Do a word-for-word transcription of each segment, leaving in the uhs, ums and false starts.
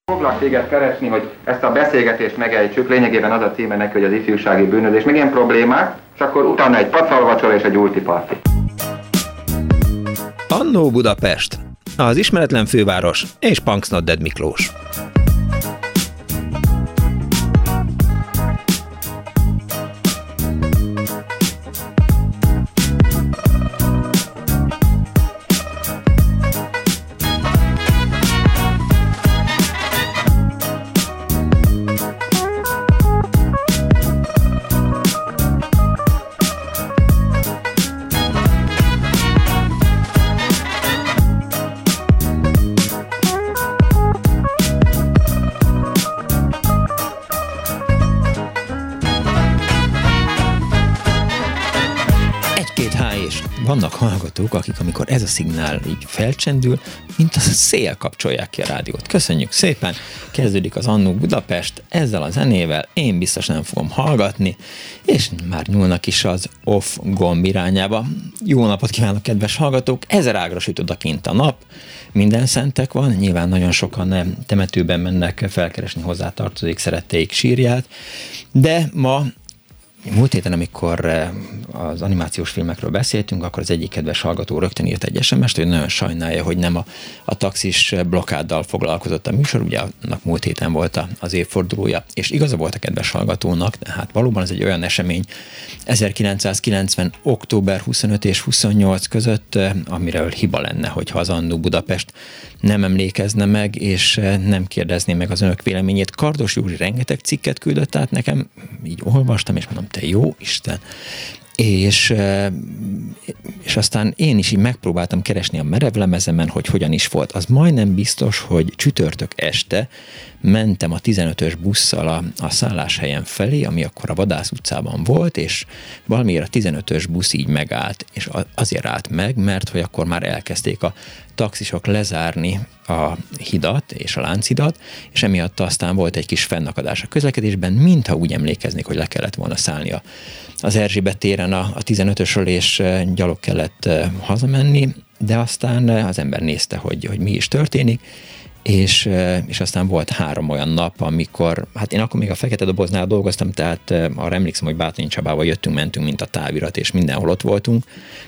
Foglak téged keresni, hogy ezt a beszélgetést megejtsük, lényegében az a címe neki, hogy az ifjúsági bűnözés, meg ilyen problémák, és akkor utána egy pacalvacsora és egy ultiparti. Annó Budapest, az ismeretlen főváros és Punks Not Dead Miklós. Vannak hallgatók, akik amikor ez a szignál így felcsendül, mint a szél kapcsolják ki a rádiót. Köszönjük szépen, kezdődik az Annó Budapest, ezzel a zenével én biztos nem fogom hallgatni, és már nyúlnak is az off gomb irányába. Jó napot kívánok, kedves hallgatók, ezer ágra süt odakint a nap, minden szentek van, nyilván nagyon sokan temetőben mennek felkeresni hozzátartozóik szeretteik sírját, de ma múlt héten, amikor az animációs filmekről beszéltünk, akkor az egyik kedves hallgató rögtön írt egy es em est, hogy nagyon sajnálja, hogy nem a, a taxis blokkáddal foglalkozott a műsor, ugye annak múlt héten volt az évfordulója, és igaza volt a kedves hallgatónak, tehát valóban ez egy olyan esemény ezerkilencszázkilencven. október huszonötödike és huszonnyolcadika között, amiről hiba lenne, hogyha az Annó Budapest nem emlékezne meg, és nem kérdezné meg az önök véleményét. Kardos Józsi rengeteg cikket küldött át nekem, így olvastam, és mondom, te jó Isten! És, és aztán én is így megpróbáltam keresni a merevlemezemen, hogy hogyan is volt. Az majdnem biztos, hogy csütörtök este mentem a tizenötös busszal a, a szálláshelyen felé, ami akkor a Vadász utcában volt, és valamiért a tizenötös busz így megállt, és azért állt meg, mert hogy akkor már elkezdték a taxisok lezárni a hidat és a Lánchidat, és emiatt aztán volt egy kis fennakadás a közlekedésben, mintha úgy emlékeznék, hogy le kellett volna szállni a, az Erzsébet téren a, a tizenötösről, és gyalog kellett hazamenni, de aztán az ember nézte, hogy, hogy mi is történik, és, és aztán volt három olyan nap, amikor, hát én akkor még a Fekete Doboznál dolgoztam, tehát arra emlékszem, hogy Bátonyi Csabával jöttünk, mentünk, mint a távirat, és mindenhol ott voltunk,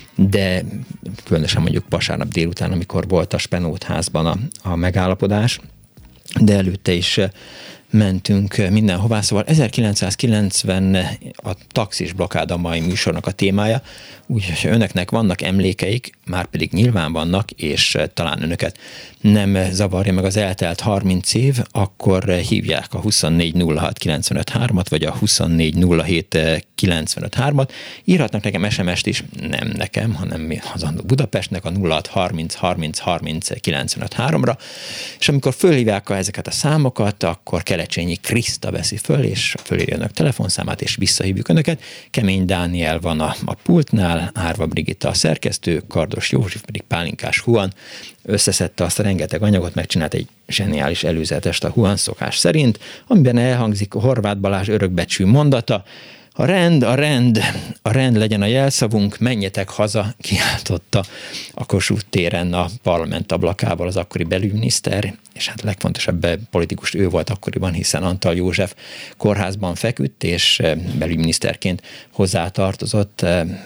de különösen mondjuk vasárnap délután, amikor volt a Spenót házban a, a megállapodás, de előtte is mentünk mindenhová, szóval ezerkilencszázkilencven a taxis blokkád a mai műsornak a témája, úgyhogy ha önöknek vannak emlékeik, már pedig nyilván vannak, és talán önöket nem zavarja meg az eltelt harminc év, akkor hívják a huszonnégy nulla hat kilencvenöt hármat, vagy a huszonnégy nulla hét kilencvenöt hármat. Írhatnak nekem es em est is, nem nekem, hanem az Annó Budapestnek a nulla hat harminc harminc harminc kilencvenöt háromra, és amikor fölhívják ezeket a számokat, akkor Kelecsényi Kriszta veszi föl, és fölírja önök telefonszámát, és visszahívjuk önöket. Kemény Dániel van a, a pultnál, Árva Brigitta a szerkesztő, Kardos József pedig Pálinkás Huan összeszedte azt a rengeteg anyagot, megcsinált egy zseniális előzetest a Huan szokás szerint, amiben elhangzik a Horváth Balázs örökbecsű mondata: a rend, a rend, a rend legyen a jelszavunk, menjetek haza, kiáltotta a Kossuth téren a parlament ablakával az akkori belügyminiszter, és hát legfontosabb politikus ő volt akkoriban, hiszen Antal József kórházban feküdt, és belügyminiszterként hozzátartozott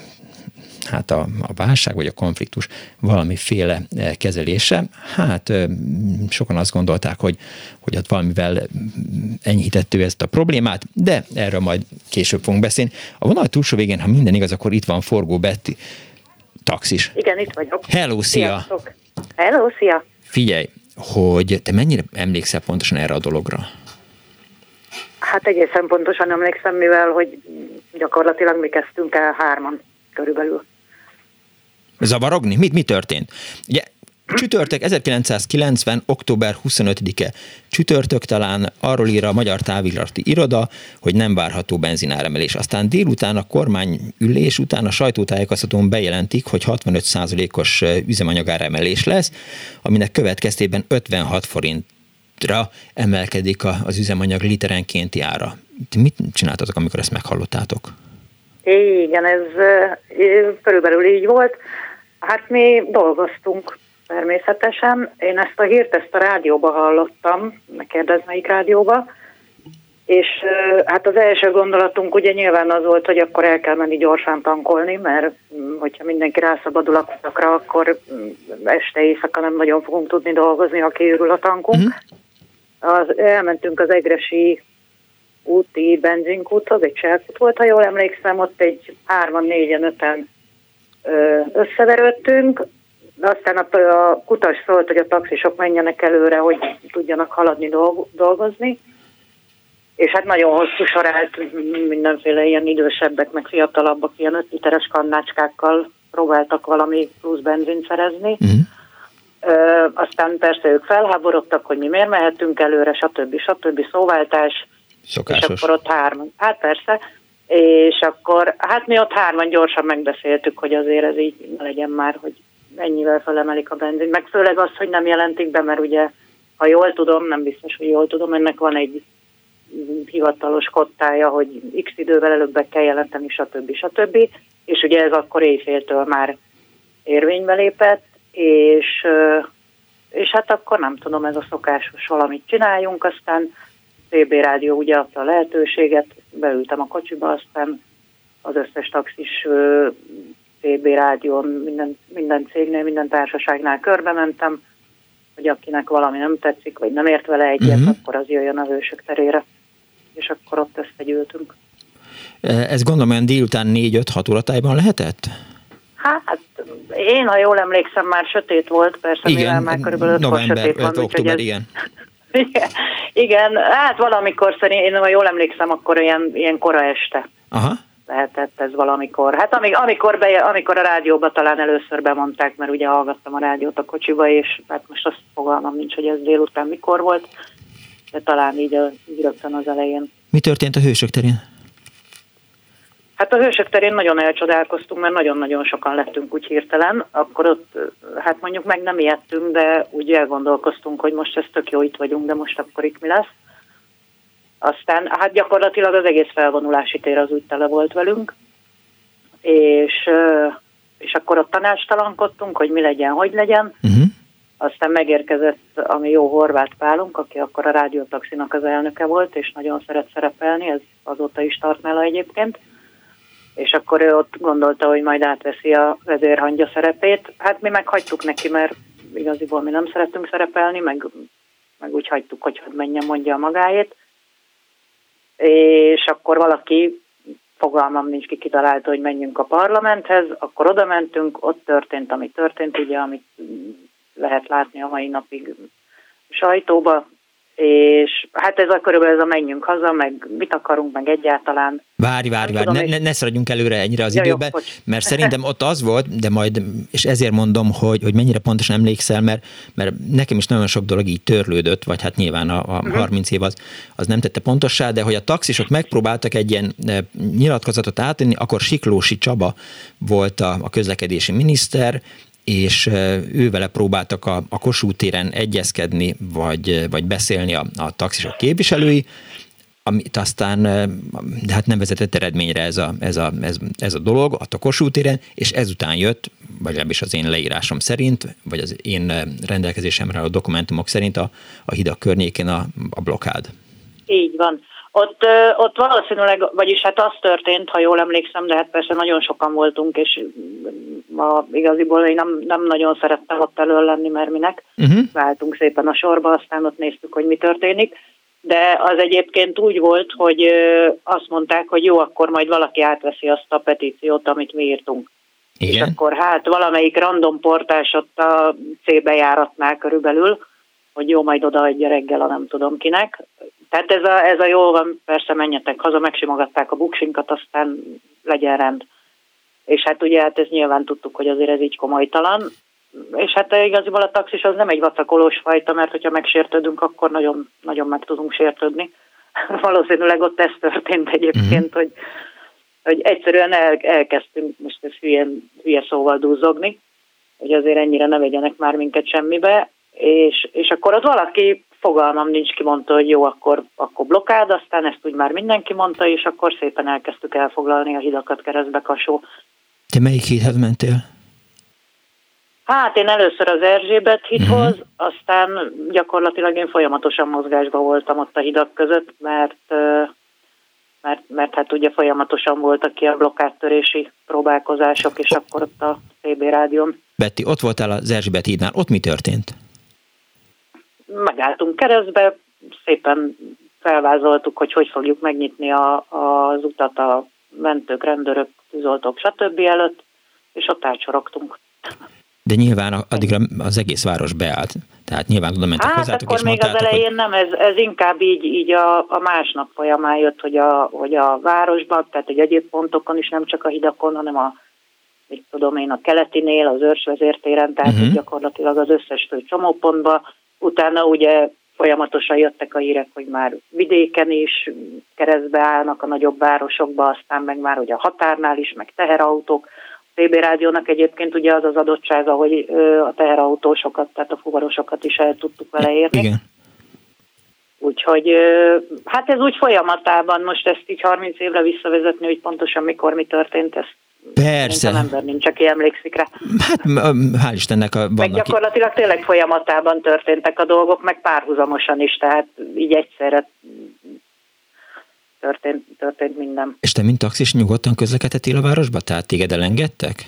hát a, a válság vagy a konfliktus valamiféle kezelése. Hát sokan azt gondolták, hogy, hogy ott valamivel enyhített ezt a problémát, de erről majd később fogunk beszélni. A vonal túlsó végén, ha minden igaz, akkor itt van Forgó Betti, taxis. Igen, itt vagyok. Hello, szia! Sziasztok. Hello, szia! Figyelj, hogy te mennyire emlékszel pontosan erre a dologra? Hát egészen pontosan emlékszem, mivel hogy gyakorlatilag mi kezdtünk el hárman körülbelül. Zavarogni? Mit, mi történt? Ugye csütörtök, ezerkilencszázkilencven. október huszonötödike csütörtök, talán arról ír a Magyar Távirati Iroda, hogy nem várható benzináremelés. Aztán délután a kormányülés után a sajtótájékoztatón bejelentik, hogy hatvanöt százalékos üzemanyagáremelés lesz, aminek következtében ötvenhat forintra emelkedik az üzemanyag literenkénti ára. Mit csináltatok, amikor ezt meghallottátok? Igen, ez körülbelül így volt. Hát mi dolgoztunk természetesen. Én ezt a hírt, ezt a rádióba hallottam, ne kérdezz melyik rádióba, és hát az első gondolatunk ugye nyilván az volt, hogy akkor el kell menni gyorsan tankolni, mert hogyha mindenki rászabadul a kutakra, akkor este éjszaka nem nagyon fogunk tudni dolgozni, ha kiürül a tankunk. Mm-hmm. Az, elmentünk az egresi úti benzinkúthoz, egy cselkút volt, ha jól emlékszem, ott egy hárman, négyen, öten összeverődtünk, aztán a, a kutas szólt, hogy a taxisok menjenek előre, hogy tudjanak haladni dolgozni, és hát nagyon hosszú sor állt, mindenféle ilyen idősebbek, meg fiatalabbak, ilyen öt literes kannácskákkal próbáltak valami plusz benzint szerezni. Mm. Ö, aztán persze ők felháborodtak, hogy mi miért mehetünk előre, stb. stb. Szóváltás. Szokásos. És akkor ott hárman. Hát persze. És akkor, hát mi ott hárman gyorsan megbeszéltük, hogy azért ez így legyen már, hogy ennyivel felemelik a benzin. Meg főleg az, hogy nem jelentik be, mert ugye, ha jól tudom, nem biztos, hogy jól tudom, ennek van egy hivatalos kottája, hogy x idővel előbb be kell jelenteni, stb. stb. És ugye ez akkor éjféltől már érvénybe lépett, és, és hát akkor nem tudom, ez a szokásos valamit csináljunk, aztán cé bé rádió ugye adta a lehetőséget, beültem a kocsiba, aztán az összes taxis cé bé rádión, minden, minden cégnél, minden társaságnál körbe mentem, hogy akinek valami nem tetszik, vagy nem ért vele egyet, uh-huh. akkor az jöjjön a Hősök terére. És akkor ott összegyűltünk. Ez gondolom olyan délután négy-öt-hat óratájban lehetett? Hát én, ha jól emlékszem, már sötét volt, persze, igen, mivel már körülbelül ötkor sötét van. Október, ez... igen. igen. Igen, hát valamikor szerint, én ha jól emlékszem, akkor ilyen, ilyen kora este. Aha. Lehetett ez valamikor. Hát amik, amikor, be, amikor a rádióba talán először bemondták, mert ugye hallgattam a rádiót a kocsiba, és hát most azt fogalmam nincs, hogy ez délután mikor volt, de talán így, így rögtön az elején. Mi történt a Hősök terén? Hát a Hősök terén nagyon elcsodálkoztunk, mert nagyon-nagyon sokan lettünk úgy hirtelen. Akkor ott, hát mondjuk meg nem ijedtünk, de úgy elgondolkoztunk, hogy most ez tök jó, itt vagyunk, de most akkor itt mi lesz. Aztán hát gyakorlatilag az egész felvonulási tér az úgy tele volt velünk, és, és akkor ott tanácstalankodtunk, hogy mi legyen, hogy legyen. Uh-huh. Aztán megérkezett a mi jó Horváth Pálunk, aki akkor a rádiótaxinak az elnöke volt, és nagyon szeret szerepelni, ez azóta is tart nála egyébként. És akkor ő ott gondolta, hogy majd átveszi a vezérhangya szerepét. Hát mi meghagytuk neki, mert igaziból mi nem szeretünk szerepelni, meg, meg úgy hagytuk, hogy menjen, mondja a magáét. És akkor valaki, fogalmam nincs, ki kitalálta, hogy menjünk a parlamenthez, akkor oda mentünk, ott történt, ami történt, ugye, amit lehet látni a mai napig sajtóba, és hát ez a körülbelül ez a menjünk haza, meg mit akarunk, meg egyáltalán. Várj, várj, várj, ne, ne, ne szaladjunk előre ennyire az ja, időben, jó, mert szerintem ott az volt, de majd, és ezért mondom, hogy, hogy mennyire pontosan emlékszel, mert, mert nekem is nagyon sok dolog így törlődött, vagy hát nyilván a, a uh-huh. harminc év az, az nem tette pontossá, de hogy a taxisok megpróbáltak egy ilyen nyilatkozatot átadni, akkor Siklósi Csaba volt a, a közlekedési miniszter, és ő vele próbáltak a, a Kossuth téren egyezkedni, vagy, vagy beszélni a, a taxisok képviselői, amit aztán de hát nem vezetett eredményre ez a, ez a, ez, ez a dolog a Kossuth téren, és ezután jött, vagy legalábbis az én leírásom szerint, vagy az én rendelkezésemre a dokumentumok szerint a, a hidak környékén a, a blokkád. Így van. Ott, ott valószínűleg, vagyis hát az történt, ha jól emlékszem, de hát persze nagyon sokan voltunk, és ma igaziból én nem, nem nagyon szerettem ott elől lenni, mert minek. Uh-huh. Váltunk szépen a sorba, aztán ott néztük, hogy mi történik. De az egyébként úgy volt, hogy azt mondták, hogy jó, akkor majd valaki átveszi azt a petíciót, amit mi írtunk. Igen. És akkor hát valamelyik random portás ott a C-bejáratnál körülbelül, hogy jó, majd odaadja reggel a nem tudom kinek. Tehát ez a, ez a jó van, persze menjetek haza, megsimogatták a buksinkat, aztán legyen rend. És hát ugye hát ez nyilván tudtuk, hogy azért ez így komolytalan. És hát igaziból a taxis az nem egy vacakolós fajta, mert hogyha megsértődünk, akkor nagyon, nagyon meg tudunk sértődni. Valószínűleg ott ez történt egyébként, mm-hmm. hogy, hogy egyszerűen el, elkezdtünk, most ez hülye, hülye szóval dúzzogni, hogy azért ennyire ne vegyenek már minket semmibe, és, és akkor ott valaki, fogalmam nincs, ki mondta, hogy jó, akkor, akkor blokkád, aztán ezt úgy már mindenki mondta, és akkor szépen elkezdtük elfoglalni a hidakat Keresztbe-Kassó. Te melyik hídhez mentél? Hát én először az Erzsébet hídhoz, uh-huh. aztán gyakorlatilag én folyamatosan mozgásban voltam ott a hidak között, mert, mert, mert hát ugye folyamatosan voltak ki a blokkádtörési próbálkozások, és akkor ott a té bé rádión. Betty, ott voltál az Erzsébet hídnál, ott mi történt? Megálltunk keresztbe, szépen felvázoltuk, hogy hogy fogjuk megnyitni a, az utat a mentők, rendőrök, tűzoltók, stb. Előtt, és ott átsorogtunk. De nyilván addigra az egész város beállt. Tehát nyilván oda mentek hát hozzátok, és még mondtátok, az elején hogy... nem, ez, ez inkább így, így a, a másnap folyamán jött, hogy a, hogy a városban, tehát egy egyéb pontokon is, nem csak a hidakon, hanem a, mit tudom én, a keletinél, az Őrs vezértéren, tehát uh-huh. gyakorlatilag az összes fő csomópontban. Utána ugye folyamatosan jöttek a hírek, hogy már vidéken is keresztbe állnak a nagyobb városokba, aztán meg már ugye a határnál is, meg teherautók. A té bé rádiónak egyébként ugye az az adottsága, hogy a teherautósokat, tehát a fuvarosokat is el tudtuk vele érni. Igen. Úgyhogy hát ez úgy folyamatában, most ezt így harminc évre visszavezetni, hogy pontosan mikor mi történt, ezt persze. Az ember nincs, aki emlékszik rá. Hát hál' Istennek vannak... Meg gyakorlatilag tényleg folyamatában történtek a dolgok, meg párhuzamosan is, tehát így egyszerre történt, történt minden. És te, mint taxis, nyugodtan közlekedhettél a városba? Tehát téged elengedtek?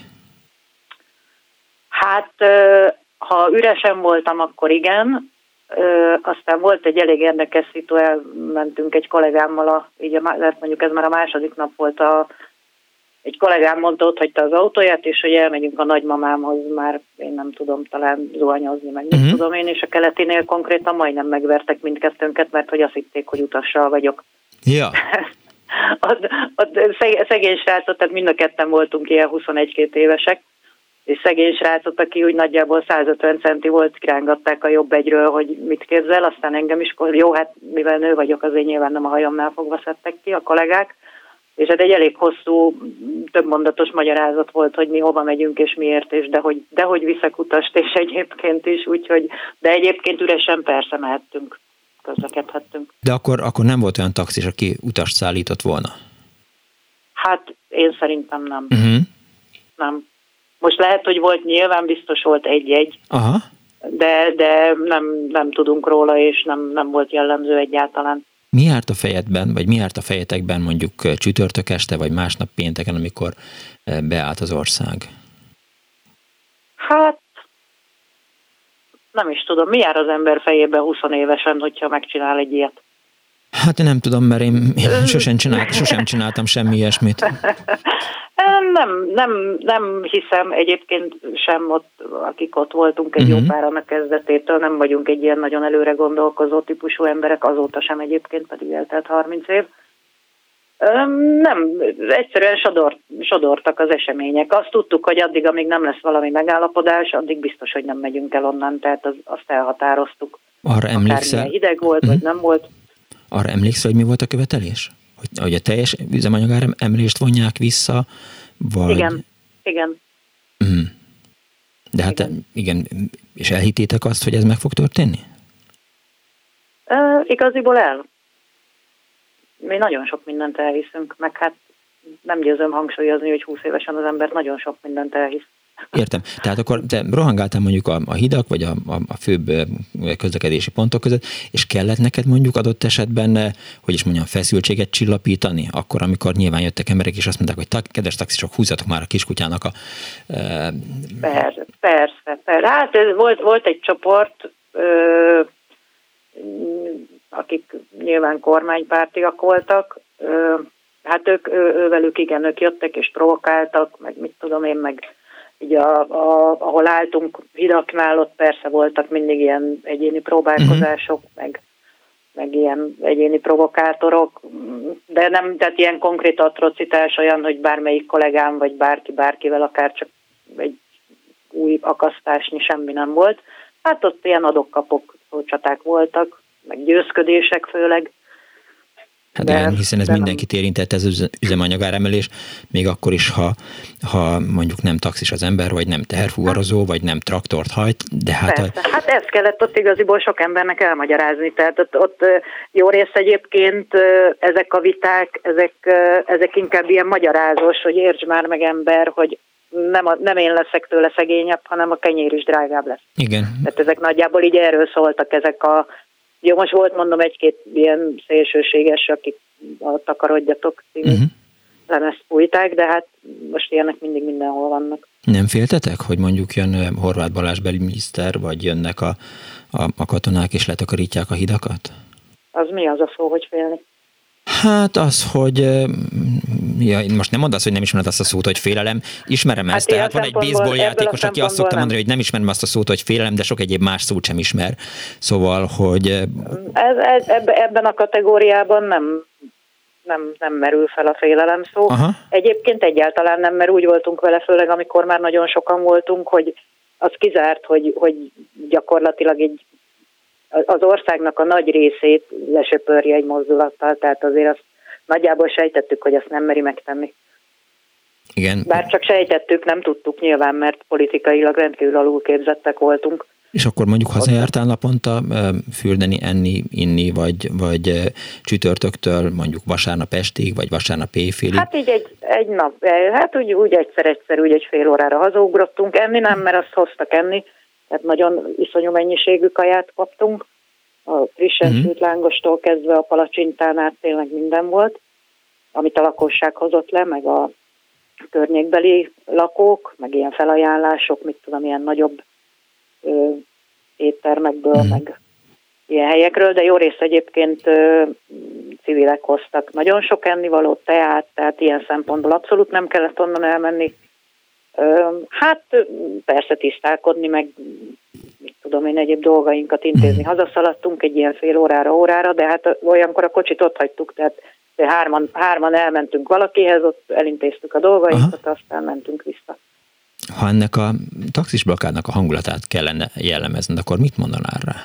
Hát, ha üresen voltam, akkor igen. Aztán volt egy elég érdekes szitu, elmentünk egy kollégámmal, a, így a, mondjuk ez már a második nap volt, a, egy kollégám mondta, ott hagyta az autóját, és hogy elmegyünk a nagymamámhoz, már én nem tudom, talán zuhanyozni, meg uh-huh. nem tudom én, és a keletinél konkrétan majdnem megvertek mindkettőnket, mert hogy azt hitték, hogy utassal vagyok. Ja. ott, ott szegény srácot, tehát mind a ketten voltunk ilyen huszonegy-két évesek, és szegény srácot, aki úgy nagyjából százötven centi volt, kirángatták a jobb egyről, hogy mit képzel, aztán engem is, jó, hát mivel nő vagyok, azért nyilván nem a hajamnál fogva szedtek ki a kollégák, és hát egy elég hosszú, többmondatos magyarázat volt, hogy mi hova megyünk és miért, és dehogy, dehogy viszek utast, és egyébként is, úgyhogy, de egyébként üresen persze mehettünk, közlekedhettünk. De akkor, akkor nem volt olyan taxis, aki utast szállított volna? Hát én szerintem nem. Uh-huh. Nem. Most lehet, hogy volt, nyilván biztos volt egy-egy, aha. de, de nem, nem tudunk róla, és nem, nem volt jellemző egyáltalán. Mi járt a fejedben, vagy mi járt a fejetekben mondjuk csütörtök este, vagy másnap pénteken, amikor beállt az ország? Hát, nem is tudom. Mi jár az ember fejében húsz évesen, hogyha megcsinál egy ilyet? Hát nem tudom, mert én sosem, csinált, sosem csináltam semmi ilyesmit. Nem, nem, nem hiszem egyébként sem ott, akik ott voltunk egy uh-huh. jó páran a kezdetétől, nem vagyunk egy ilyen nagyon előre gondolkozó típusú emberek, azóta sem egyébként, pedig eltelt harminc év. Nem, egyszerűen sodort, sodortak az események. Azt tudtuk, hogy addig, amíg nem lesz valami megállapodás, addig biztos, hogy nem megyünk el onnan, tehát az, azt elhatároztuk. Arra emlékszel? Akármilyen hideg volt, uh-huh. vagy nem volt. Arra emlékszel, hogy mi volt a követelés? Hogy, hogy a teljes üzemanyagár emelést vonják vissza, vagy... Igen, igen. Mm. De hát igen. igen, és elhittétek azt, hogy ez meg fog történni? E, igaziból el. Mi nagyon sok mindent elhiszünk, meg hát nem győzöm hangsúlyozni, hogy húsz évesen az ember nagyon sok mindent elhisz. Értem. Tehát akkor te rohangáltál mondjuk a, a hidak, vagy a, a, a főbb közlekedési pontok között, és kellett neked mondjuk adott esetben, hogy is mondjam, feszültséget csillapítani, akkor, amikor nyilván jöttek emberek, és azt mondták, hogy tak, kedves taxisok, húzzatok már a kiskutyának a... E... Persze, persze, persze. Hát ez volt, volt egy csoport, ö, akik nyilván kormánypártiak voltak, ö, hát ők, ő, ővelük igen, ők jöttek és provokáltak, meg mit tudom én, meg így a, a, ahol álltunk hidaknál, ott persze voltak mindig ilyen egyéni próbálkozások, uh-huh. meg, meg ilyen egyéni provokátorok, de nem, tehát ilyen konkrét atrocitás olyan, hogy bármelyik kollégám, vagy bárki, bárkivel akár csak egy új akasztásnyi semmi nem volt. Hát ott ilyen adok-kapok csaták voltak, meg győzködések főleg. Hát igen, hiszen ez mindenkit érintett, ez az üzemanyagáremelés, még akkor is, ha, ha mondjuk nem taxis az ember, vagy nem teherfuvarozó, vagy nem traktort hajt, de hát... Persze. A... Hát ezt kellett ott igaziból sok embernek elmagyarázni, tehát ott, ott jó rész egyébként ezek a viták, ezek, ezek inkább ilyen magyarázós, hogy értsd már meg ember, hogy nem, a, nem én leszek tőle szegényebb, hanem a kenyér is drágább lesz. Igen. Tehát ezek nagyjából így erről szóltak ezek a... Jó, most volt mondom egy-két ilyen szélsőséges, akik a Takarodjatok című uh-huh. lemezt fújták, de hát most ilyenek mindig mindenhol vannak. Nem féltetek, hogy mondjuk jön Horváth Balázs belügyminiszter, vagy jönnek a, a, a katonák és letakarítják a hidakat? Az mi az a szó, hogy félni? Hát az, hogy ja, most nem mondasz, hogy nem ismered azt a szót, hogy félelem. Ismerem ezt, hát tehát van egy baseball játékos, aki azt szokta mondani, hogy nem ismerem azt a szót, hogy félelem, de sok egyéb más szót sem ismer. Szóval, hogy... Ez, ez, ebben a kategóriában nem, nem, nem merül fel a félelem szó. Aha. Egyébként egyáltalán nem, mert úgy voltunk vele, főleg amikor már nagyon sokan voltunk, hogy az kizárt, hogy, hogy gyakorlatilag egy az országnak a nagy részét lesöpörje egy mozdulattal, tehát azért azt nagyjából sejtettük, hogy ezt nem meri megtenni. Igen. Bár csak sejtettük, nem tudtuk nyilván, mert politikailag rendkívül alulképzettek voltunk. És akkor mondjuk hazajártál naponta fürdeni, enni, inni, vagy, vagy csütörtöktől mondjuk vasárnap estig, vagy vasárnap éjfélig? Hát így egy, egy nap, hát úgy, úgy egyszer-egyszer, úgy egy fél órára hazaugrottunk, enni nem, mert azt hoztak enni, tehát nagyon iszonyú mennyiségű kaját kaptunk, a frissen uh-huh. sült lángostól kezdve a palacsintán át tényleg minden volt, amit a lakosság hozott le, meg a környékbeli lakók, meg ilyen felajánlások, mit tudom, ilyen nagyobb ö, éttermekből, uh-huh. meg ilyen helyekről, de jó rész egyébként ö, civilek hoztak nagyon sok ennivalót, teát, tehát ilyen szempontból abszolút nem kellett onnan elmenni. Hát persze tisztálkodni, meg mit tudom én, egyéb dolgainkat intézni. Hazaszaladtunk egy ilyen fél órára, órára, de hát olyankor a kocsit ott hagytuk, tehát hárman, hárman elmentünk valakihez, ott elintéztük a dolgainkat, aha. aztán mentünk vissza. Ha ennek a taxis blokkádnak a hangulatát kellene jellemezned, akkor mit mondanál rá?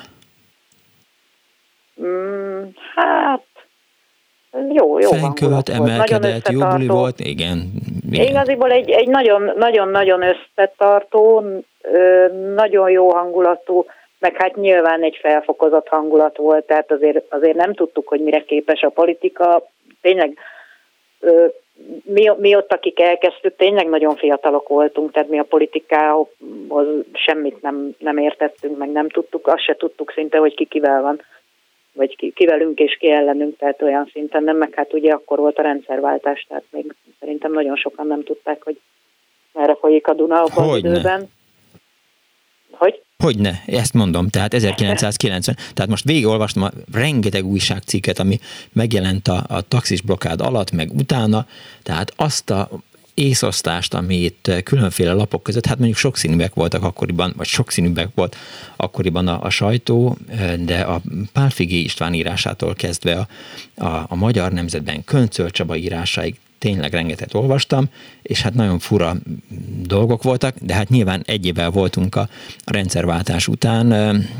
Mm, hát Jó, jó Fenkölt, emelkedett, jó buli volt, igen. igen. Igaziból egy, egy nagyon, nagyon-nagyon összetartó, nagyon jó hangulatú, meg hát nyilván egy felfokozott hangulat volt, tehát azért, azért nem tudtuk, hogy mire képes a politika. Tényleg mi, mi ott, akik elkezdtük, tényleg nagyon fiatalok voltunk, tehát mi a politikához semmit nem, nem értettünk, meg nem tudtuk, azt se tudtuk szinte, hogy ki kivel van, vagy ki, ki velünk és ki ellenünk, tehát olyan szinten nem, meg hát ugye akkor volt a rendszerváltás, tehát még szerintem nagyon sokan nem tudták, hogy merre folyik a Duna abban az időben. Hogy? Hogyne, ezt mondom, tehát ezerkilencszázkilencven, tehát most végigolvastam a rengeteg újságcikket, ami megjelent a, a taxis blokkád alatt, meg utána, tehát azt a észosztást, amit különféle lapok között, hát mondjuk sokszínűek voltak akkoriban, vagy sokszínűek volt akkoriban a, a sajtó, de a Pál Figé István írásától kezdve a, a, a Magyar Nemzetben Köncöl Csaba írásáig tényleg rengeteget olvastam, és hát nagyon fura dolgok voltak, de hát nyilván egy évvel voltunk a, a rendszerváltás után,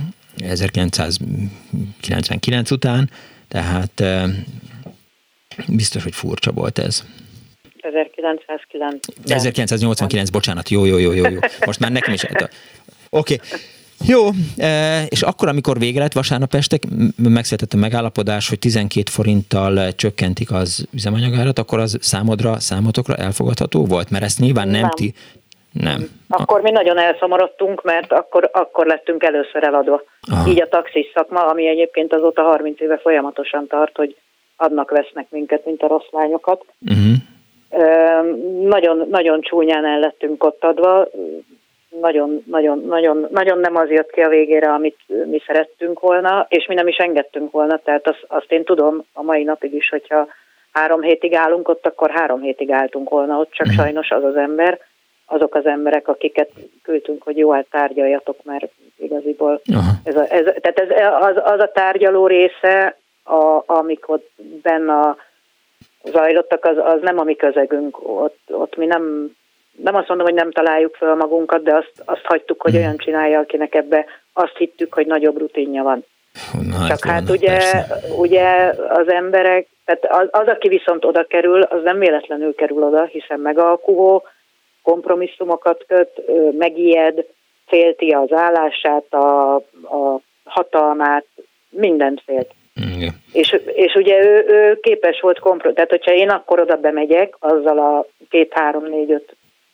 ezerkilencszázkilencvenkilenc után, tehát biztos, hogy furcsa volt ez. ezerkilencszázkilenc ezerkilencszáznyolcvankilenc, bocsánat, jó, jó, jó, jó, jó. Most már nekem is... Oké. Okay. Jó, és akkor, amikor vége lett vasárnap este, megszületett a megállapodás, hogy tizenkét forinttal csökkentik az üzemanyagárat, akkor az számodra, számotokra elfogadható volt? Mert ezt nyilván nem, nem. ti... Nem. Akkor mi nagyon elszomorodtunk, mert akkor, akkor lettünk először eladva. Aha. Így a taxis szakma, ami egyébként azóta harminc éve folyamatosan tart, hogy adnak-vesznek minket, mint a rossz lányokat. Uh-huh. Nagyon, nagyon csúnyán el lettünk ott adva, nagyon, nagyon, nagyon, nagyon nem az jött ki a végére, amit mi szerettünk volna, és mi nem is engedtünk volna, tehát azt, azt én tudom a mai napig is, hogyha három hétig állunk ott, akkor három hétig álltunk volna ott, csak sajnos az az ember, azok az emberek, akiket küldtünk, hogy jó, hát tárgyaljatok, mert igaziból ez a, ez, tehát ez, az, az a tárgyaló része, a, amikor benne zajlottak, az, az nem a mi közegünk, ott, ott mi nem, nem azt mondom, hogy nem találjuk fel magunkat, de azt, azt hagytuk, hogy olyan csinálja, akinek ebbe azt hittük, hogy nagyobb rutinja van. Na, csak hát vannak, ugye, ugye az emberek, tehát az, az, aki viszont oda kerül, az nem véletlenül kerül oda, hiszen megalkuvó, kompromisszumokat köt, megijed, félti az állását, a, a hatalmát, mindent félt. Igen. És, és ugye ő, ő képes volt kompromisszum, tehát hogyha én akkor oda bemegyek, azzal a két, három, négy, öt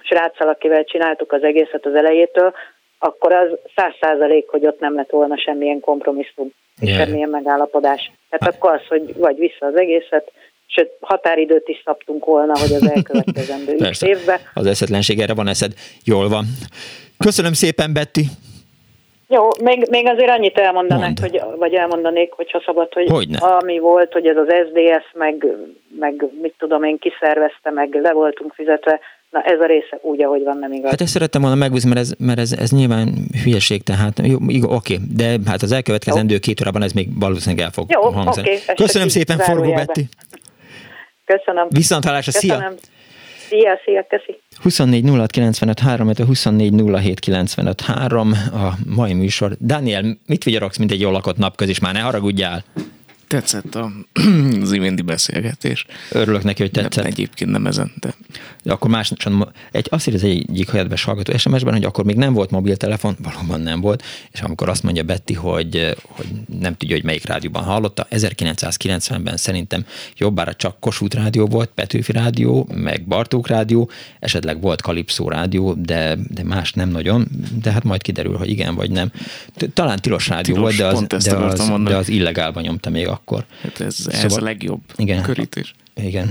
sráccal, akivel csináltuk az egészet az elejétől, akkor az száz százalék, hogy ott nem lett volna semmilyen kompromisszum, és yeah. semmilyen megállapodás. Tehát akkor az, hogy vagy vissza az egészet, sőt, határidőt is szabtunk volna, hogy az elkövetkezendő évben. Az eszetlenség, erre van eszed. Jól van. Köszönöm szépen, Betty. Jó, még, még azért annyit elmondanak, Mond. hogy, vagy elmondanék, hogyha szabad, hogy Hogyne. ami volt, hogy ez az es dé ef, meg, meg mit tudom én, kiszervezte, meg le voltunk fizetve, na ez a része úgy, ahogy van, nem igaz. Hát ezt szerettem volna megbízni, mert ez, mert ez, ez nyilván hülyeség, tehát jó, igaz, oké, de hát az elkövetkezendő jó. két órában ez még valószínűleg el fog jó, hangzani. Okay, köszönöm szépen, Forgó Betty. Köszönöm. Viszonthallásra, szia! Szia, szia, köszi. huszonnégy nulla hat kilencvenöt három, huszonnégy nulla hét kilencvenöt három a mai műsor. Daniel, mit vigyorogsz, mint egy jól lakott napközis? Már ne haragudjál. Tetszett a, az iménti beszélgetés. Örülök neki, hogy tetszett. Nem, egyébként nem ezen, de... de akkor más, egy, azt írja az egyik kedves hallgató es em es-ben, hogy akkor még nem volt mobiltelefon, valóban nem volt, és amikor azt mondja Betty, hogy, hogy nem tudja, hogy melyik rádióban hallotta, ezerkilencszázkilencvenben szerintem jobbára csak Kossuth rádió volt, Petőfi rádió, meg Bartók rádió, esetleg volt Kalipszó rádió, de, de más nem nagyon, de hát majd kiderül, hogy igen vagy nem. Talán Tilos rádió Tilos, volt, de az, de, az, de az illegálban nyomta még akkor. Hát ez, szóval, ez a legjobb igen, körítés. Igen.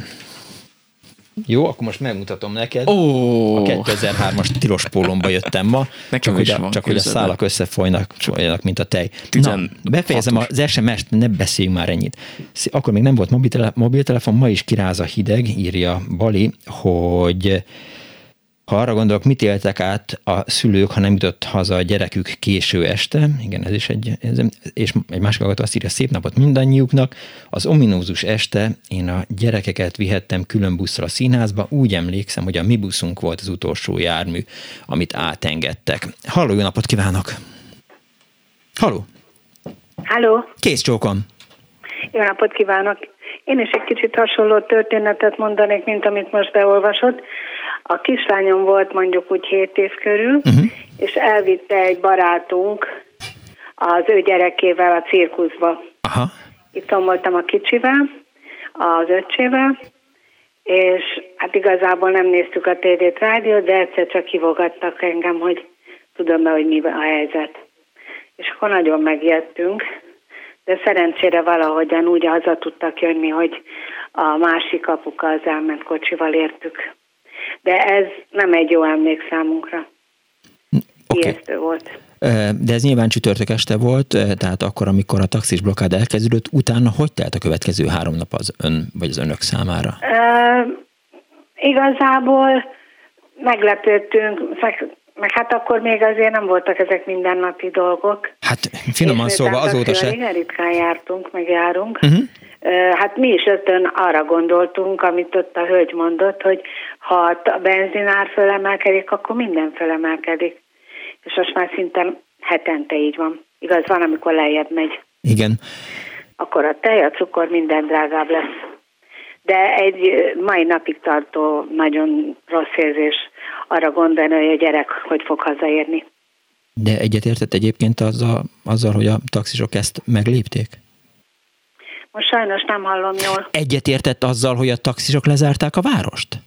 Jó, akkor most megmutatom neked. Oh. A kétezer-hármas Tilos pólomba jöttem ma, Nekem csak, is hogy, a, van, csak hogy a szálak összefolynak, folynak, mint a tej. Na, befejezem az es em est, ne beszéljünk már ennyit. Akkor még nem volt mobiltele, mobiltelefon, ma is kiráz a hideg, írja Bali, hogy ha arra gondolok, mit éltek át a szülők, ha nem jutott haza a gyerekük késő este, igen, ez is egy, ez, és egy másik hallgató azt írja, szép napot mindannyiuknak, az ominózus este én a gyerekeket vihettem külön busszal a színházba, úgy emlékszem, hogy a mi buszunk volt az utolsó jármű, amit átengedtek. Halló, jó napot kívánok! Halló! Halló! Kész csókom! Jó napot kívánok! Én is egy kicsit hasonló történetet mondanék, mint amit most beolvasott. A kislányom volt mondjuk úgy hét év körül, uh-huh. és elvitte egy barátunk az ő gyerekével a cirkuszba. Aha. Itt voltam a kicsivel, az öccsével, és hát igazából nem néztük a tévét, rádiót, de egyszer csak hívogattak engem, hogy tudom-e, hogy mi a helyzet. És akkor nagyon megijedtünk, de szerencsére valahogyan úgy haza tudtak jönni, hogy a másik apuka az elment kocsival értük. De ez nem egy jó emlék számunkra. Ijesztő okay. volt. De ez nyilván csütörtök este volt, tehát akkor, amikor a taxis blokkád elkezdődött, utána hogy telt a következő három nap az ön, vagy az önök számára? Uh, igazából meglepődtünk, meg, meg hát akkor még azért nem voltak ezek mindennapi dolgok. Hát finoman szólva azóta se. Igen, ritkán jártunk, meg járunk. Uh-huh. Hát mi is ötön arra gondoltunk, amit ott a hölgy mondott, hogy ha a benzinár fölemelkedik, akkor minden fölemelkedik. És most már szinte hetente így van. Igaz, van, amikor lejjebb megy. Igen. Akkor a tej, a cukor, minden drágább lesz. De egy mai napig tartó nagyon rossz érzés arra gondolni, hogy a gyerek hogy fog hazaérni. De egyetértett egyébként azzal, azzal, hogy a taxisok ezt meglépték? Most sajnos nem hallom jól. Egyetértett azzal, hogy a taxisok lezárták a várost?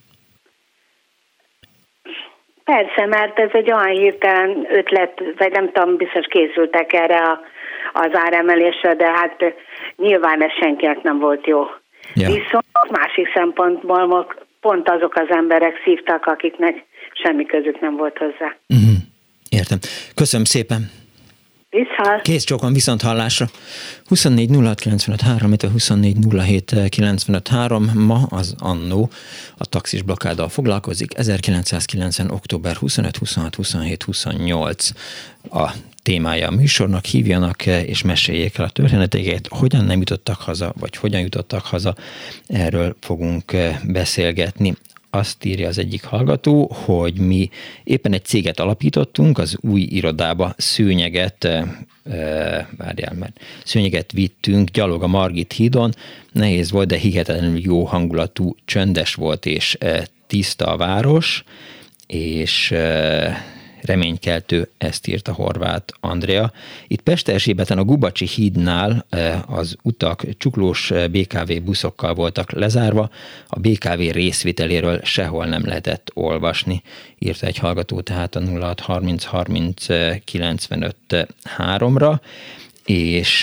Persze, mert ez egy olyan hirtelen ötlet, vagy nem tudom, biztos készültek erre a, az áremelésre, de hát nyilván ez senkinek nem volt jó. Ja. Viszont másik szempontból pont azok az emberek szívtak, akiknek semmi közük nem volt hozzá. Uh-huh. Értem. Köszönöm szépen. Viszont. Kész csókon, viszont hallásra. huszonnégy nulla hat kilencvenöt három, itt a huszonnégy nulla hét kilencvenöt három. Ma az Annó a taxis blokkáddal foglalkozik. ezerkilencszázkilencven. október huszonöt, huszonhat, huszonhét, huszonnyolc a témája a műsornak. Hívjanak és meséljék el a történeteket, hogyan nem jutottak haza, vagy hogyan jutottak haza. Erről fogunk beszélgetni. Azt írja az egyik hallgató, hogy mi éppen egy céget alapítottunk, az új irodába szőnyeget, e, várjál, mert szőnyeget vittünk gyalog a Margit hídon, nehéz volt, de hihetetlenül jó hangulatú, csöndes volt és e, tiszta a város, és e, reménykeltő, ezt írta Horváth Andrea. Itt Pest Erzsébeten a Gubacsi hídnál az utak csuklós bé ká vé buszokkal voltak lezárva, a bé ká vé részviteléről sehol nem lehetett olvasni, írta egy hallgató tehát a nulla hat harminc harminc kilencvenöt háromra, és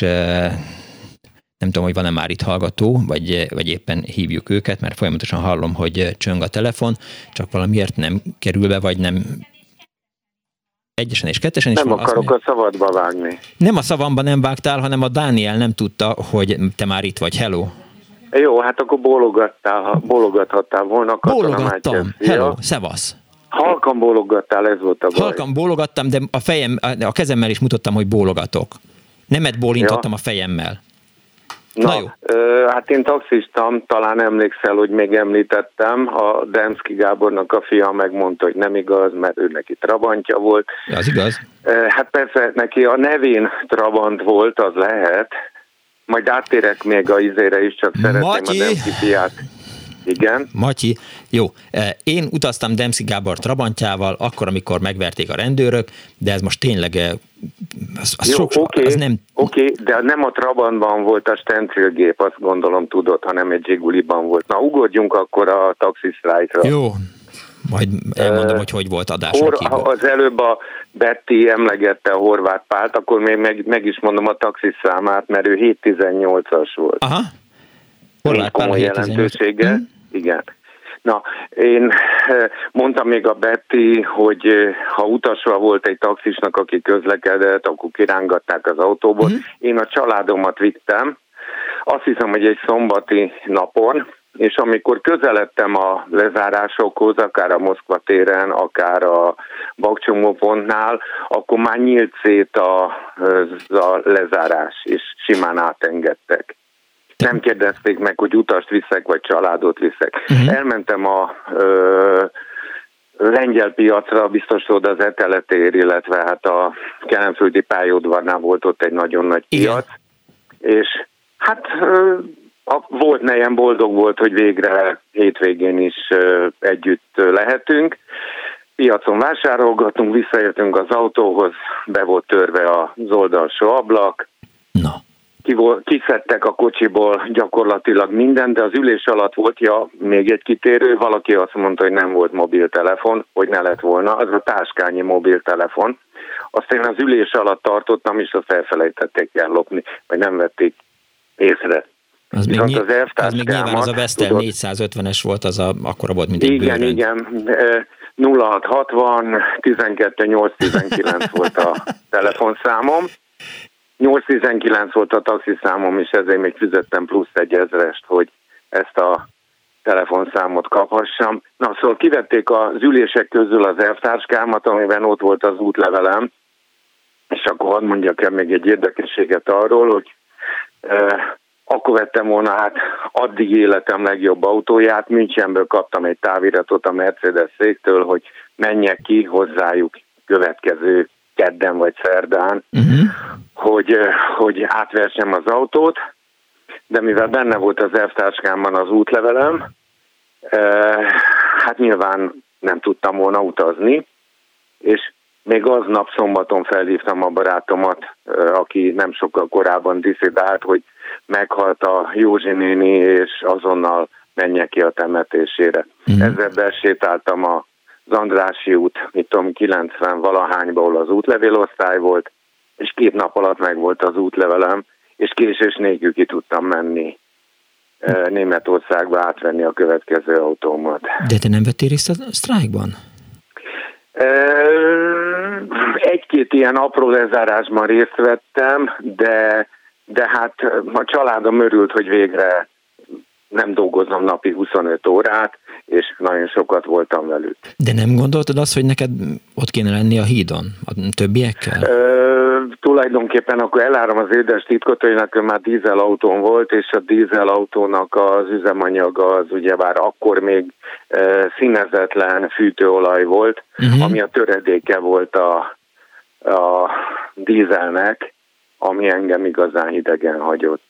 nem tudom, hogy van-e már itt hallgató, vagy, vagy éppen hívjuk őket, mert folyamatosan hallom, hogy csöng a telefon, csak valamiért nem kerül be, vagy nem egyesen és kettesen is. Nem van, akarok azt, a szavadba vágni. Nem a szavamba nem vágtál, hanem a Dániel nem tudta, hogy te már itt vagy. Hello. Jó, hát akkor bólogattál, bólogathattál volna. Bólogattam. Hello, szevasz. Halkan bólogattál, ez volt a baj. Halkan bólogattam, de a fejem, a kezemmel is mutattam, hogy bólogatok. Nemet bólintottam ja. a fejemmel. Na, Na jó. Ö, hát én taxistam, talán emlékszel, hogy még említettem, a Demszky Gábornak a fia megmondta, hogy nem igaz, mert ő neki Trabantja volt. Ja, az igaz. Ö, hát persze neki a nevén Trabant volt, az lehet, majd áttérek még a izére is, csak szeretném Matyi. A Demszky fiát. Igen. Matyi, jó. Én utaztam Demszky Gábor Trabantjával, akkor, amikor megverték a rendőrök, de ez most tényleg az, az jó, sok, oké, az nem... oké, de nem a Trabantban volt a stencilgép, azt gondolom tudod, hanem egy Zsiguliban volt. Na, ugorjunk akkor a taxisztrájkra. Jó, majd elmondom, uh, hogy hogy volt adáson kívül. Az előbb a Betty emlegette a Horváth Pált, akkor még meg, meg is mondom a taxiszámát, mert ő hét tizennyolcas volt. Aha. Horváth Pál komoly jelentősége. Hmm. Igen. Na, én mondtam még a Betty, hogy ha utasra volt egy taxisnak, aki közlekedett, akkor kirángatták az autóból. Hmm. Én a családomat vittem, azt hiszem, hogy egy szombati napon, és amikor közeledtem a lezárásokhoz, akár a Moszkva téren, akár a bakcsomópontnál, akkor már nyílt szét a, a lezárás, és simán átengedtek. Nem kérdezték meg, hogy utast viszek, vagy családot viszek. Uh-huh. Elmentem a ö, lengyel piacra, biztos oda az Eteletér, illetve hát a Kelenföldi pályaudvarnál volt ott egy nagyon nagy piac, igen. És hát ö, a, volt nejem, boldog volt, hogy végre hétvégén is ö, együtt lehetünk. Piacon vásárolgatunk, visszajöttünk az autóhoz, be volt törve az oldalsó ablak. Na. Kiszedtek a kocsiból gyakorlatilag minden, de az ülés alatt volt, ja, még egy kitérő, valaki azt mondta, hogy nem volt mobiltelefon, hogy ne lett volna, az a táskányi mobiltelefon. Azt én az ülés alatt tartottam, és azt elfelejtették ellopni, vagy nem vették észre. Az még, ny- az, az még nyilván az a Vestel tudod, négyszázötvenes volt, az a, akkora volt, mint egy igen, bőrönd. Igen, igen. nulla hat hatvan tizenkettő nyolc tizenkilenc volt a telefonszámom. nyolc tizenkilenc volt a taxiszámom, és ezért még fizettem plusz egy ezrest, hogy ezt a telefonszámot kaphassam. Na, szóval kivették az ülések közül az elvtárskámat, amiben ott volt az útlevelem, és akkor hadd mondjak el még egy érdekességet arról, hogy eh, akkor vettem volna hát addig életem legjobb autóját, Münchenből kaptam egy táviratot a Mercedes széktől, hogy menjek ki hozzájuk következő kedden vagy szerdán, uh-huh. hogy, hogy átversem az autót, de mivel benne volt az elvtárskámban az útlevelem, hát nyilván nem tudtam volna utazni, és még aznap szombaton felhívtam a barátomat, aki nem sokkal korábban diszidált, hogy meghalt a Józsi néni, és azonnal menjek ki a temetésére. Uh-huh. Ezzel besétáltam a az Andrássy út, mit tudom, kilencven valahányban, ahol az útlevélosztály volt, és két nap alatt meg volt az útlevelem, és késés nélkül ki tudtam menni e, Németországba átvenni a következő autómat. De te nem vettél részt a sztrájkban? E, egy-két ilyen apró lezárásban részt vettem, de, de hát a családom örült, hogy végre nem dolgozom napi huszonöt órát, és nagyon sokat voltam velük. De nem gondoltad azt, hogy neked ott kéne lenni a hídon, a többiekkel? Ö, tulajdonképpen akkor elárom az édes titkot, hogy nekem már dízelautón volt, és a dízelautónak az üzemanyaga az ugyebár akkor még e, színezetlen fűtőolaj volt, uh-huh. ami a töredéke volt a, a dízelnek, ami engem igazán hidegen hagyott.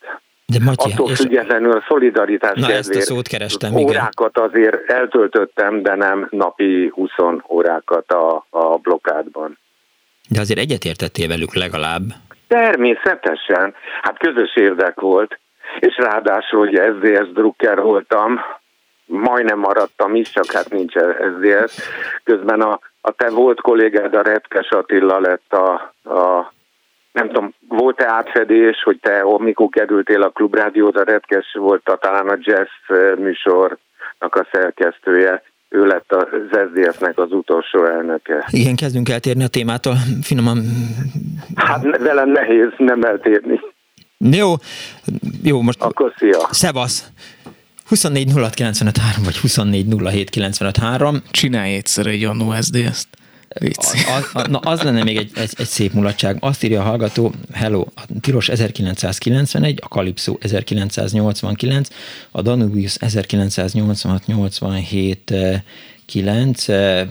De Matyi, attól függetlenül a szolidaritás na, kedvéért ezt a szót kerestem, órákat igen. azért eltöltöttem, de nem napi húsz órákat a, a blokkádban. De azért egyetértettél velük legalább? Természetesen. Hát közös érdek volt, és ráadásul, hogy es zé es drukker voltam, majdnem maradtam is, csak hát nincs es zé es. Közben a, a te volt kollégád, a Retkes Attila lett a, a nem tudom, volt-e átfedés, hogy te, amikor kerültél a Klubrádióra, Retkes volt a, talán a jazz műsornak a szerkesztője, ő lett az es zé es-nek az utolsó elnöke. Igen, kezdünk eltérni a témától, finoman. Hát velem nehéz nem eltérni. Jó, jó, most... Akkor szia. Szevasz. huszonnégy nulla hat kilencvenöt három vagy huszonnégy nulla hét kilencvenöt három. Csinálj egyszer egy annó es dé es-t. Az, az, na, az lenne még egy, egy, egy szép mulatság. Azt írja a hallgató, hello, a Tilos ezerkilencszázkilencvenegy, a Kalipszó ezerkilencszáznyolcvankilenc, a Danubius ezerkilencszáznyolcvanhat nyolcvanhét kilenc,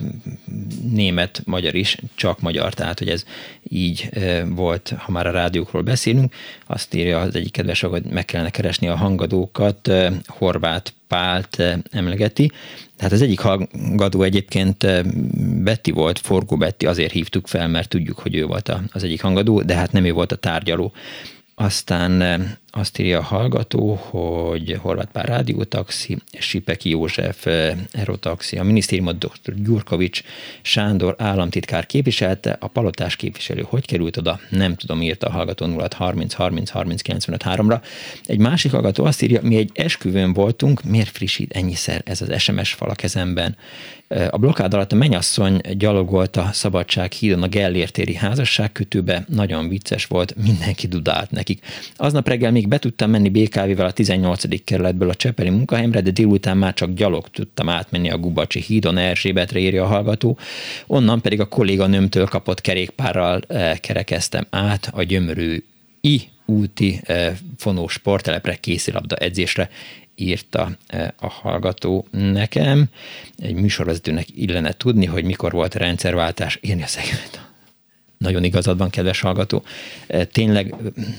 német, magyar is, csak magyar, tehát hogy ez így volt, ha már a rádiókról beszélünk. Azt írja az egyik kedves, hogy meg kellene keresni a hangadókat, Horváth Pált emlegeti. Tehát az egyik hallgató egyébként Betty volt, Forgó Betty, azért hívtuk fel, mert tudjuk, hogy ő volt az egyik hangadó, de hát nem ő volt a tárgyaló. Aztán azt írja a hallgató, hogy Horváth Pál rádiótaxi, Sipeki József aerotaxi, a minisztériumot dr. Gyurkovics Sándor államtitkár képviselte, a palotás képviselő hogy került oda, nem tudom, írta a hallgató nulla harminc harminc harminc kilencvenöt háromra. Egy másik hallgató azt írja, mi egy esküvőn voltunk, miért frissít ennyiszer ez az es em es fal a kezemben? A blokkád alatt a mennyasszony gyalogolt a Szabadság hídon a Gellért téri házasságkötőbe, nagyon vicces volt, mindenki dudált nekik. Aznap reggel még be tudtam menni bé ká vével a tizennyolcadik kerületből a Csepeli munkahelyemre, de délután már csak gyalog tudtam átmenni a Gubacsi hídon, Erzsébetre, írja a hallgató. Onnan pedig a kolléganőmtől kapott kerékpárral kerekeztem át a gyömörű I úti fonó sporttelepre, kézilabda edzésre, írta a hallgató nekem. Egy műsorvezetőnek illene tudni, hogy mikor volt a rendszerváltás, írni a szegényt. Nagyon igazad van, kedves hallgató. Tényleg...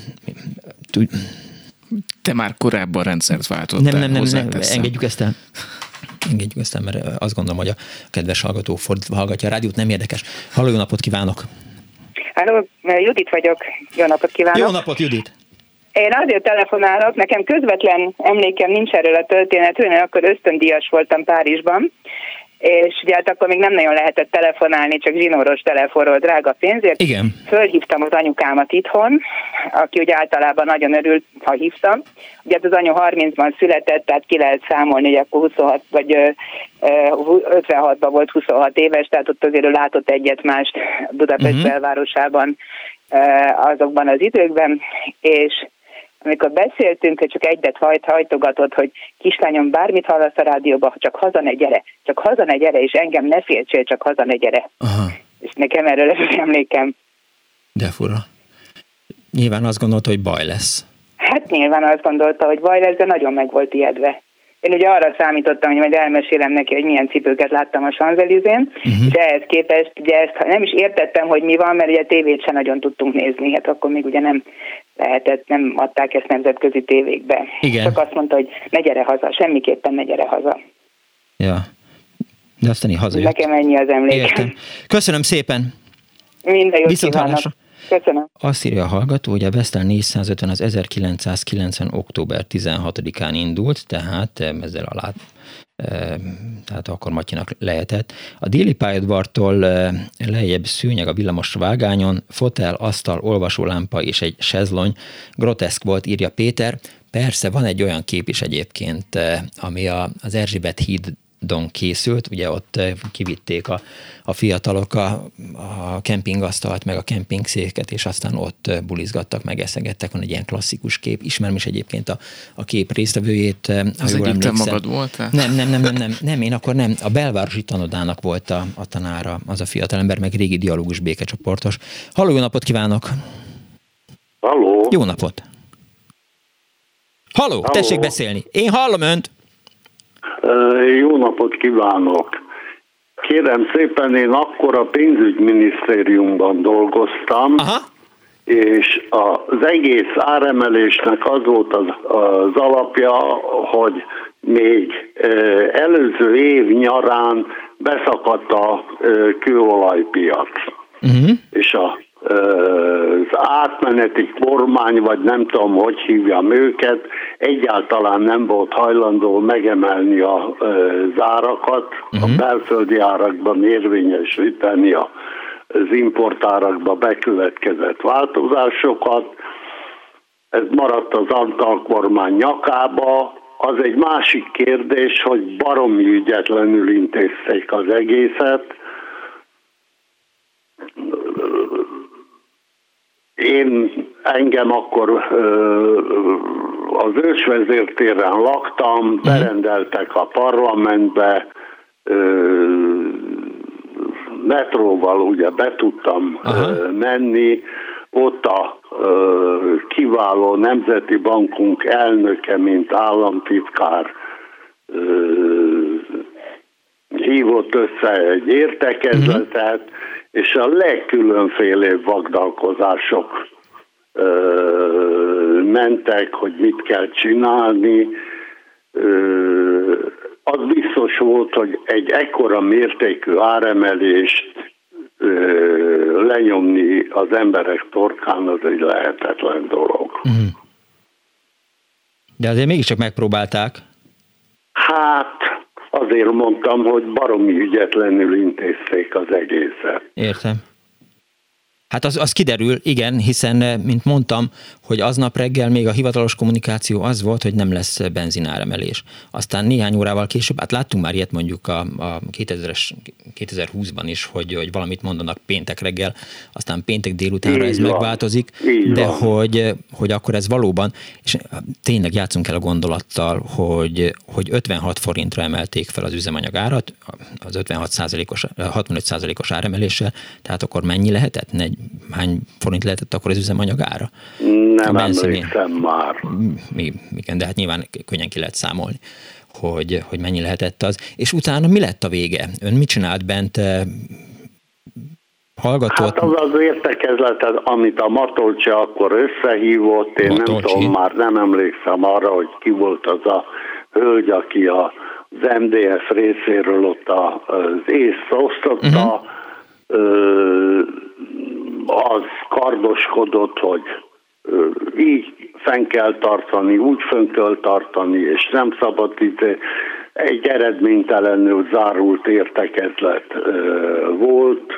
Te már korábban rendszert váltottál. Nem, nem, nem, nem, engedjük ezt el. Engedjük ezt el, mert azt gondolom, hogy a kedves hallgató fordítva hallgatja a rádiót, nem érdekes. Halló, jó napot kívánok! Halló, Judit vagyok. Jó napot kívánok! Jó napot, Judit! Én azért telefonálok, nekem közvetlen emlékem nincs erről a történetről, én akkor ösztöndíjas voltam Párizsban, és ugye hát akkor még nem nagyon lehetett telefonálni, csak zsinóros telefonról drága pénzért. Igen. Fölhívtam az anyukámat itthon, aki ugye általában nagyon örült, ha hívtam. Ugye hát az anyu harmincban született, tehát ki lehet számolni, hogy akkor huszonhat vagy ötvenhatban volt huszonhat éves, tehát ott azért ő látott egyet-mást Budapest uh-huh. belvárosában azokban az időkben, és amikor beszéltünk, hogy csak egyet hajt, hajtogatott, hogy kislányom, bármit hallasz a rádióban, csak haza ne gyere, csak haza ne gyere, és engem ne féltsél, csak haza ne gyere. Aha. És nekem erről ez emlékem. De fura. Nyilván azt gondolta, hogy baj lesz. Hát nyilván azt gondolta, hogy baj lesz, de nagyon meg volt ijedve. Én ugye arra számítottam, hogy majd elmesélem neki, hogy milyen cipőket láttam a Champs-Élysén, uh-huh. és ehhez képest ugye ezt nem is értettem, hogy mi van, mert ugye tévét sem nagyon tudtunk nézni, hát akkor még ugye nem lehetett, nem adták ezt nemzetközi tévékbe. Igen. Csak azt mondta, hogy ne gyere haza, semmiképpen ne gyere haza. Ja, de aztán így hazajött. Nekem ennyi az emlékem. Értem. Köszönöm szépen. Minden jót kívánok. Köszönöm. Azt írja a hallgató, hogy a Vestel négyszázötven az ezerkilencszázkilencven. október tizenhatodikán indult, tehát ezzel alá, tehát akkor Matyinak lehetett. A déli pályaudvartól lejjebb szőnyeg a villamos vágányon, fotel, asztal, olvasólámpa és egy sezlony. Groteszk volt, írja Péter. Persze, van egy olyan kép is egyébként, ami a, az Erzsébet hídon készült, ugye ott kivitték a, a fiatalok a, a kempingasztalt, meg a kempingszéket, és aztán ott bulizgattak, meg eszegettek. Van egy ilyen klasszikus kép. Ismerem is egyébként a, a kép résztvevőjét. Az egyik te magad voltál? Nem, nem, nem, nem, nem, nem, én akkor nem. A belvárosi tanodának volt a, a tanára, az a fiatalember, meg régi dialógus békecsoportos. Halló, jó napot kívánok! Halló! Jó napot! Halló, Halló. Tessék beszélni. Én hallom önt! Jó napot kívánok! Kérem szépen, én akkor a pénzügyminisztériumban dolgoztam, Aha. és az egész áremelésnek az volt az, az alapja, hogy még előző év nyarán beszakadt a kőolajpiac. Uh-huh. És a, az átmeneti kormány, vagy nem tudom, hogy hívjam őket, egyáltalán nem volt hajlandó megemelni az árakat, uh-huh. a belföldi árakban érvényesíteni a az importárakba bekövetkezett változásokat. Ez maradt az Antal kormány nyakába. Az egy másik kérdés, hogy baromi ügyetlenül intézték az egészet. Én engem akkor az Ősvezértéren laktam, berendeltek a parlamentbe, metróval ugye be tudtam uh, menni, ott a uh, kiváló Nemzeti Bankunk elnöke, mint államtitkár uh, hívott össze egy értekezletet, uh-huh. és a legkülönfélébb vagdalkozások uh, mentek, hogy mit kell csinálni. Uh, Az biztos volt, hogy egy ekkora mértékű áremelést ö, lenyomni az emberek torkán, az egy lehetetlen dolog. Uh-huh. De azért mégiscsak megpróbálták. Hát azért mondtam, hogy baromi ügyetlenül intézték az egészet. Értem. Hát az, az kiderül, igen, hiszen, mint mondtam, hogy aznap reggel még a hivatalos kommunikáció az volt, hogy nem lesz benzináremelés. Aztán néhány órával később, hát láttunk már ilyet mondjuk a, a kétezres, kétezer-húszban is, hogy, hogy valamit mondanak péntek reggel, aztán péntek délutánra ez van. Megváltozik, Így de hogy, hogy akkor ez valóban, és tényleg játszunk el a gondolattal, hogy, hogy ötvenhat forintra emelték fel az üzemanyag árat, az ötvenhat százalékos, hatvanöt százalékos áremeléssel, tehát akkor mennyi lehetett? Negy, hány forint lehetett akkor az üzemanyag ára? Nem emlékszem már. Mi, igen, de hát nyilván könnyen ki lehet számolni, hogy, hogy mennyi lehetett az. És utána mi lett a vége? Ön mit csinált bent? Hallgatott? Hát az az értekezletet, amit a Matolcsi akkor összehívott, én Matolcsi. Nem tudom, már nem emlékszem arra, hogy ki volt az a hölgy, aki az em dé ef részéről ott az észt osztotta, uh-huh. az kardoskodott, hogy így fenn kell tartani, úgy fenn kell tartani, és nem szabad itt egy eredménytelenül zárult értekezlet volt.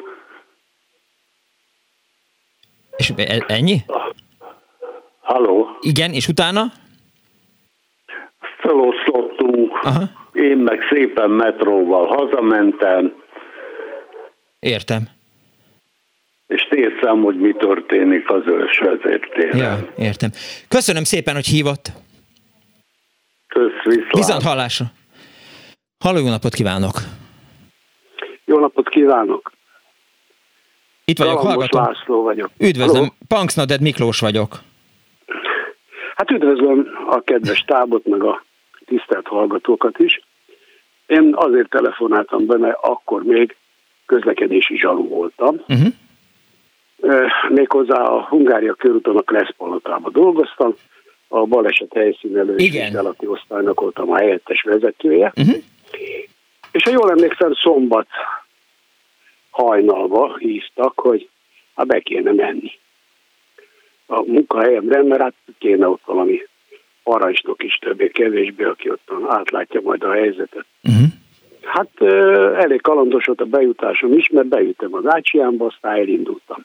És ennyi? Halló? Igen, és utána? Feloszlottunk, Aha. én meg szépen metróval hazamentem. Értem. És néztem, hogy mi történik az Ősvezértéren. Ja, értem. Köszönöm szépen, hogy hívott. Kösz, viszlát. Viszont hallásra. Halló, jó napot kívánok. Jó napot kívánok. Itt vagyok, Galambos hallgatom. László vagyok. Üdvözlöm, Punksnoded Miklós vagyok. Hát üdvözlöm a kedves tábot, meg a tisztelt hallgatókat is. Én azért telefonáltam be, mert akkor még közlekedési zsaru voltam. Uh-huh. Méghozzá a Hungária körúton a Klesz-palotában dolgoztam, a baleset helyszínelő és vizsgálati osztálynak voltam a helyettes vezetője. Uh-huh. És ha jól emlékszem, szombat hajnalba hívtak, hogy hát be kéne menni a munkahelyemre, mert hát kéne ott valami parancsnok is többé-kevésbé, aki ott átlátja majd a helyzetet. Uh-huh. Hát elég kalandos volt a bejutásom is, mert bejöttem az Ácsiánba, aztán elindultam.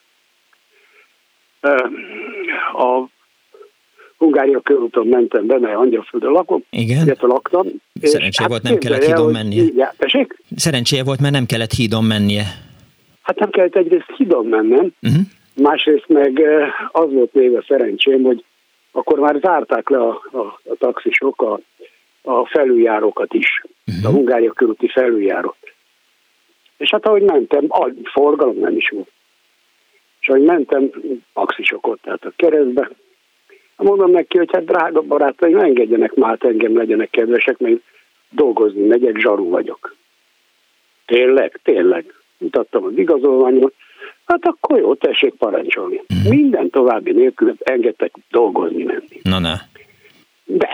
A Hungária körúton mentem be, mert Angyalföldön lakom, illetve laktam. Szerencséje hát volt, nem kellett hídon mennie. Ja, Szerencséje volt, mert nem kellett hídon mennie. Hát nem kellett egyrészt hídon mennem, uh-huh. másrészt meg az volt még a szerencsém, hogy akkor már zárták le a, a, a taxisok a, a felüljárókat is, uh-huh. a Hungária körúti felüljárót. És hát ahogy mentem, a forgalom nem is volt. És ahogy mentem, taxisok ott álltak keresztbe. Mondom neki, hogy hát drága barátaim, engedjenek már, engem legyenek kedvesek, mert dolgozni megyek, zsaru vagyok. Tényleg, tényleg. Mutattam az igazolványot, Hát akkor jó, tessék parancsolni. Uh-huh. Minden további nélkül engedtek dolgozni menni. Na, na. De.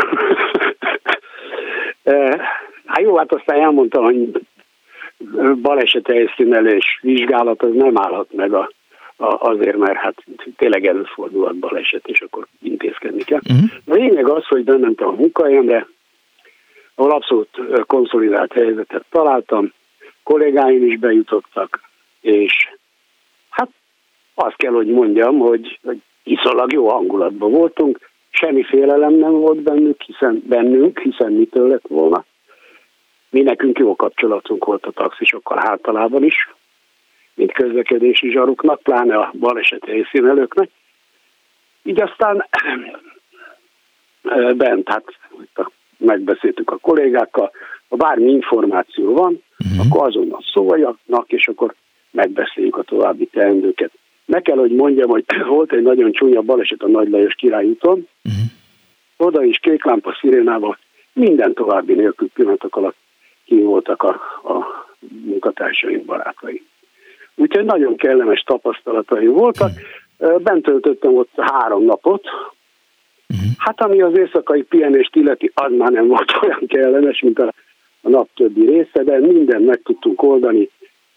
Hát jó, hát aztán elmondtam, hogy baleset helyszínelés vizsgálat az nem állhat meg a, a, azért, mert hát tényleg előfordulhat baleset, és akkor intézkedni kell. Uh-huh. A lényeg az, hogy bementem a munkahelyemre, ahol abszolút konszolidált helyzetet találtam, kollégáim is bejutottak, és hát azt kell, hogy mondjam, hogy, hogy iszonylag jó hangulatban voltunk, semmi félelem nem volt bennük, hiszen, bennünk, hiszen mitől lett volna. Mi nekünk jó kapcsolatunk volt a taxisokkal általában is, mint közlekedési zsaruknak, pláne a baleset helyszínelőknek. Így aztán bent, hát megbeszéltük a kollégákkal, ha bármi információ van, uh-huh. akkor azonnal szóljanak, és akkor megbeszéljük a további teendőket. Meg kell, hogy mondjam, hogy volt egy nagyon csúnya baleset a Nagy Lajos királyúton, uh-huh. oda is kék lámpa szirénával, minden további nélkül pillanatok alatt ki voltak a, a munkatársaink, barátaink. Úgyhogy nagyon kellemes tapasztalataim voltak. Uh-huh. Bent töltöttem ott három napot. Uh-huh. Hát ami az éjszakai pihenést illeti, az már nem volt olyan kellemes, mint a, a nap többi része, de mindent meg tudtunk oldani.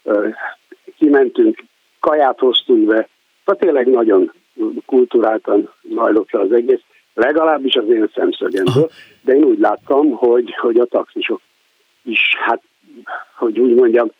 Kimentünk, kaját hoztunk be, tehát tényleg nagyon kulturáltan zajlott le az egész, legalábbis az én szemszögemből, de én úgy láttam, hogy, hogy a taxisok is, hát, hogy úgy mondjam,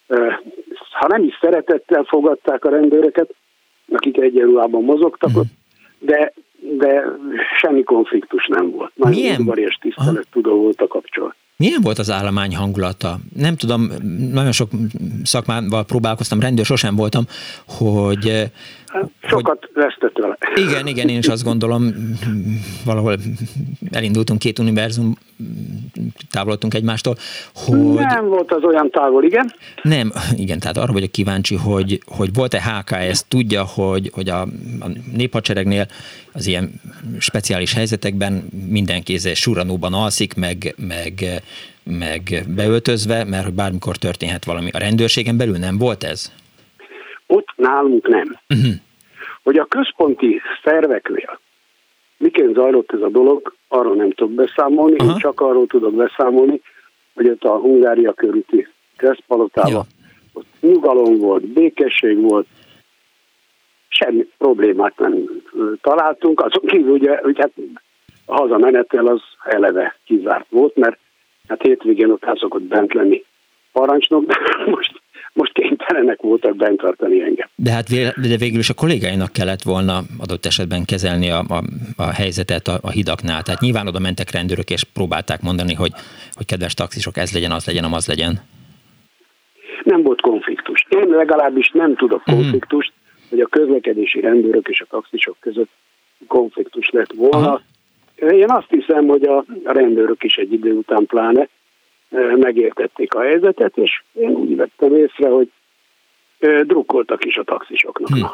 ha nem is szeretettel fogadták a rendőröket, akik egyenruhában mozogtak ott, de, de semmi konfliktus nem volt. Nagyon udvarias, tisztelettudó volt a kapcsolat. Milyen volt az állomány hangulata? Nem tudom, nagyon sok szakmával próbálkoztam, rendőr sosem voltam, hogy... Hát sokat hogy... vesztett vele. Igen, igen, én is azt gondolom, valahol elindultunk két univerzum, távolodtunk egymástól, hogy... Nem volt az olyan távol, igen? Nem, igen, tehát arra vagyok kíváncsi, hogy, hogy volt-e há ká es, tudja, hogy, hogy a, a néphadseregnél az ilyen speciális helyzetekben mindenki surranóban alszik, meg, meg, meg beöltözve, mert hogy bármikor történhet valami. A rendőrségen belül nem volt ez? Ott nálunk nem. Uh-huh. Hogy a központi szerveknél miként zajlott ez a dolog, arról nem tudok beszámolni, uh-huh. én csak arról tudok beszámolni, hogy ott a Hungária körüli Kreszpalotában ott nyugalom volt, békesség volt, semmi problémát nem találtunk, azon kívül ugye, hogy hát a hazamenetel az eleve kizárt volt, mert hát hétvégén ott el szokott bent lenni parancsnok, de most, most kénytelenek voltak bent tartani engem. De hát de végül is a kollégáinak kellett volna adott esetben kezelni a, a, a helyzetet a, a hidaknál. Tehát nyilván oda mentek rendőrök, és próbálták mondani, hogy, hogy kedves taxisok, ez legyen, az legyen, amaz legyen. Nem volt konfliktus. Én legalábbis nem tudok konfliktust, mm. hogy a közlekedési rendőrök és a taxisok között konfliktus lett volna. Aha. Én azt hiszem, hogy a rendőrök is egy idő után pláne megértették a helyzetet, és én úgy vettem észre, hogy drukkoltak is a taxisoknak. Hmm.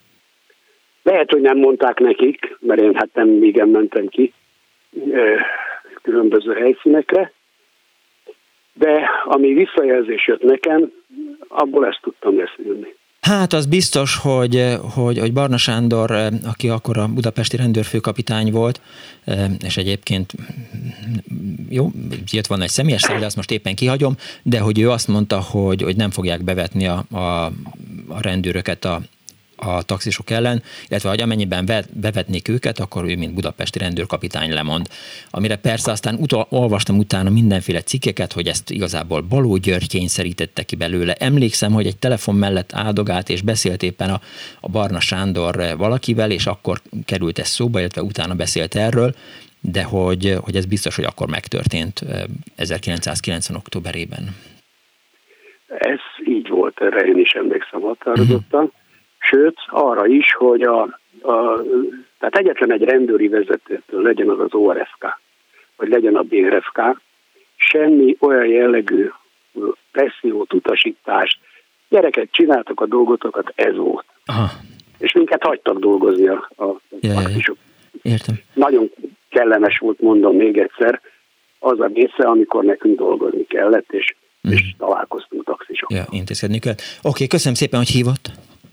Lehet, hogy nem mondták nekik, mert én hát nem igen mentem ki különböző helyszínekre, de ami visszajelzés jött nekem, abból ezt tudtam leszűrni. Hát az biztos, hogy, hogy, hogy Barna Sándor, aki akkor a budapesti rendőrfőkapitány volt, és egyébként jó, jött volna egy személyes szám, de azt most éppen kihagyom, de hogy ő azt mondta, hogy, hogy nem fogják bevetni a, a, a rendőröket a, a taxisok ellen, illetve hogy amennyiben bevetnék őket, akkor ő, mint budapesti rendőrkapitány lemond. Amire persze aztán utol, olvastam utána mindenféle cikkeket, hogy ezt igazából Baló György kényszerítette ki belőle. Emlékszem, hogy egy telefon mellett áldogált és beszélt éppen a, a Barna Sándor valakivel, és akkor került ez szóba, illetve utána beszélt erről, de hogy, hogy ez biztos, hogy akkor megtörtént ezerkilencszázkilencven októberében. Ez így volt, erre én is emlékszem határozottan. Uh-huh. Sőt, arra is, hogy a, a, tehát egyetlen egy rendőri vezetőtől legyen az az o er ef ká, vagy legyen a bé er ef ká, semmi olyan jellegű pressziót, utasítást, gyerekek, csináltak a dolgotokat, ez volt. Aha. És minket hagytak dolgozni a, a taxisok. Értem. Nagyon kellemes volt, mondom még egyszer, az a része, amikor nekünk dolgozni kellett, és, mm. és találkoztunk taxisokkal. Ja, intézkedni kell. Oké, köszönöm szépen, hogy hívott.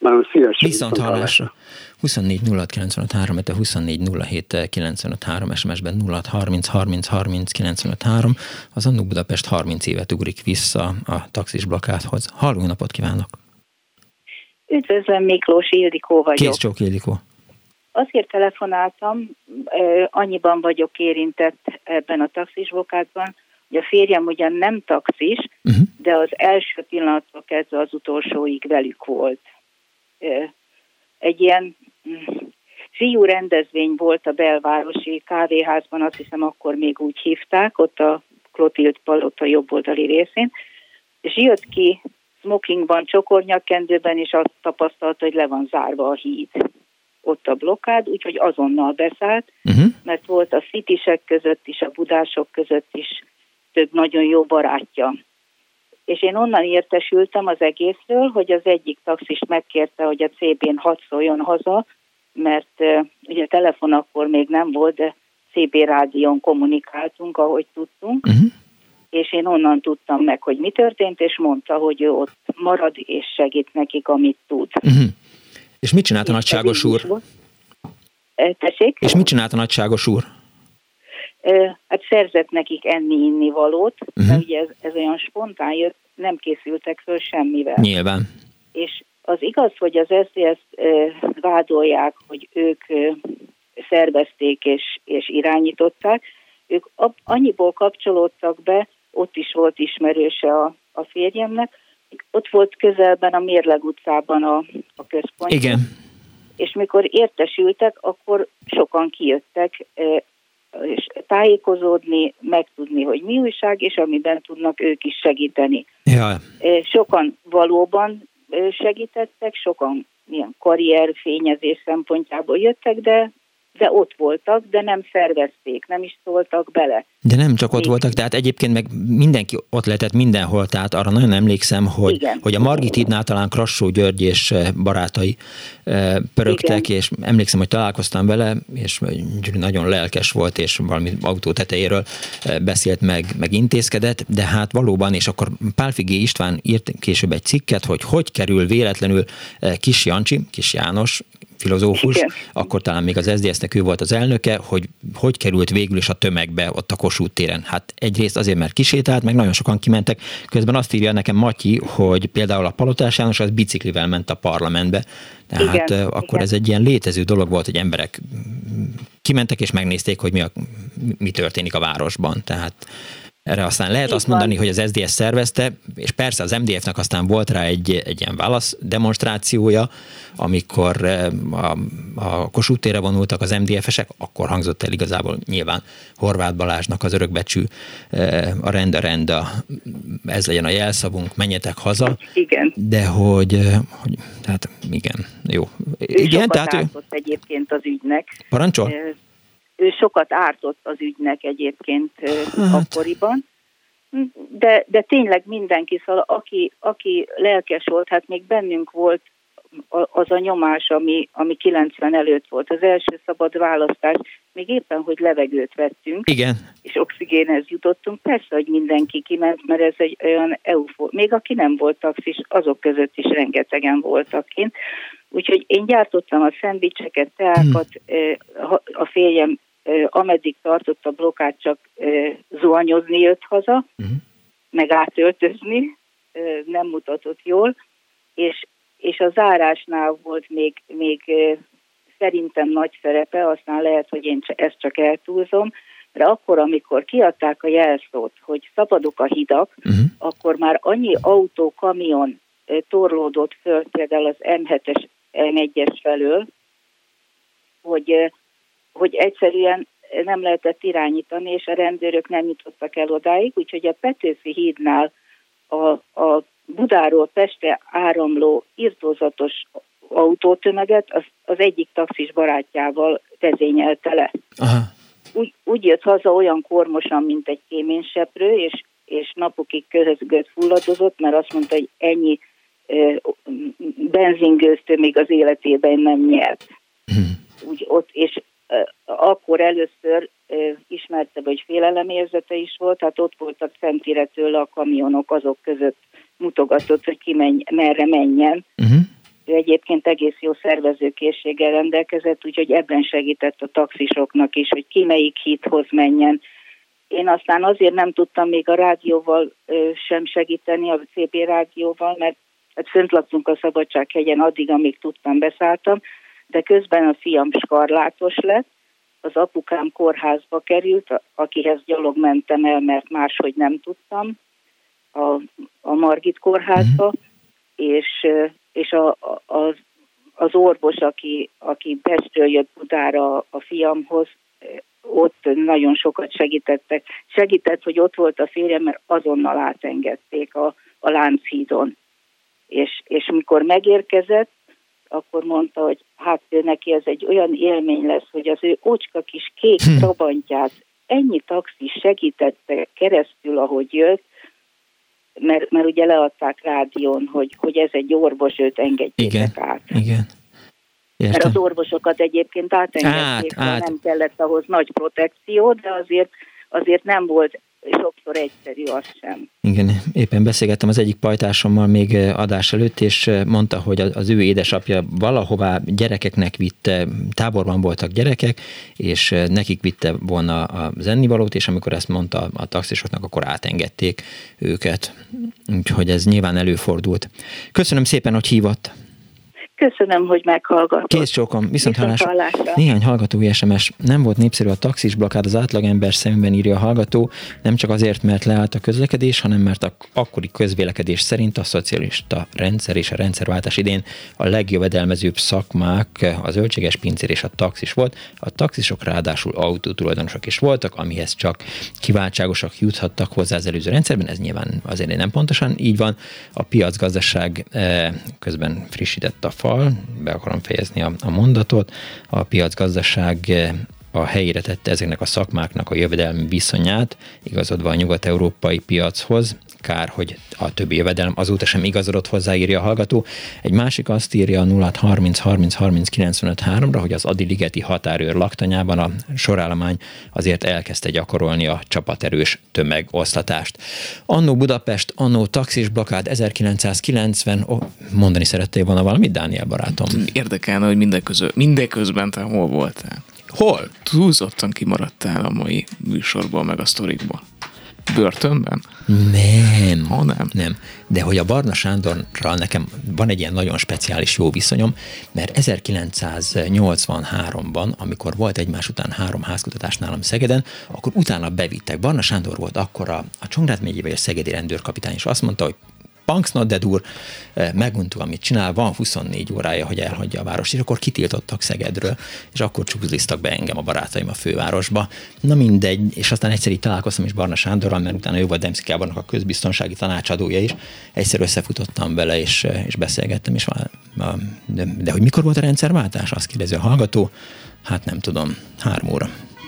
Nagyon szívesen. Viszont hallásra. huszonnégy nulla hat kilencvenöt három, illetve huszonnégy nulla hét kilencvenöt három, es em es-ben nulla hat harminc harminc harminc kilencvenöt három. Az Annuk Budapest harminc évet ugrik vissza a taxis blokkádhoz. Halló napot kívánok! Üdvözlöm, Miklós, Ildikó vagyok. Kész csók, Ildikó. Azért telefonáltam, annyiban vagyok érintett ebben a taxis blokkádban, hogy a férjem ugyan nem taxis, uh-huh. de az első pillanattól kezdve az utolsóig velük volt. Egy ilyen fiú rendezvény volt a belvárosi kávéházban, azt hiszem akkor még úgy hívták, ott a Klotild palota jobboldali részén, és jött ki smokingban, csokornyakkendőben, és azt tapasztalta, hogy le van zárva a híd. Ott a blokkád, úgyhogy azonnal beszállt, uh-huh. mert volt a citisek között is, a budások között is több nagyon jó barátja. És én onnan értesültem az egészről, hogy az egyik taxist megkérte, hogy a cé bén hadd szóljon haza, mert uh, ugye telefon akkor még nem volt, de cé bé rádión kommunikáltunk, ahogy tudtunk, uh-huh. és én onnan tudtam meg, hogy mi történt, és mondta, hogy ő ott marad, és segít nekik, amit tud. Uh-huh. És mit csinált a nagyságos úr? Tessék? És mit csinált a nagyságos úr? Hát szerzett nekik enni-inni valót, uh-huh. de ugye ez, ez olyan spontán jött, nem készültek föl semmivel. Nyilván. És az igaz, hogy az es zé es-t vádolják, hogy ők szervezték és, és irányították, ők annyiból kapcsolódtak be, ott is volt ismerőse a, a férjemnek, ott volt közelben a Mérleg utcában a, a központ. Igen. És mikor értesültek, akkor sokan kijöttek, és tájékozódni, megtudni, hogy mi újság, és amiben tudnak ők is segíteni. Ja. Sokan valóban segítettek, sokan milyen karrierfényezés szempontjából jöttek, de, de ott voltak, de nem szervezték, nem is szóltak bele. De nem csak ott voltak, tehát egyébként meg mindenki ott lehetett mindenhol, tehát arra nagyon emlékszem, hogy, hogy a Margit hídnál talán Krassó György és barátai pörögtek, igen. És emlékszem, hogy találkoztam vele, és Gyuri nagyon lelkes volt, és valami autó tetejéről beszélt meg, meg intézkedett, de hát valóban, és akkor Pálffy István írt később egy cikket, hogy hogy kerül véletlenül Kis Jancsi, Kis János, filozófus, igen. Akkor talán még az es zé es-nek ő volt az elnöke, hogy hogy került végül is a tömegbe ott a Kossuth téren. Hát egyrészt azért, mert kisétált, meg nagyon sokan kimentek. Közben azt írja nekem Matyi, hogy például a Palotás János az biciklivel ment a parlamentbe. Tehát igen, akkor igen. Ez egy ilyen létező dolog volt, hogy emberek kimentek és megnézték, hogy mi, a, mi történik a városban. Tehát erre aztán lehet így azt van. Mondani, hogy az es zé es szervezte, és persze az em dé ef-nek aztán volt rá egy, egy ilyen válasz demonstrációja, amikor a, a Kossuth térre vonultak az em dé ef-esek, akkor hangzott el igazából nyilván Horváth Balázsnak az örökbecsű, a rend a rend, a, ez legyen a jelszavunk, menjetek haza. Igen. De hogy, hogy hát igen, jó. Ő igen, sokat tehát ártott ő... egyébként az ügynek. Parancsol? Ő sokat ártott az ügynek egyébként hát. akkoriban, de, de tényleg mindenki, szóval aki, aki lelkes volt, hát még bennünk volt az a nyomás, ami, ami kilencven előtt volt, az első szabad választás, még éppen, hogy levegőt vettünk, igen. És oxigénhez jutottunk, persze, hogy mindenki kiment, mert ez egy olyan eufor, még aki nem volt taxis, azok között is rengetegen voltak kint, úgyhogy én gyártottam a szendvicseket, teákat, hmm. a férjem ameddig tartott a blokkát, csak zuhanyozni jött haza, uh-huh. meg átöltözni, nem mutatott jól, és, és a zárásnál volt még, még szerintem nagy szerepe, aztán lehet, hogy én ezt csak eltúlzom, de akkor, amikor kiadták a jelszót, hogy szabadok a hidak, uh-huh. akkor már annyi autó, kamion torlódott föl, például az em hetes, em egyes felől, hogy hogy egyszerűen nem lehetett irányítani, és a rendőrök nem jutottak el odáig, úgyhogy a Petőfi hídnál a, a Budáról Pestre áramló irtózatos autótömeget az, az egyik taxis barátjával vezényelte le. Aha. Úgy, úgy jött haza olyan kormosan, mint egy kéményseprő, és, és napokig közgött fulladozott, mert azt mondta, hogy ennyi e, benzingőztő még az életében nem nyert. Hmm. Úgy ott, és akkor először ismerte, hogy félelemérzete is volt, hát ott voltak centire tőle a kamionok, azok között mutogatott, hogy ki menj, merre menjen. Uh-huh. ő egyébként egész jó szervezőkészséggel rendelkezett, úgyhogy ebben segített a taxisoknak is, hogy ki melyik hídhoz menjen. Én aztán azért nem tudtam még a rádióval ö, sem segíteni, a cé bé rádióval, mert hát fönt laktunk a Szabadsághegyen, addig, amíg tudtam, beszálltam, de közben a fiam skarlátos lett, az apukám kórházba került, akihez gyalog mentem el, mert máshogy nem tudtam, a, a Margit kórházba, mm. és, és a, a, az orvos, aki, aki Pestről jött Budára a fiamhoz, ott nagyon sokat segítettek. Segített, hogy ott volt a férjem, mert azonnal átengedték a, a Lánchídon. És, és mikor megérkezett, akkor mondta, hogy hát ő neki ez egy olyan élmény lesz, hogy az ő ócska kis kék trabantját ennyi taxis segítette keresztül, ahogy jött, mert, mert ugye leadták rádión, hogy, hogy ez egy orvos, őt engedjétek igen, át. Igen. Értem. Mert az orvosokat egyébként átengedték, át, át. Nem kellett ahhoz nagy protekció, de azért, azért nem volt sokszor egyszerű az sem. Igen, éppen beszélgettem az egyik pajtásommal még adás előtt, és mondta, hogy az ő édesapja valahová gyerekeknek vitte, táborban voltak gyerekek, és nekik vitte volna az ennivalót, és amikor ezt mondta a taxisoknak, akkor átengedték őket. Úgyhogy ez nyilván előfordult. Köszönöm szépen, hogy hívott. Köszönöm, hogy meghallgatott. Kész csókom, viszont hallásra. Néhány hallgatói es em es. Nem volt népszerű a taxis blokkád az átlagember szemben, írja a hallgató, nem csak azért, mert leállt a közlekedés, hanem mert a akkori közvélekedés szerint a szocialista rendszer és a rendszerváltás idén a legjövedelmezőbb szakmák a zöldséges pincér és a taxis volt. A taxisok ráadásul autótulajdonosok is voltak, amihez csak kiváltságosak juthattak hozzá az előző rendszerben. Ez nyilván azért nem pontosan így van. A piacgazdaság közben frissített a fal, be akarom fejezni a, a mondatot, a piacgazdaság a helyére tette ezeknek a szakmáknak a jövedelmi viszonyát, igazodva a nyugat-európai piachoz. Kár, hogy a többi jövedelem azóta sem igazodott hozzá, írja a hallgató. Egy másik azt írja a nulla harminc harminc harminc kilencvenöt háromra, hogy az Adi-ligeti határőr laktanyában a sorállomány azért elkezdte gyakorolni a csapaterős tömegoszlatást. Annó Budapest, annó taxis blokkád ezerkilencszázkilencven, oh, mondani szerettél volna valamit, Dániel barátom? Érdekelne, hogy mindeközben, mindeközben te hol voltál? Hol? Túlzottan kimaradtál a mai műsorból, meg a sztorikból. Börtönben? Nem. Ha nem. Nem. De hogy a Barna Sándorral nekem van egy ilyen nagyon speciális jó viszonyom, mert ezerkilencszáznyolcvanháromban, amikor volt egymás után három házkutatás nálam Szegeden, akkor utána bevittek. Barna Sándor volt akkor a, a Csongrád megyében a szegedi rendőrkapitány, és azt mondta, hogy Punks not dead úr, meguntuk, amit csinál, van huszonnégy órája, hogy elhagyja a várost, és akkor kitiltottak Szegedről, és akkor csúzlisztak be engem a barátaim a fővárosba. Na mindegy, és aztán egyszer így találkoztam is Barna Sándorral, mert utána ő volt Demszki Gábornak a közbiztonsági tanácsadója is, egyszer összefutottam vele, és, és beszélgettem, és de, de hogy mikor volt a rendszerváltás? Azt kérdezi a hallgató, hát nem tudom, három óra.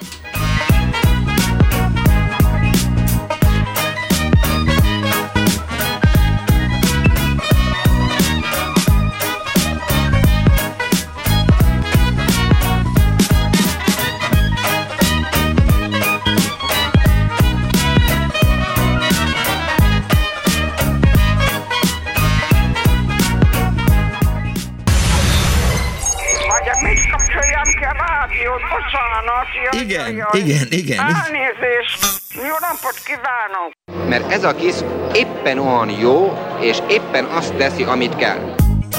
Igen, igen, igen. Elnézést! Jó napot kívánok! Mert ez a kis éppen olyan jó, és éppen azt teszi, amit kell.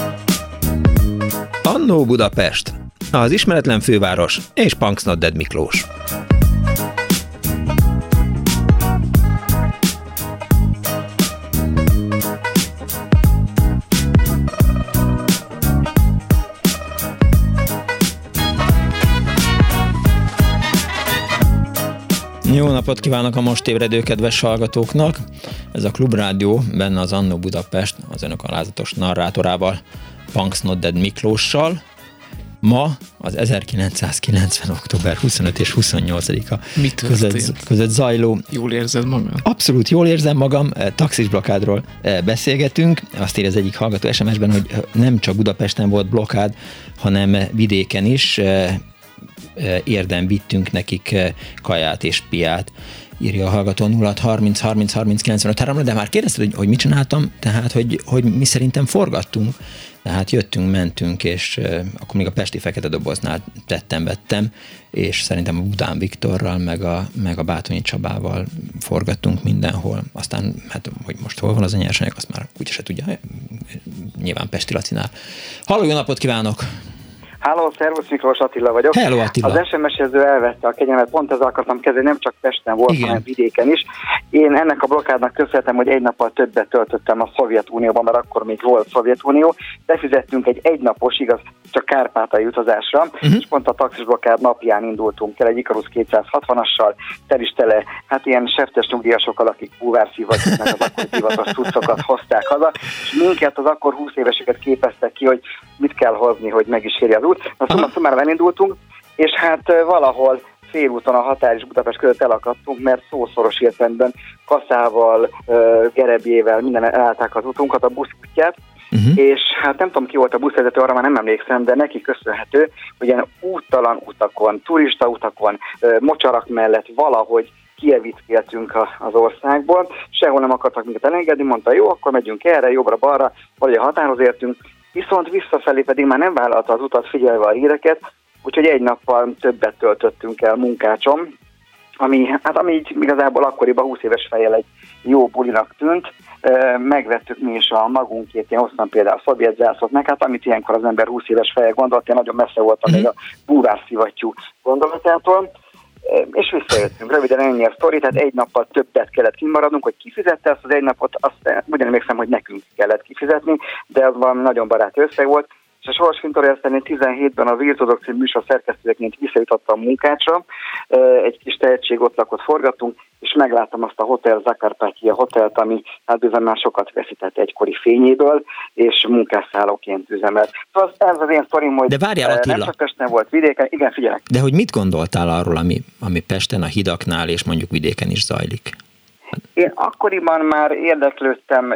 Annó Budapest, az ismeretlen főváros és Punks not dead Miklós. Jó napot kívánok a most ébredő kedves hallgatóknak! Ez a Klubrádió, benne az Annó Budapest, az önök alázatos narrátorával, Punks not dead Miklóssal. Ma az ezerkilencszázkilencven. október huszonötödike és huszonnyolcadika között, között zajló... Jól érzed magam? Abszolút jól érzem magam, taxis blokkádról beszélgetünk. Azt ír az egyik hallgató es em es-ben, hogy nem csak Budapesten volt blokkád, hanem vidéken is. érden vittünk nekik kaját és piát, írja a hallgató nulla hat harminc harminc harminc kilencvenöt három, de már kérdezted, hogy, hogy mit csináltam, tehát, hogy, hogy mi szerintem forgattunk, tehát jöttünk, mentünk, és uh, akkor még a Pesti Fekete Doboznál tettem-vettem, és szerintem a Budán Viktorral, meg a, meg a Bátonyi Csabával forgattunk mindenhol. Aztán, hát, hogy most hol van az a nyersanyag, azt már úgyse se tudja, nyilván Pesti Lacinál. Halló, jó napot kívánok! Háló, szervusz, Miklós Attila vagyok. Hello, Attila. Az es em es-ező elvette a kegyelmet, pont ezzel akartam kezdeni, nem csak Pesten volt, hanem vidéken is. Én ennek a blokkádnak köszönhetem, hogy egy nappal többet töltöttem a Szovjetunióban, mert akkor még volt Szovjetunió. Befizettünk egy egynapos, igaz, csak kárpátai utazásra, uh-huh. és pont a taxis blokkád napján indultunk el egy Ikarus kétszázhatvanas-sal, tel is tele, hát ilyen seftes nyugdíjasokkal, akik búvárszívatnak az akkori divatos cuccokat hozták haza, és minket az akkor húsz éveseket képeztek ki, hogy mit kell hozni, hogy meg is érje az út. Na szóval már elindultunk, és hát valahol félúton a Határ és Budapest között elakadtunk, mert szószoros értelemben kaszával, gerebjével minden elállták az utunkat, a busz útját, uh-huh. és hát nem tudom ki volt a buszvezető, arra már nem emlékszem, de neki köszönhető, hogy ilyen úttalan utakon, turista utakon, mocsarak mellett valahogy kievickéltünk az országból, sehol nem akartak minket elengedni, mondta, jó, akkor megyünk erre, jobbra-balra, vagy a határhoz értünk, viszont visszafelé pedig már nem vállalta az utat figyelve a híreket, úgyhogy egy nappal többet töltöttünk el Munkácson, ami, hát ami így igazából akkoriban húsz éves fejjel egy jó bulinak tűnt. Megvettük mi is a magunkét, én hoztam például a szovjet zászlót meg, hát amit ilyenkor az ember húsz éves fejjel gondolt, én nagyon messze voltam még a búvárszivattyú gondolatától. És visszajöttünk. Röviden ennyi a sztori, tehát egy nappal többet kellett kimaradnunk, hogy kifizette ezt az egy napot, azt ugyan emlékszem, hogy nekünk kellett kifizetni, de az valami nagyon baráti összeg volt, és a sorsfintorja szerint tizenhétben az Írtódok című műsor szerkesztőjeként visszajutottam Munkácsra, egy kis tehetség ott lakott forgattunk, és megláttam azt a Hotel Zakarpattia hotelt, ami hát bizony már sokat veszített egykori fényéből, és munkásszállóként üzemelt. Szóval ez az én sztorim, hogy de várjál, Attila, nem csak Pesten volt, vidéken, igen, figyelek. De hogy mit gondoltál arról, ami, ami Pesten a hidaknál és mondjuk vidéken is zajlik? Én akkoriban már érdeklődtem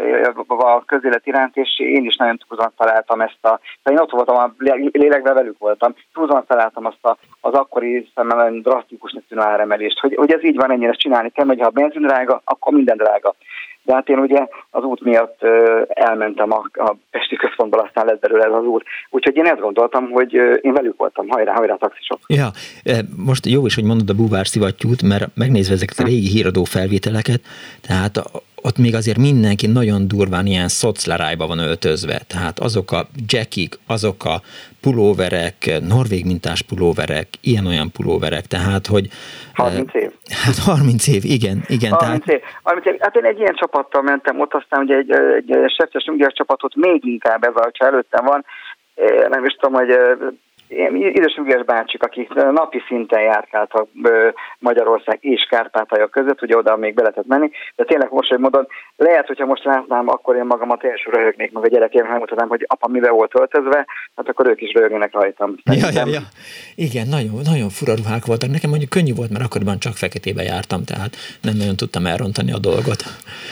a közélet iránt, és én is nagyon túlzóan találtam ezt a... Én ott voltam, a lélekben velük voltam, túlzóan találtam azt a, az akkori szemben drasztikusnak tűnő áremelést, hogy, hogy ez így van, ennyire csinálni kell, hogy ha a benzin drága, akkor minden drága. De hát én ugye az út miatt uh, elmentem a, a Pesti központból, aztán lett belőle ez az út. Úgyhogy én ezt gondoltam, hogy uh, én velük voltam, hajrá, hajrá, taxisok. Ja, most jó is, hogy mondod a búvárszivattyút, mert megnézve ezeket a régi híradó felvételeket, tehát ott még azért mindenki nagyon durván ilyen szoclerájba van öltözve, tehát azok a jackik, azok a pulóverek, norvég mintás pulóverek, ilyen-olyan pulóverek, tehát hogy... harminc év. Hát harminc év, igen. igen harminc tehát... év. harminc év. Hát én egy ilyen csapattal mentem ott, aztán ugye egy, egy, egy seftes nyugdíjas csapatot még inkább ez, ha előttem van, nem is tudom, hogy idős nyugdíjas bácsik, akik napi szinten járkáltak Magyarország és Kárpátalja között, ugye oda még be lehetett menni, de tényleg most, hogy mondod, lehet, hogyha most látnám, akkor én magamat én is röhögnék, meg a gyerekeim megmutatnám, hogy apa mivel volt öltözve, hát akkor ők is röhögnének rajtam. Ja, ja, ja. Igen, nagyon, nagyon fura ruhák voltak. Nekem mondjuk könnyű volt, mert akkoriban csak feketébe jártam, tehát nem nagyon tudtam elrontani a dolgot.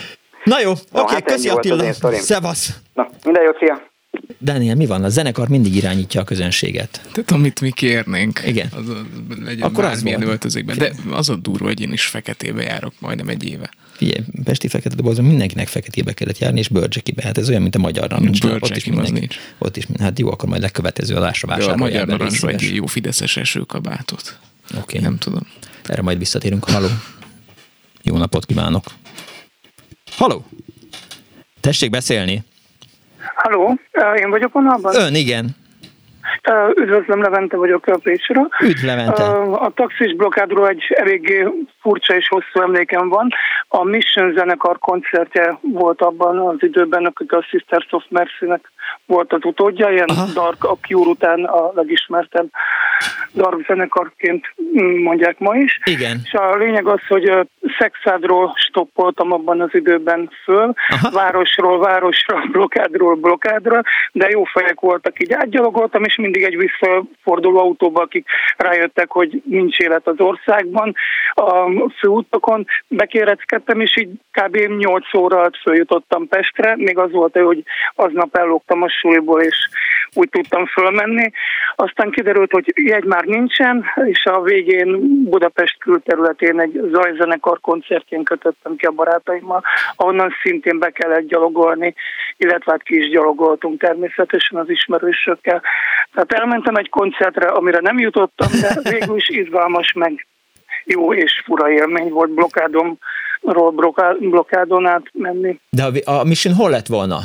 Na jó, oké, okay, hát köszi Attila, szevasz! Na, minden jót, szia! Dániel, mi van? A zenekar mindig irányítja a közönséget. Tehát amit mi kérnénk, igen. Az a, legyen akkor bármilyen öltözékben. De az a durva, hogy én is feketébe járok majdnem egy éve. Figyelj, Pesti Fekete Dobozon mindenkinek feketébe kellett járni, és bőrcsekibe. Hát ez olyan, mint a magyar narancs. Ott is mindenki. Nincs. Ott is, hát jó, akkor majd legkövetkező adásra vásárolják. De a magyar narancs vagy jó fideszes esőkabátot. Oké. Okay. Nem tudom. Erre majd visszatérünk. Halló. Jó napot kívánok. Halló. Tessék beszélni. Halló, én vagyok vonalban? Ön, igen. Üdvözlöm, Levente vagyok a Pécsről. Üdv, Levente. A taxis blokkádról egy eléggé furcsa és hosszú emlékem van. A Mission zenekar koncertje volt abban az időben, akik a Sisters of Mercy-nek volt az utódja, ilyen aha. Dark a Cure után a legismertebb dark zenekarként mondják ma is. Igen. És a lényeg az, hogy Szexádról stoppoltam abban az időben föl, aha. városról városra, blokkádról blokkádra, de jó fejek voltak, így átgyalogoltam, és mindig egy visszaforduló autóba, akik rájöttek, hogy nincs élet az országban. A voltam főútokon, bekéreckedtem, és így kb. nyolc óra alatt följutottam Pestre, még az volt, hogy aznap ellógtam a suliból, és úgy tudtam fölmenni. Aztán kiderült, hogy jegy már nincsen, és a végén Budapest külterületén egy zajzenekar koncertjén kötöttem ki a barátaimmal, ahonnan szintén be kellett gyalogolni, illetve hát ki is gyalogoltunk természetesen az ismerősökkel. Tehát elmentem egy koncertre, amire nem jutottam, de végül is izgalmas, meg jó és fura élmény volt blokkádomról blokkádon át menni. De a, a Mission hol lett volna?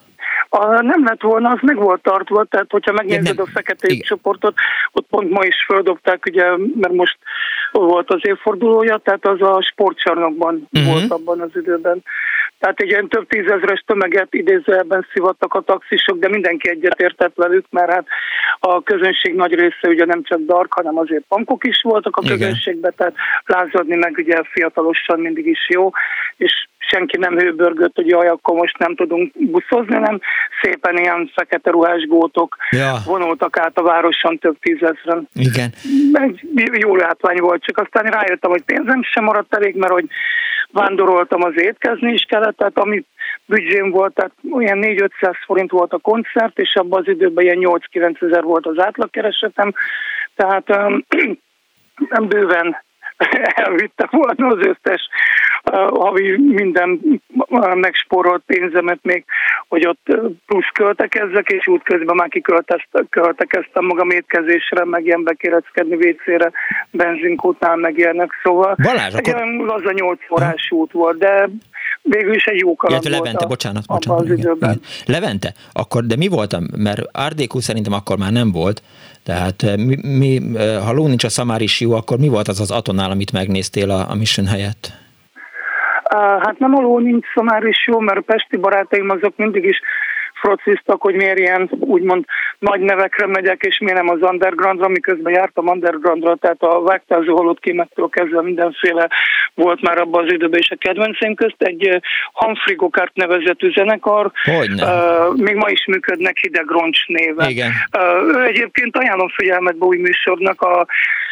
A, nem lett volna, az meg volt tartva, tehát hogyha megnézed a fekete lyuk csoportot, ott pont ma is földobták, ugye, mert most volt az évfordulója, tehát az a sportcsarnokban uh-huh. volt abban az időben. Tehát egy ilyen több tízezres tömeget idézőjelben szivattak a taxisok, de mindenki egyetértett velük, mert hát a közönség nagy része ugye nem csak dark, hanem azért punkok is voltak a közönségben, tehát lázadni meg ugye fiatalosan mindig is jó, és senki nem hőbörgött, hogy jaj, akkor most nem tudunk buszozni, hanem szépen ilyen fekete ruhás gótok ja. vonultak át a városon több tízezren. Igen. Egy jó látvány volt, csak aztán rájöttem, hogy pénzem sem maradt elég, mert hogy vándoroltam, az étkezni is kellett, tehát amit büdzsém volt, tehát olyan négy-ötszáz forint volt a koncert, és abban az időben ilyen nyolc-kilenc ezer volt az átlagkeresetem, tehát um, nem bőven elvitte volna az összes uh, havi minden uh, megspórolt pénzemet még, hogy ott uh, plusz költekezzek, és útközben már kiköltekeztem magam étkezésre, meg ilyen bekéreckedni vécére, benzinkútnál meg ilyenek, szóval Balázs, egy akkor... olyan laza nyolc órás út volt, de végül is egy jó kaland volt Levente, a, bocsánat, bocsánat, az időben. Igen. Levente, akkor, de mi voltam, mert Art Déco szerintem akkor már nem volt, tehát mi, mi, ha ló nincs a szamár is jó, akkor mi volt az az Atonál, amit megnéztél a, a Mission helyett? Uh, hát nem a ló nincs szamár is jó, mert a pesti barátaim azok mindig is frociztak, hogy miért ilyen úgymond nagy nevekre megyek, és miért nem az undergroundra, miközben jártam undergroundra, tehát a vágtázó halott kémektől kezdve mindenféle volt már abban az időben, és a kedvenceim közt egy Humphrey Gokart nevezetű zenekar, uh, még ma is működnek Hideg Roncs néven. Igen. Uh, egyébként ajánlom figyelmetbe új műsornak a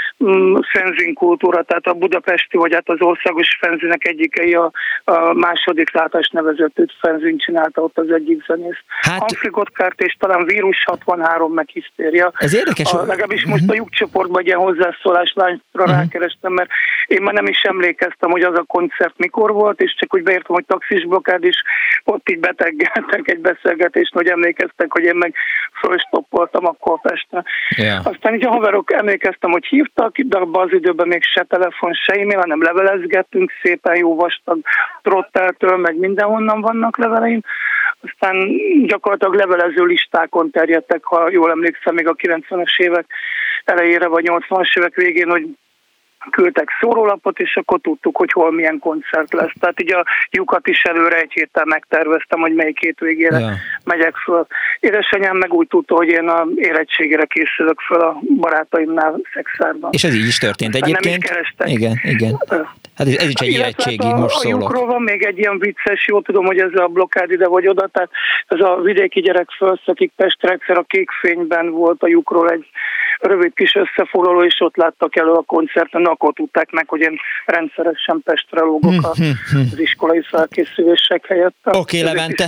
fenzin kultúra, tehát a budapesti, vagy hát az országos fenzinek egyikei a, a második látás nevezetű fenzin csinálta ott az egyik zenész. Hát, Humphrey Gokart és talán Vírus hatvanhárom meg Hisztéria. Ez érdekes. A, legalábbis most a lyukcsoportban egy ilyen hozzászólás lányra uh-huh. rákerestem, mert én már nem is emlékeztem, hogy az a koncert mikor volt, és csak úgy beértem, hogy taxis blokkád, és ott így beteggeltek egy beszélgetést, hogy emlékeztek, hogy én meg fölstoppoltam akkor Pestre. Yeah. Aztán így a haverok emlékeztem, hogy hívtak, de abban az időben még se telefon, se e-mail, hanem levelezgettünk, szépen jó vastag trotteltől, meg mindenhonnan vannak leveleim. Aztán gyakorlatilag levelező listákon terjedtek, ha jól emlékszem, még a kilencvenes évek elejére, vagy nyolcvanas évek végén, hogy küldtek szórólapot, és akkor tudtuk, hogy hol milyen koncert lesz. Tehát így a lyukat is előre egy héttel megterveztem, hogy melyik hétvégére ja. megyek föl. Édesanyám meg úgy tudta, hogy én a érettségére készülök föl a barátaimnál Szexárban. És ez így is történt aztán egyébként? Nem is kerestek. Igen, igen. Hát ez, ez is egy érettségi, a, most szólok. A lyukról van még egy ilyen vicces, jó tudom, hogy ez a blokkád ide vagy oda, tehát ez a vidéki gyerek fölszakik Pestre, egyszer a Kékfényben volt a lyukról egy rövid kis összefoglaló, és ott láttak elő a koncerten, akkor tudták meg, hogy én rendszeresen Pestre lógok az iskolai felkészülések helyett. Oké, okay, Levente.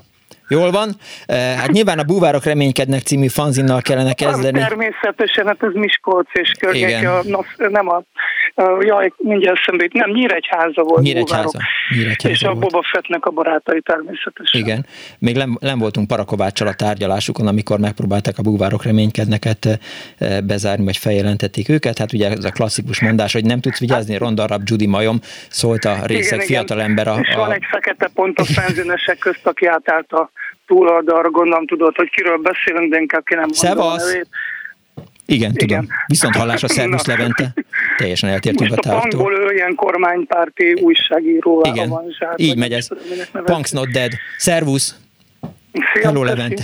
Jól van. Hát nyilván a Búvárok reménykednek című fanzinnal kellene kezdeni. Természetesen, hát ez Miskolc és környéke, a, nem a, a jaj, mindjárt szembe, nem, Nyíregyháza volt. Nyíregyháza. Nyíregyháza és volt. A Boba Fettnek a barátai természetesen. Igen. Még nem, nem voltunk Parakováccsal a tárgyalásukon, amikor megpróbálták a Búvárok reménykedneket bezárni, vagy feljelentették őket. Hát ugye ez a klasszikus mondás, hogy nem tudsz vigyázni, Ronda Rapp, Judy Majom, szólt a részeg igen, fiatalember. A, a... És van egy fekete pont a fanzinesek közt, aki átállt a túloldalra, gondolom tudod, hogy kiről beszélünk, de inkább ki nem mondom a nevét. Igen, tudom. Igen. Viszont hallásra, szervusz Levente. Teljesen eltértünk most a tártól. Most a Punkból ő ilyen kormánypárti újságíróvá igen. van zsárt. Így megy ez. Punk's not dead. Szervusz. Szia, hello, Levente.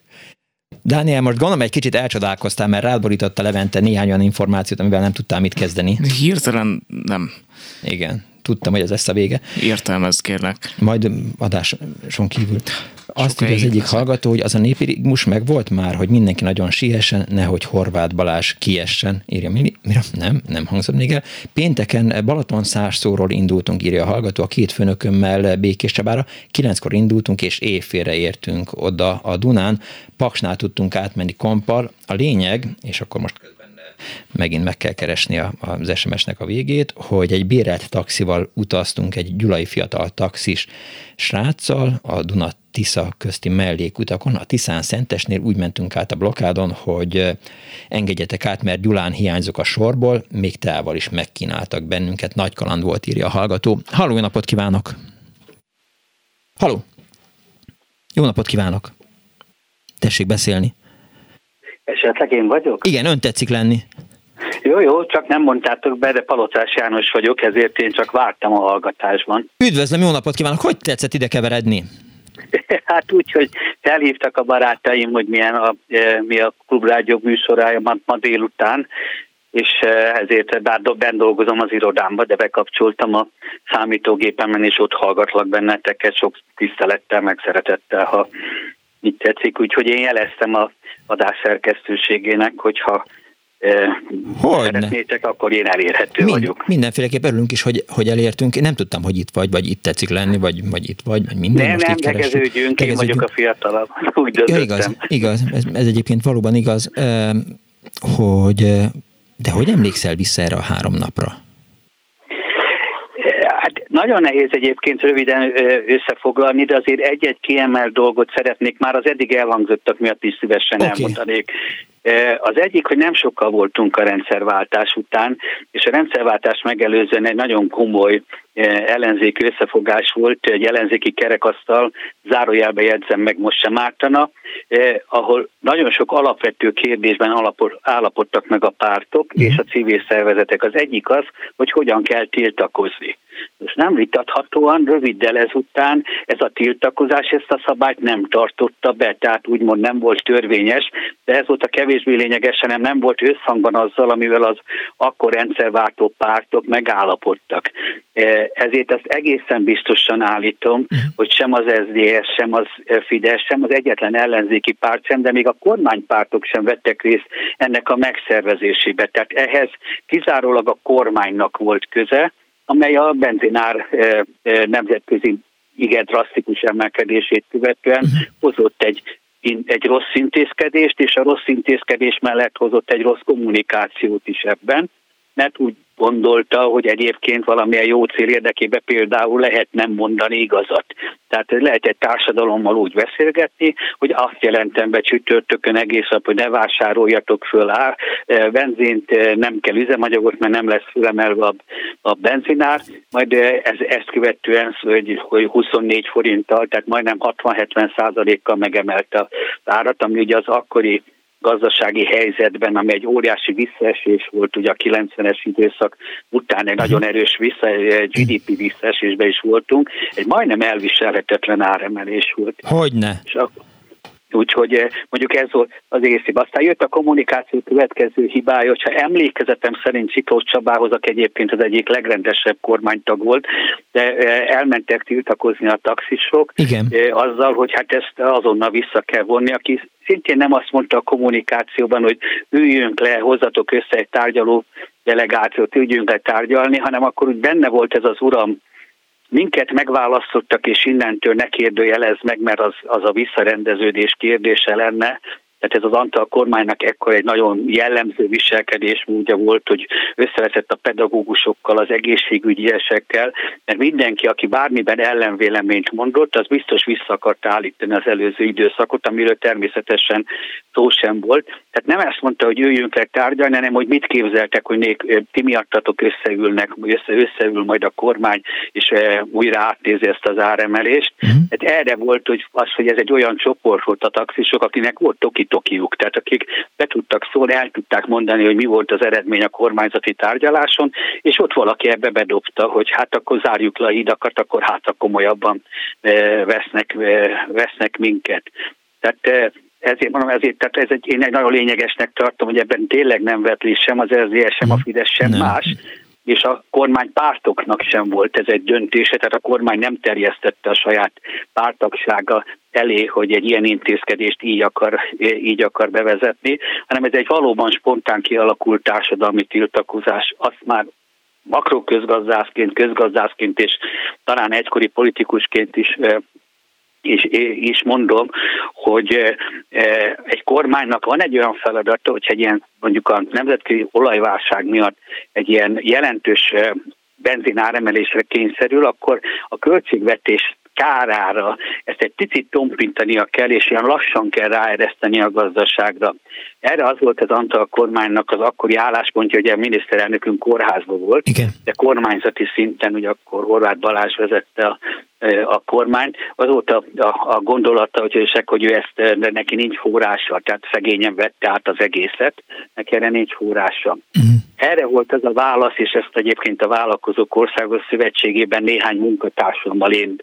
Dániel, most gondolom egy kicsit elcsodálkoztál, mert ráborította Levente néhány olyan információt, amivel nem tudtál mit kezdeni. Hirtelen nem. Igen. tudtam, hogy ez lesz a vége. Értelmezd, kérlek. Majd adáson kívül. Azt írja az egyik leszek. hallgató, hogy az a népi ritmus megvolt már, hogy mindenki nagyon siessen, nehogy Horváth Balázs kiessen, írja Mili. Mira? Nem, nem hangzott még el. Pénteken Balatonszárszóról indultunk, írja a hallgató, a két főnökömmel Békés Csabára. Kilenckor indultunk, és éjfélre értünk oda a Dunán. Paksnál tudtunk átmenni kompal. A lényeg, és akkor most közben megint meg kell keresni az es em es-nek a végét, hogy egy bérelt taxival utaztunk, egy gyulai fiatal taxis sráccal a Duna-Tisza közti mellékutakon, a Tiszán-Szentesnél úgy mentünk át a blokkádon, hogy engedjetek át, mert Gyulán hiányzok a sorból, még teával is megkínáltak bennünket, nagy kaland volt, írja a hallgató. Halló, jó napot kívánok! Halló! Jó napot kívánok! Tessék beszélni! Esetleg én vagyok? Igen, ön tetszik lenni. Jó, jó, csak nem mondtátok be, de Palotás János vagyok, ezért én csak vártam a hallgatásban. Üdvözlöm, jó napot kívánok! Hogy tetszett ide keveredni? Hát úgy, hogy felhívtak a barátaim, hogy milyen a, mi a Klubrádió műsorája ma, ma délután, és ezért bár benn dolgozom az irodámba, de bekapcsoltam a számítógépemen, és ott hallgatlak benneteket sok tisztelettel, meg szeretettel, ha így tetszik. Úgyhogy én jeleztem a adás szerkesztőségének, hogyha e, szeretnétek, akkor én elérhető Mind, vagyok. Mindenféleképp örülünk is, hogy, hogy elértünk. Én nem tudtam, hogy itt vagy, vagy itt tetszik lenni, vagy, vagy itt vagy, vagy minden. Nem, nem, tegeződjünk, én vagyok a fiatalabb. Úgy döntöttem. Ja, igaz, igaz. Ez, ez egyébként valóban igaz, hogy de hogy emlékszel vissza erre a három napra? Hát nagyon nehéz egyébként röviden összefoglalni, de azért egy-egy kiemelt dolgot szeretnék, már az eddig elhangzottak miatt is szívesen okay. elmondanék. Az egyik, hogy nem sokkal voltunk a rendszerváltás után, és a rendszerváltás megelőzően egy nagyon komoly ellenzéki összefogás volt, egy ellenzéki kerekasztal, zárójelbe jegyzem meg, most sem ártana, ahol nagyon sok alapvető kérdésben alapot, állapodtak meg a pártok és a civil szervezetek. Az egyik az, hogy hogyan kell tiltakozni. Most nem vitathatóan, röviddel ezután ez a tiltakozás ezt a szabályt nem tartotta be, tehát úgymond nem volt törvényes, de ez volt a kevésbé lényeges, hanem nem volt összhangban azzal, amivel az akkor rendszerváltó pártok megállapodtak. Ezért azt egészen biztosan állítom, hogy sem az es zé es, sem az Fidesz, sem az egyetlen ellenzéki párt sem, de még a kormánypártok sem vettek részt ennek a megszervezésébe. Tehát ehhez kizárólag a kormánynak volt köze, amely a benzinár nemzetközi igen drasztikus emelkedését követően hozott egy, egy rossz intézkedést, és a rossz intézkedés mellett hozott egy rossz kommunikációt is ebben, mert úgy gondolta, hogy egyébként valamilyen jó cél érdekében például lehet nem mondani igazat. Tehát lehet egy társadalommal úgy beszélgetni, hogy azt jelentem be csütörtökön egész nap, hogy ne vásároljatok föl ár, benzint, nem kell üzemanyagot, mert nem lesz fölemelve a, a benzinár, majd ez, ezt követően hogy, hogy huszonnégy forinttal, tehát majdnem hatvan-hetven százalékkal megemelte az árat, ami ugye az akkori gazdasági helyzetben, ami egy óriási visszaesés volt, ugye a kilencvenes időszak után egy nagyon erős vissza, gé dé pé visszaesésben is voltunk, egy majdnem elviselhetetlen áremelés volt. Hogyne? Úgyhogy mondjuk ez volt az észib. Aztán jött a kommunikáció következő hibája, hogyha emlékezetem szerint Ciklós Csabához, aki egyébként az egyik legrendesebb kormánytag volt, de elmentek tiltakozni a taxisok, igen. azzal, hogy hát ezt azonnal vissza kell vonni, aki szintén nem azt mondta a kommunikációban, hogy üljünk le, hozzatok össze egy tárgyaló delegációt, üljünk le tárgyalni, hanem akkor úgy benne volt ez az uram, minket megválasztottak, és innentől ne kérdőjelez meg, mert az, az a visszarendeződés kérdése lenne. Tehát ez az Antal kormánynak ekkor egy nagyon jellemző viselkedésmódja volt, hogy összeveszett a pedagógusokkal, az egészségügyiekkel, mert mindenki, aki bármiben ellenvéleményt mondott, az biztos vissza akart állítani az előző időszakot, amiről természetesen szó sem volt. Tehát nem ezt mondta, hogy jöjjünk le tárgyalni, hanem hogy mit képzeltek, hogy még ti miattatok összeülnek, össze, összeül majd a kormány, és újra átnézi ezt az áremelést. Mm. Tehát erre volt, hogy az, hogy ez egy olyan csoport volt a taxisok, akinek volt toki Tokiuk, tehát akik be tudtak szólni, el tudták mondani, hogy mi volt az eredmény a kormányzati tárgyaláson, és ott valaki ebbe bedobta, hogy hát akkor zárjuk le a hidakat, akkor hát a komolyabban vesznek, vesznek minket. Tehát ezért mondom, ezért, tehát ez egy, én egy nagyon lényegesnek tartom, hogy ebben tényleg nem vett sem az es zé es, sem a Fidesz, sem nem. más, és a kormánypártoknak sem volt ez egy döntése, tehát a kormány nem terjesztette a saját párttagsága elé, hogy egy ilyen intézkedést így akar, így akar bevezetni, hanem ez egy valóban spontán kialakult társadalmi tiltakozás. Azt már makroközgazdászként, közgazdászként és talán egykori politikusként is És is mondom, hogy egy kormánynak van egy olyan feladata, hogy egy ilyen mondjuk a nemzetközi olajválság miatt egy ilyen jelentős benzin áremelésre kényszerül, akkor a költségvetés kárára ezt egy picit tompintania kell, és ilyen lassan kell ráereszteni a gazdaságra. Erre az volt az Antal kormánynak az akkori álláspontja, hogy a miniszterelnökünk kórházban volt, igen. De kormányzati szinten, ugye akkor Horváth Balázs vezette a, a kormányt. Az volt a, a, a gondolata, hogy, hogy ő ezt, de neki nincs forrása, tehát szegényen vette át az egészet, neki erre nincs forrása. Uh-huh. Erre volt ez a válasz, és ezt egyébként a Vállalkozók Országos Szövetségében néhány munkatársammal én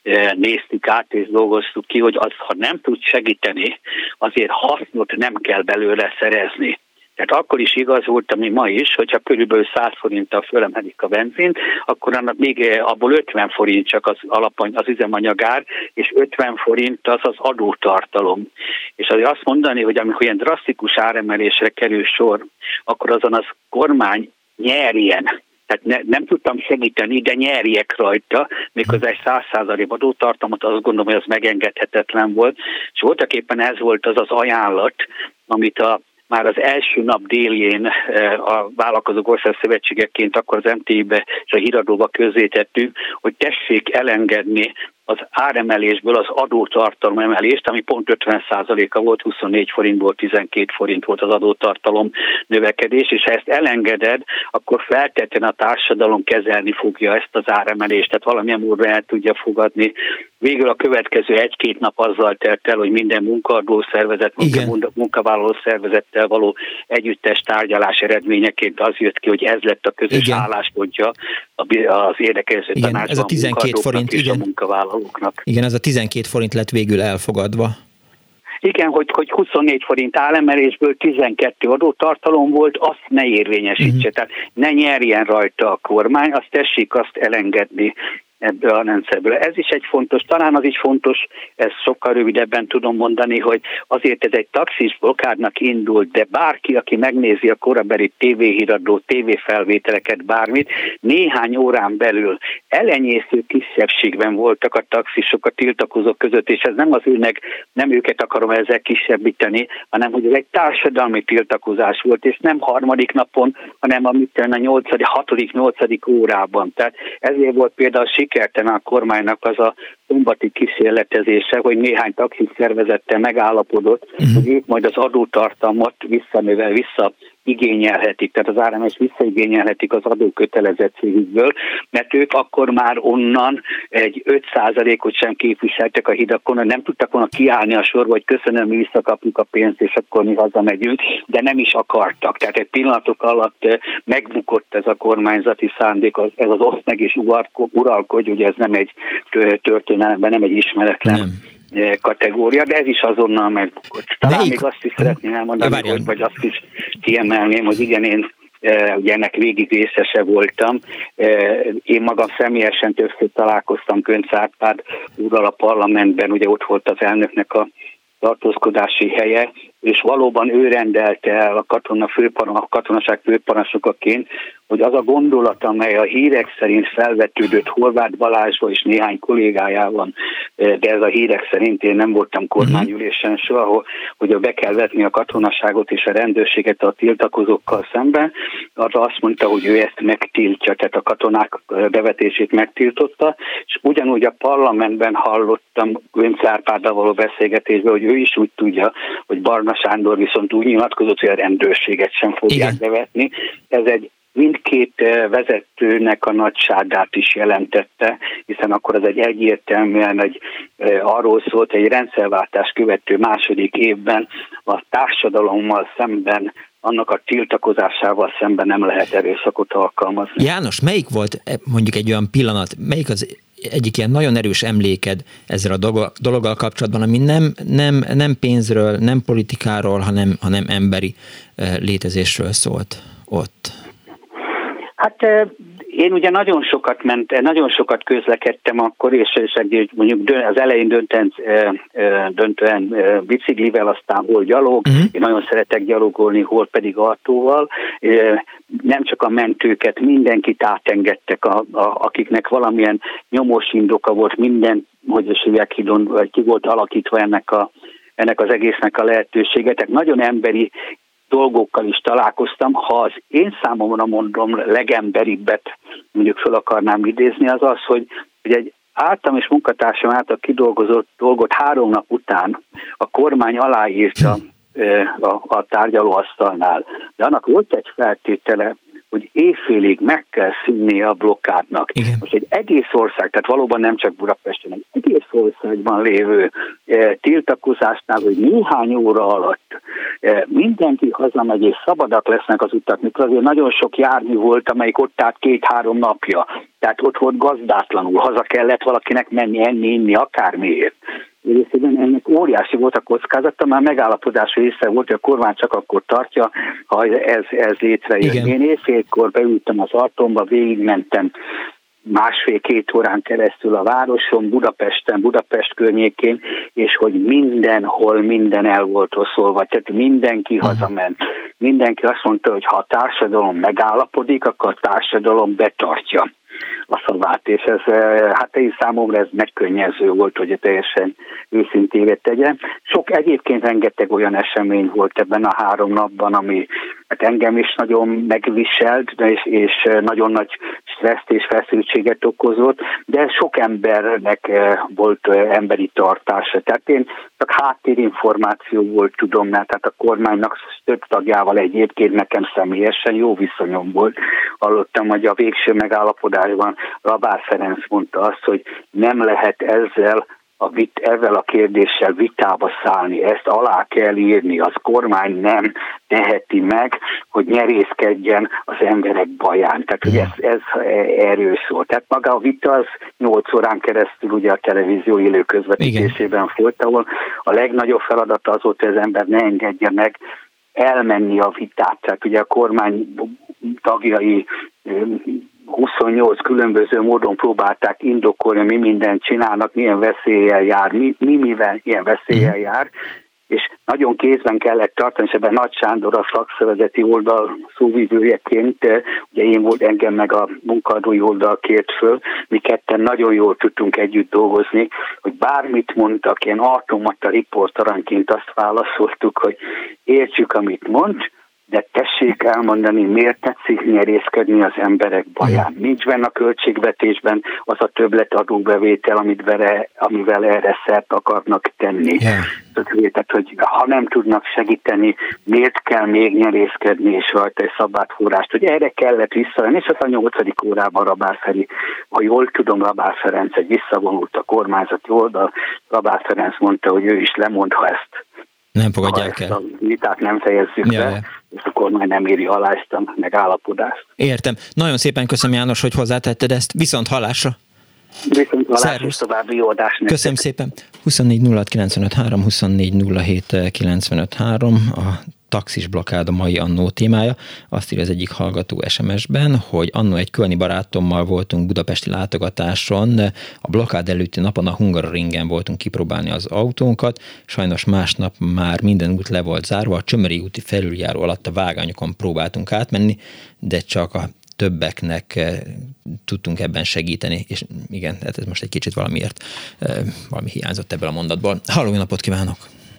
néztük át és dolgoztuk ki, hogy az, ha nem tud segíteni, azért hasznot nem kell belőle szerezni. Tehát akkor is igaz volt, ami ma is, hogyha körülbelül száz forinttal fölemelik a benzint, akkor annak még abból ötven forint csak az, alapany, az üzemanyagár, és ötven forint az az adótartalom. És azért azt mondani, hogy amikor ilyen drasztikus áremelésre kerül sor, akkor azon az kormány nyerjen. Tehát ne, nem tudtam segíteni, de nyerjek rajta, méghozzá egy száz százalék adótartalmat, azt gondolom, hogy az megengedhetetlen volt. És voltak éppen ez volt az az ajánlat, amit a már az első nap déljén a Vállalkozók Országos Szövetségeként akkor az em té i-be és a híradóba közzétettük, hogy tessék elengedni az áremelésből az adótartalom emelést, ami pont ötven százaléka volt, huszonnégy forintból tizenkét forint volt az adótartalom növekedés, és ha ezt elengeded, akkor feltétlenül a társadalom kezelni fogja ezt az áremelést, tehát valamilyen módon el tudja fogadni. Végül a következő egy-két nap azzal telt el, hogy minden munkaadó szervezet, munkavállaló szervezettel való együttes tárgyalás eredményeként az jött ki, hogy ez lett a közös igen. álláspontja az érdekelődő tanácsban ez a tizenkét forint, és igen. a munkavállalóknak. Igen, ez a tizenkét forint lett végül elfogadva. Igen, hogy, hogy huszonnégy forint áremelésből tizenkettő adótartalom volt, azt ne érvényesítse, uh-huh. tehát ne nyerjen rajta a kormány, azt tessék azt elengedni ebből a rendszerből. Ez is egy fontos, talán az is fontos, ezt sokkal rövidebben tudom mondani, hogy azért ez egy taxis blokkádnak indult, de bárki, aki megnézi a korabeli tévéhíradó, tévéfelvételeket, bármit, néhány órán belül elenyésző kisebbségben voltak a taxisok a tiltakozók között, és ez nem az őnek, nem őket akarom ezzel kisebbíteni, hanem hogy ez egy társadalmi tiltakozás volt, és nem harmadik napon, hanem a nyolcadik, hatodik, nyolcadik órában. Tehát ezért volt például sikertelen a kormánynak az a szombati kísérletezése, hogy néhány taxis szervezettel megállapodott, uh-huh. hogy ők majd az adótartalmat visszanövel, vissza igényelhetik, tehát az áremelést visszaigényelhetik az adókötelezettségükből, mert ők akkor már onnan egy öt százalékot sem képviseltek a hidakon, nem tudtak volna kiállni a sorba, hogy köszönöm, mi visszakapjuk a pénzt, és akkor mi hazamegyünk, de nem is akartak. Tehát egy pillanatok alatt megbukott ez a kormányzati szándék, ez az oszd meg és uralkodj, ugye ez nem egy történelemben, nem egy ismeretlen nem. kategória, de ez is azonnal megbukott. Talán Melyik? még azt is szeretném elmondani, hogy, vagy azt is kiemelném, hogy igen, én ugye ennek végig részese voltam. Én magam személyesen többször találkoztam Göncz Árpád úrral a parlamentben, ugye ott volt az elnöknek a tartózkodási helye, és valóban ő rendelte el a, katona főparancs, a katonaság főparancsnokaként, hogy az a gondolat, amely a hírek szerint felvetődött Horváth Balázsba és néhány kollégájában, de ez a hírek szerint én nem voltam kormányülésen soha, hogy be kell vetni a katonaságot és a rendőrséget a tiltakozókkal szemben, arra azt mondta, hogy ő ezt megtiltja, tehát a katonák bevetését megtiltotta, és ugyanúgy a parlamentben hallottam Göncz Árpáddal való beszélgetésben, hogy ő is úgy tudja, hogy Barna Sándor viszont úgy nyilatkozott, hogy a rendőrséget sem fogják Igen. bevetni. Ez egy mindkét vezetőnek a nagyságát is jelentette, hiszen akkor az egy egyértelműen egy, arról szólt, egy rendszerváltás követő második évben a társadalommal szemben, annak a tiltakozásával szemben nem lehet erőszakot alkalmazni. János, melyik volt mondjuk egy olyan pillanat, melyik az egyik ilyen nagyon erős emléked ezzel a dologgal kapcsolatban, ami nem, nem, nem pénzről, nem politikáról, hanem, hanem emberi létezésről szólt ott? Hát én ugye nagyon sokat ment, nagyon sokat közlekedtem akkor, és, és mondjuk az elején döntően, döntően biciklivel, aztán hol gyalog, uh-huh. Én nagyon szeretek gyalogolni, hol pedig autóval. Nem csak a mentőket, mindenkit átengedtek, a, a, akiknek valamilyen nyomós indoka volt, minden, hogy is hívják, vagy ki volt alakítva ennek, a, ennek az egésznek a lehetősége. Tehát nagyon emberi dolgokkal is találkoztam. Ha az én számomra mondom legemberibbet mondjuk fel akarnám idézni, az az, hogy, hogy egy általam és munkatársam által kidolgozott dolgot három nap után a kormány aláírta a, a tárgyalóasztalnál. De annak volt egy feltétele, hogy éjfélig meg kell szűnnie a blokkádnak. Igen. Most egy egész ország, tehát valóban nem csak Budapesten, egy egész országban lévő e, tiltakozásnál, hogy néhány óra alatt e, mindenki hazamegy, és szabadak lesznek az utak, mikor azért nagyon sok jármű volt, amelyik ott állt két-három napja. Tehát ott volt gazdátlanul, haza kellett valakinek menni, enni, inni, akármiért. Részében ennek óriási volt a kockázata, már megállapodás része volt, hogy a kormány csak akkor tartja, ha ez, ez létrejön. Én éjfélkor beültem az autómba, végigmentem másfél-két órán keresztül a városon, Budapesten, Budapest környékén, és hogy mindenhol minden el volt oszolva, tehát mindenki uh-huh. hazament. Mindenki azt mondta, hogy ha a társadalom megállapodik, akkor a társadalom betartja a szavát, és ez, hát én számomra ez megkönnyező volt, hogy teljesen őszintévé tegye. Sok egyébként rengeteg olyan esemény volt ebben a három napban, ami hát engem is nagyon megviselt, és, és nagyon nagy stresszt és feszültséget okozott, de sok embernek volt emberi tartása. Tehát én csak háttérinformáció volt, tudom, mert tehát a kormánynak több tagjával egyébként nekem személyesen jó viszonyom volt. Hallottam, hogy a végső megállapodásban Rabár Ferenc mondta azt, hogy nem lehet ezzel a vit, ezzel a kérdéssel vitába szállni, ezt alá kell írni, az kormány nem teheti meg, hogy nyerészkedjen az emberek baján. Tehát, hogy ez, ez erről szól. Tehát maga a vita az nyolc órán keresztül ugye a televízió élő közvetítésében folyt, ahol a legnagyobb feladata az volt, hogy az ember ne engedje meg elmenni a vitát. Tehát ugye a kormány tagjai huszonnyolc különböző módon próbálták indokolni, mi mindent csinálnak, milyen veszéllyel jár, mi, mi mivel ilyen veszéllyel jár, és nagyon kézben kellett tartani, és ebben Nagy Sándor a szakszervezeti oldal szóvivőjeként, ugye én volt, engem meg a munkaadói oldal kért föl, mi ketten nagyon jól tudtunk együtt dolgozni, hogy bármit mondtak, ilyen automata riportaranként azt válaszoltuk, hogy értsük, amit mond, de tessék elmondani, miért tetszik nyerészkedni az emberek baján. Nincs benne a költségvetésben az a többlet adóbevétel, amit vele, amivel erre szert akarnak tenni. Yeah. Tehát, hogy ha nem tudnak segíteni, miért kell még nyerészkedni, és rajta egy szabádforrást, hogy erre kellett visszajönni, és az a nyolcadik órában Rabár Feri, ha jól tudom, Rabár Ferenc egy visszavonult a kormányzati oldal, Rabár Ferenc mondta, hogy ő is lemond, ha ezt nem fogadják el. A vitát nem fejezzük ja, be, ja. és a kormány nem éri alá ezt a megállapodást. Értem. Nagyon szépen köszönöm, János, hogy hozzátetted ezt. Viszont hallásra. Viszont hallásra, és további jó adás. Köszönöm szépen. huszonnégy nulla hat kilencvenöt három, huszonnégy nulla hét kilencvenöt három a taxis blokkád a mai Annó témája. Azt írja az egyik hallgató es em es-ben, hogy annó egy kölni barátommal voltunk budapesti látogatáson, a blokkád előtti napon a Hungaroringen voltunk kipróbálni az autónkat, sajnos másnap már minden út le volt zárva, a Csömöri úti felüljáró alatt a vágányokon próbáltunk átmenni, de csak a többeknek tudtunk ebben segíteni, és igen, tehát ez most egy kicsit valamiért valami hiányzott ebből a mondatból. Halló, jó napot kívánok!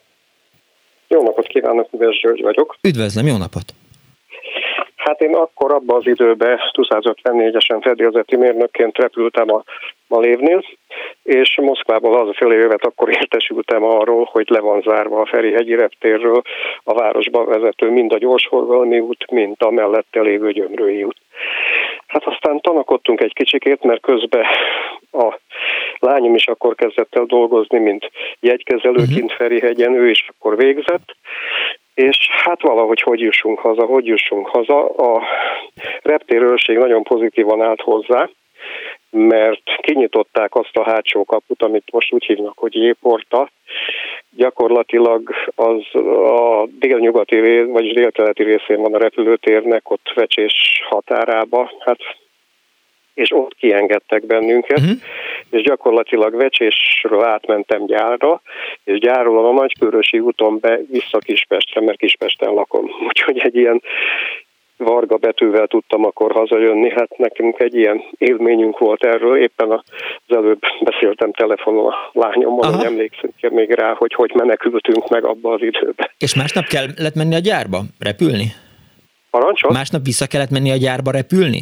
Jó napot kívánok, Üves Zsörgy vagyok. Üdvözlöm, jó napot! Hát én akkor abban az időben kétszázötvennégyesen fedélzeti mérnökként repültem a Malévnél, és Moszkvából hazafölé jövet akkor értesültem arról, hogy le van zárva a Ferihegyi reptérről a városba vezető mind a gyorsforgalmi út, mind a mellette lévő Gyömrői út. Hát aztán tanakodtunk egy kicsikét, mert közben a lányom is akkor kezdett el dolgozni, mint jegykezelőként Ferihegyen, ő is akkor végzett, és hát valahogy hogy jussunk haza, hogy jussunk haza. A reptérőrség nagyon pozitívan állt hozzá, mert kinyitották azt a hátsó kaput, amit most úgy hívnak, hogy J-porta, gyakorlatilag az a délnyugati rész, vagyis délkeleti részén van a repülőtérnek, ott Vecsés határába, hát, és ott kiengedtek bennünket, uh-huh. és gyakorlatilag Vecsésről átmentem gyárra, és gyárról a Nagykőrösi úton be vissza Kispestre, mert Kispesten lakom. Úgyhogy egy ilyen varga betűvel tudtam akkor hazajönni, hát nekünk egy ilyen élményünk volt erről, éppen az előbb beszéltem telefonon a lányommal, hogy emlékszünk még rá, hogy hogy menekültünk meg abba az időbe. És másnap kellett menni a gyárba repülni? Parancsot? Másnap vissza kellett menni a gyárba repülni?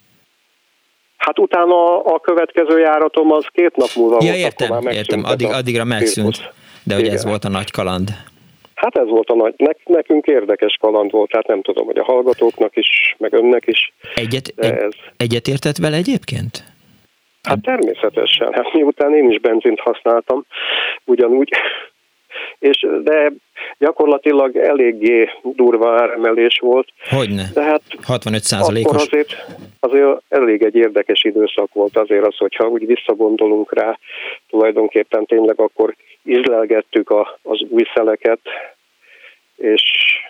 Hát utána a következő járatom az két nap múlva ja, volt. értem, értem, addig, addigra megszűnt, de hogy ez volt a nagy kaland. Hát ez volt a nagy, nekünk érdekes kaland volt, tehát nem tudom, hogy a hallgatóknak is, meg önnek is. Egyet, egy, ez... egyet értett vele egyébként? Hát természetesen, hát miután én is benzint használtam, ugyanúgy, és de gyakorlatilag eléggé durva áremelés volt. Hogyne? De hát hatvanöt százalékos. Akkor azért, azért elég egy érdekes időszak volt azért az, hogyha úgy visszagondolunk rá, tulajdonképpen tényleg akkor ízlelgettük a, az új szeleket, és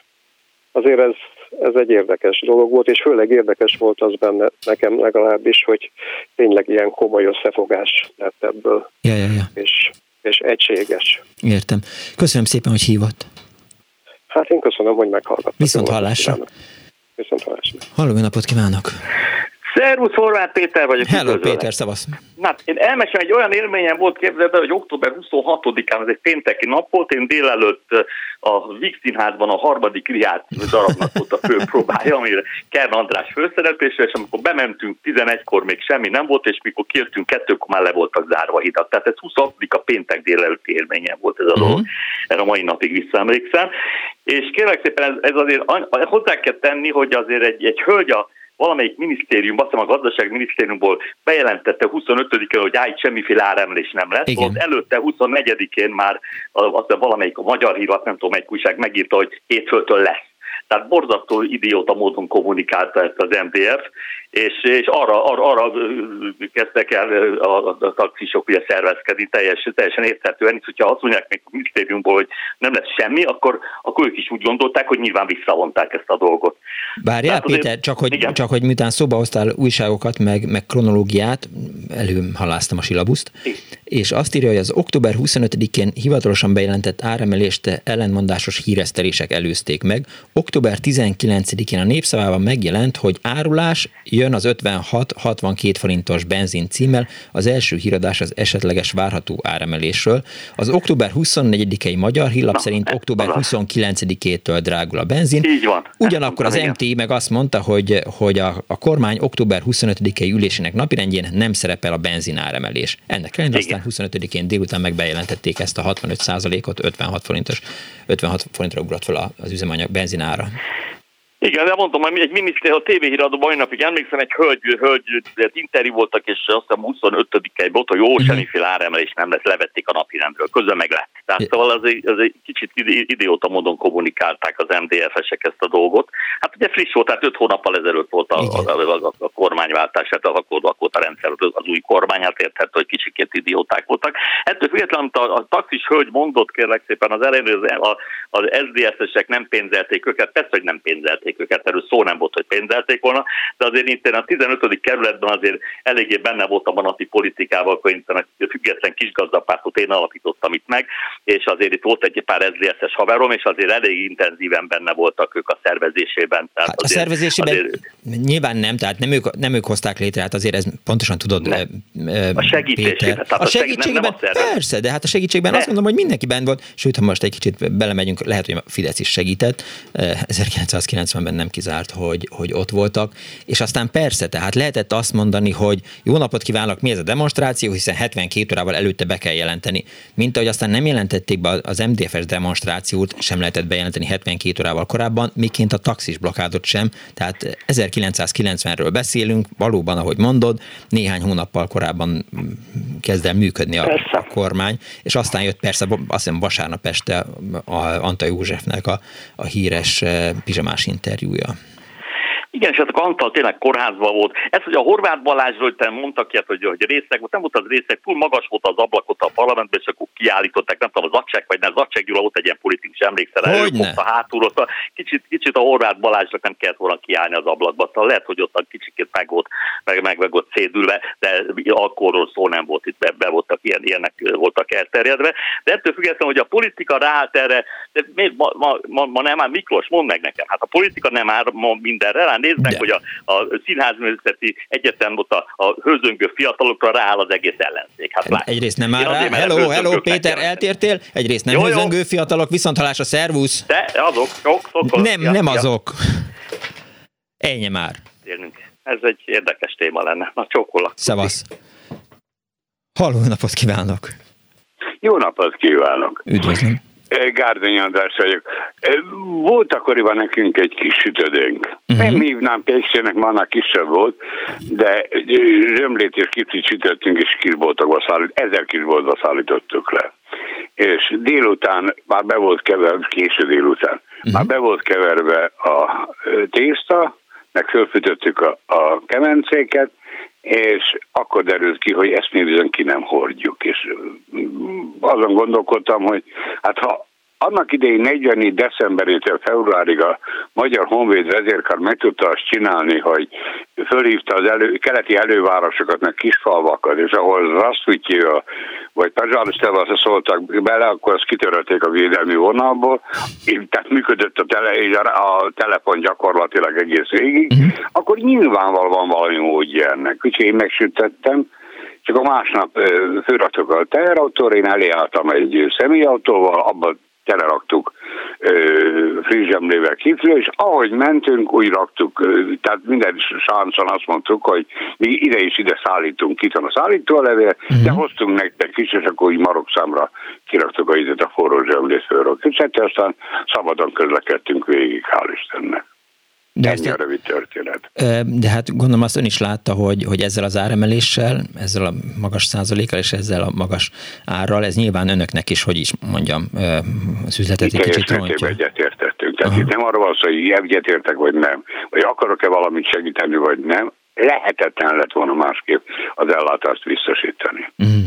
azért ez, ez egy érdekes dolog volt, és főleg érdekes volt az benne nekem legalábbis, hogy tényleg ilyen komoly összefogás lett ebből, ja, ja, ja. És, és egységes. Értem. Köszönöm szépen, hogy hívott. Hát én köszönöm, hogy meghallgattak. Viszont hallásra. Viszont hallásra. Halló, jó napot kívánok! Szervusz, Horváth Péter vagyok. Hello, Péter, szavasz. Na, én elmesem, egy olyan élményem volt, képzeld el, hogy október huszonhatodikán, ez egy pénteki nap volt, én délelőtt a Víg Színházban a harmadik Riát darabnak volt a főpróbája, amire Kern András főszereplése, és amikor bementünk tizenegykor még semmi nem volt, és mikor kijöttünk kettőkor már le voltak zárva a hidak. Tehát ez huszonhatodika péntek délelőtti élményem volt ez a dolog. Uh-huh. Erre a mai napig visszaemlékszem. És kérlek szépen, ez, ez azért hozzá kell tenni, hogy azért egy, egy hölgy a valamelyik minisztérium, azt hiszem a gazdaságminisztériumból bejelentette huszonötödikén, hogy áj, semmiféle áremelés nem lesz. Ott előtte huszonnegyedikén már azt valamelyik a Magyar Hírlap, nem tudom, melyik újság megírta, hogy hétfőtől lesz. Tehát borzasztó idióta módon kommunikálta ezt az em dé ef, és, és arra, arra, arra kezdtek el a, a, a taxisok ugye szervezkedni teljes, teljesen érthetően, és hogyha azt mondják még a minisztériumból, hogy nem lesz semmi, akkor, akkor ők is úgy gondolták, hogy nyilván visszavonták ezt a dolgot. Várjál, Péter, azért, csak, hogy, csak hogy miután szóba hoztál újságokat, meg, meg kronológiát, előhaláztam a silabuszt, igen. És azt írja, hogy az október huszonötödikén hivatalosan bejelentett áremelést ellentmondásos híresztelések előzték meg. október tizenkilencedikén a Népszavában megjelent, hogy árulás, jön az ötvenhat hatvankét forintos benzin címmel, az első híradás az esetleges várható áremelésről. Az október huszonnegyedikei Magyar Hírlap Na, szerint október huszonkilencedikétől drágul a benzin. Így van. Ugyanakkor az em té i meg azt mondta, hogy, hogy a, a kormány október huszonötödikei ülésének napirendjén nem szerepel a benzin áremelés. Ennek ellenére aztán huszonötödikén délután megbejelentették ezt a hatvanöt százalékot, ötvenhat forintos, ötvenhat forintra ugrott fel az üzemanyag benzin ára. Igen, de mondtam, hogy egy miniszter, a tévéhíradóban mai napig emlékszem, egy hölgy, hölgy interjú voltak, és azt hiszem huszonötödikei volt, hogy jó, uh-huh. semmiféle áremelés nem lesz, levették a napirendről, közben meg lett. Tehát szóval az egy, az egy kicsit idióta módon kommunikálták az em dé ef-esek ezt a dolgot. Hát ugye friss volt, tehát öt hónappal ezelőtt volt a, a, a, a, a kormányváltás, hát akkor, akkor a rendszer, az új kormány, hát érthető, hogy kicsikét idióták voltak. Ettől függetlenül, amit a, a taxis hölgy mondott, kérlek szépen, az ellenőrző, az es dé es-esek nem pénzelték őket, persze, hogy nem pénzelték őket, erről szó nem volt, hogy pénzelték volna, de azért itt a tizenötödik kerületben azért eléggé benne voltam a napi politikával, akkor én a független kisgazdapártot én alapítottam itt meg, és azért itt volt egy pár es dé es-es haverom, és azért elég intenzíven benne voltak ők a szervezésében. Tehát hát azért, a szervezésében azért... nyilván nem, tehát nem ők, nem ők hozták létre, hát azért ez pontosan tudod, nem. A segítségében. A, a segítségben, nem, nem a persze, de hát a segítségben ne. Azt mondom, hogy mindenki bent volt, sőt, ha most egy kicsit belemegyünk, lehet, hogy a Fidesz is segített, ezerkilencszázkilencvenben nem kizárt, hogy, hogy ott voltak, és aztán persze, tehát lehetett azt mondani, hogy jó napot kívánok, mi ez a demonstráció, hiszen hetvenkét órával előtte be kell jelenteni. Mint ahogy aztán nem jelentették be az em dé ef-es demonstrációt, sem lehetett bejelenteni hetvenkét órával korábban, miként a taxis blokádot sem, tehát ezerkilencszázkilencvenről beszélünk, valóban, ahogy mondod, néhány hónappal korábban kezd el működni a, a kormány, és aztán jött persze, azt hiszem vasárnap este a Antal Józsefnek a, a híres pizsamás interjúja. Igen, és hát a Antal tényleg kórházban volt. Ez, hogy a Horváth Balázsról te mondtak ilyet, hogy, hogy részeg volt, nem volt az részeg, túl magas volt az ablakot a parlamentben, és akkor kiállították, nem tudom, az Zacsek, vagy nem, Zacsek Gyula volt egy ilyen politikus, emlékszel, előfogta hátulról, kicsit, kicsit a Horváth Balázsnak nem kellett volna kiállni az ablakba, szóval lehet, hogy ott kicsikét meg volt, meg, meg, meg volt szédülve, de alkoholról szó nem volt itt, be, be voltak, ilyen, ilyenek voltak elterjedve. De ettől függetlenül, hogy a politika ráállt erre, de még ma, ma, ma, ma nem áll, Miklós, mondd meg nekem, hát a politika nem áll ma mindenre, rá nézd meg, hogy a, a Színházművészeti Egyetem ott a, a hőzöngő fiatalokra rááll az egész ellenzék. Hát egyrészt nem áll rá, hello, hello, Péter, eltértél, egyrészt nem hőzöngő fiatalok, viszonthallásra, szervusz. De azok, sok, szokol. Nem, ja, nem ja. azok. Ennyi már. Ez egy érdekes téma lenne. Na, csókolak. Szevasz. Halló, napot kívánok. Jó napot kívánok. Üdvözlöm. Gárdonyi András vagyok. Volt akkoriban nekünk egy kis sütödőnk. Uh-huh. Nem hívnám Péksének, már annál kisebb volt, de zsömlét és kicsit sütöttünk, és kisboltokba szállít, ezer kisboltba szállítottuk le. És délután már be volt keverve, késő délután, uh-huh. már be volt keverve a tészta, meg fölfűtöttük a, a kemencéket, és akkor derült ki, hogy ezt mi bizony ki nem hordjuk. És azon gondolkodtam, hogy hát ha annak idején negyvennégy decemberétől februárig a Magyar Honvéd vezérkar meg tudta azt csinálni, hogy fölhívta az elő, keleti elővárosokat, meg kisfalvakat, és ahol Rasztvityivel vagy Pezsálistával szóltak bele, akkor azt kitörölték a védelmi vonalból, tehát működött a, tele, a telefon gyakorlatilag egész végig, uh-huh. akkor nyilvánvalóan valami módja ennek. Úgyhogy én megsütettem, csak a másnap fölraktuk a teherautóra, én elé álltam egy személyautóval, abban teleraktuk friss zsemlével kifről, és ahogy mentünk, úgy raktuk, tehát minden sáncon azt mondtuk, hogy mi ide és ide szállítunk, itt van a szállítólevél, uh-huh. de hoztunk nektek is, és akkor úgy marokszámra kiraktuk a időt a forró zsemlét fölraktuk, és aztán szabadon közlekedtünk végig, hál' Istennek. De ennyi a rövid történet. De hát gondolom azt ön is látta, hogy, hogy ezzel az áremeléssel, ezzel a magas százalékkal és ezzel a magas árral, ez nyilván önöknek is, hogy is mondjam, az üzletet egy kicsit rontja. Egyetértettünk. Tehát itt nem arról van szó, hogy egyetértek, vagy nem, vagy akarok-e valamit segíteni, vagy nem. Lehetetlen lett volna másképp az ellátást biztosítani. Mm.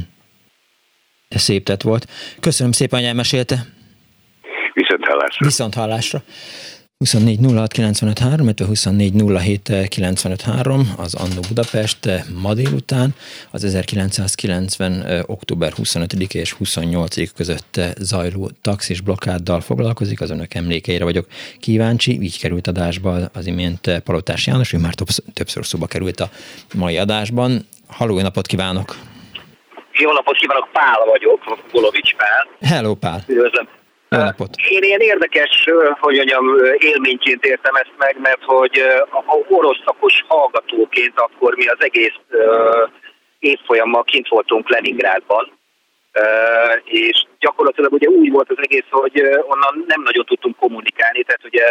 De szép tett volt. Köszönöm szépen, hogy elmesélte. Viszont hallásra. Viszont hallásra. huszonnégy nulla hat kilencvenöt három, illetve huszonnégy nulla hét kilencvenöt három az Annó Budapest ma délután, az ezerkilencszázkilencven. október huszonötödike és huszonnyolcadika között zajló taxis blokkáddal foglalkozik, az önök emlékeire vagyok kíváncsi, így került adásba az imént Palotás János, ő már többször szóba került a mai adásban. Halló, jó napot kívánok! Jó napot kívánok, Pál vagyok, Golovics Pál. Hello, Pál! Üdvözlöm! Én ilyen érdekes, hogy mondjam, élményként értem ezt meg, mert hogy a orosz szakos hallgatóként akkor mi az egész uh, évfolyammal kint voltunk Leningrádban, uh, és gyakorlatilag ugye úgy volt az egész, hogy onnan nem nagyon tudtunk kommunikálni, tehát ugye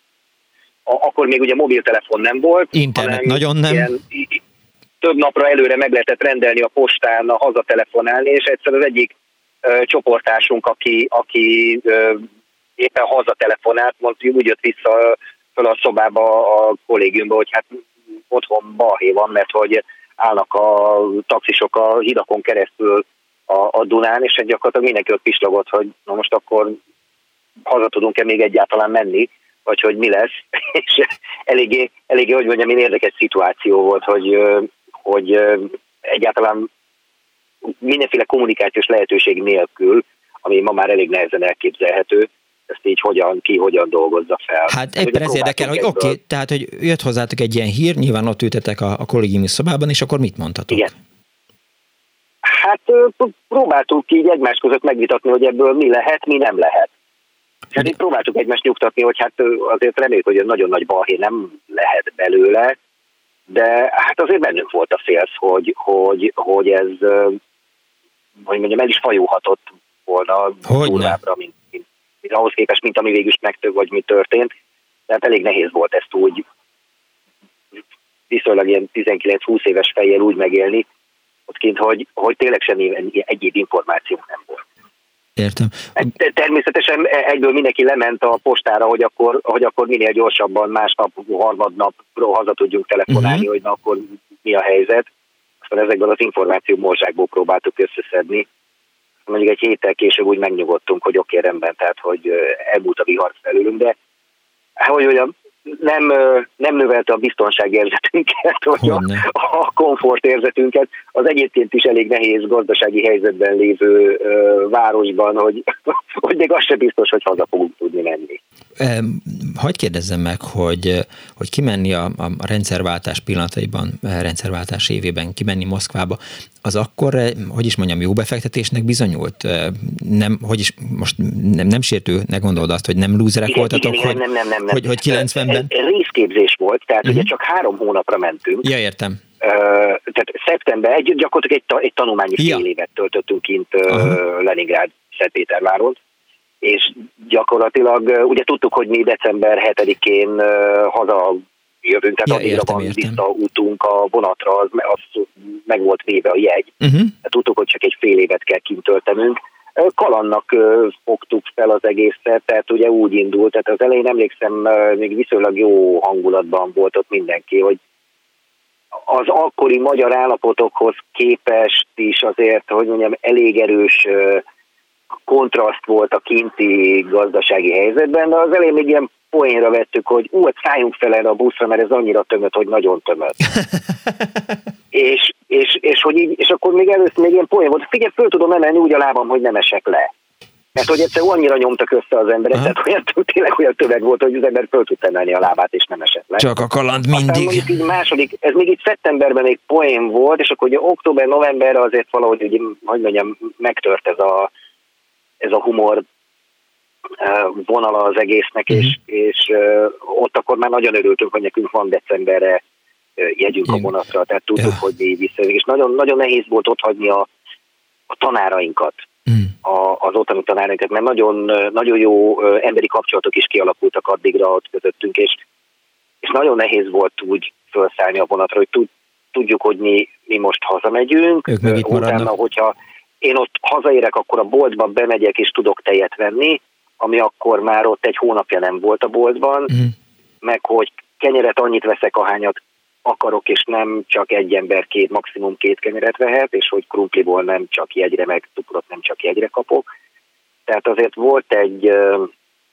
a, akkor még ugye mobiltelefon nem volt. Internet nagyon nem. Ilyen, több napra előre meg lehetett rendelni a postán, a hazatelefonálni, és egyszer az egyik csoporttársunk, aki, aki ö, éppen hazatelefonált, mondta, úgy jött vissza föl a szobába a kollégiumba, hogy hát otthon balhé van, mert hogy állnak a taxisok a hidakon keresztül a, a Dunán, és gyakorlatilag mindenki ott pislogott, hogy na most akkor haza tudunk-e még egyáltalán menni, vagy hogy mi lesz. És eléggé, eléggé, hogy mondjam, én érdekes szituáció volt, hogy, hogy egyáltalán mindenféle kommunikációs lehetőség nélkül, ami ma már elég nehezen elképzelhető, ezt így hogyan, ki hogyan dolgozza fel. Hát ebben ez érdekel, hogy oké, okay, tehát hogy jött hozzátok egy ilyen hír, nyilván ott ültetek a, a kollégiumi szobában, és akkor mit mondtatok? Igen. Hát próbáltuk így egymás között megvitatni, hogy ebből mi lehet, mi nem lehet. Hát így próbáltuk egymást nyugtatni, hogy hát azért reméljük, hogy nagyon nagy balhé nem lehet belőle, de hát azért bennünk volt a félsz, hogy, hogy, hogy ez, hogy mondjam, el is fajulhatott volna durvábbra, mint, mint, mint ahhoz képest, mint ami végül is megtört, vagy mi történt. Tehát elég nehéz volt ezt úgy viszonylag ilyen tizenkilenc-húsz éves fejjel úgy megélni, ott kint, hogy, hogy tényleg semmi egyéb információ nem volt. Értem. Természetesen egyből mindenki lement a postára, hogy akkor, hogy akkor minél gyorsabban másnap, harmadnapról haza tudjunk telefonálni, uh-huh. hogy na akkor mi a helyzet. Aztán ezekből az információ morzsákból próbáltuk összeszedni. Mondjuk egy héttel később úgy megnyugodtunk, hogy oké, rendben, tehát hogy elmúlt a vihar felülünk, de hogy olyan nem, nem növelte a biztonságérzetünket, vagy a, a komfortérzetünket az egyébként is elég nehéz gazdasági helyzetben lévő ö, városban, hogy, hogy még az sem biztos, hogy haza fogunk tudni menni. Hadd kérdezzem meg, hogy, hogy kimenni a, a rendszerváltás pillanataiban, a rendszerváltás évében kimenni Moszkvába, az akkor, hogy is mondjam, jó befektetésnek bizonyult? Nem, hogy is, most nem, nem sértő, ne gondold azt, hogy nem lúzerek igen, voltatok, igen, hogy, nem, nem, nem, nem. Hogy, hogy kilencvenben... Részképzés volt, tehát uh-huh. ugye csak három hónapra mentünk. Ja, értem. Uh, tehát szeptember, egy, gyakorlatilag egy, egy tanulmányi ja. fél évet töltöttünk kint uh, uh-huh. Leningrád, Szentpéterváron, és gyakorlatilag uh, ugye tudtuk, hogy mi december hetedikén uh, haza jövünk, tehát ja, addigra van visszaútunk a vonatra, az, az meg volt véve a jegy. Uh-huh. Tudtuk, hogy csak egy fél évet kell kint töltenünk. Kalannak uh, fogtuk fel az egészet, tehát ugye úgy indult, tehát az elején emlékszem, uh, még viszonylag jó hangulatban volt ott mindenki, hogy az akkori magyar állapotokhoz képest is azért, hogy mondjam, elég erős uh, kontraszt volt a kinti gazdasági helyzetben, de az elején még ilyen poénra vettük, hogy ú, szálljunk fel erre a buszra, mert ez annyira tömött, hogy nagyon tömött. és, és, és, hogy így, és akkor még először még ilyen poén volt, figyelj, föl tudom emelni úgy a lábam, hogy nem esek le. Mert hogy egyszer annyira nyomtak össze az emberek, aha. tehát olyan, tényleg olyan töveg volt, hogy az ember föl tudta emelni a lábát, és nem esett le. Csak a kaland mindig. Aztán így második, ez még itt szeptemberben még poén volt, és akkor ugye október-novemberre azért valahogy, ugye, hogy mondjam, megtört ez a, ez a humor vonala az egésznek, mm. és, és uh, ott akkor már nagyon örültünk, hogy nekünk van decemberre uh, jegyünk Igen. a vonatra, tehát tudtuk, ja. hogy mi visszajövünk, és nagyon, nagyon nehéz volt ott hagyni a, a tanárainkat, mm. a, az ottani tanárainkat, mert nagyon, nagyon jó uh, emberi kapcsolatok is kialakultak addigra ott közöttünk, és, és nagyon nehéz volt úgy felszállni a vonatra, hogy tud, tudjuk, hogy mi, mi most hazamegyünk, ők meg itt maradnak. Utána, hogyha én ott hazaérek, akkor a boltba bemegyek, és tudok tejet venni, ami akkor már ott egy hónapja nem volt a boltban, mm. meg hogy kenyeret annyit veszek, ahányat akarok, és nem csak egy ember két, maximum két kenyeret vehet, és hogy krumpliból nem csak jegyre, meg cukrot nem csak jegyre kapok. Tehát azért volt egy uh,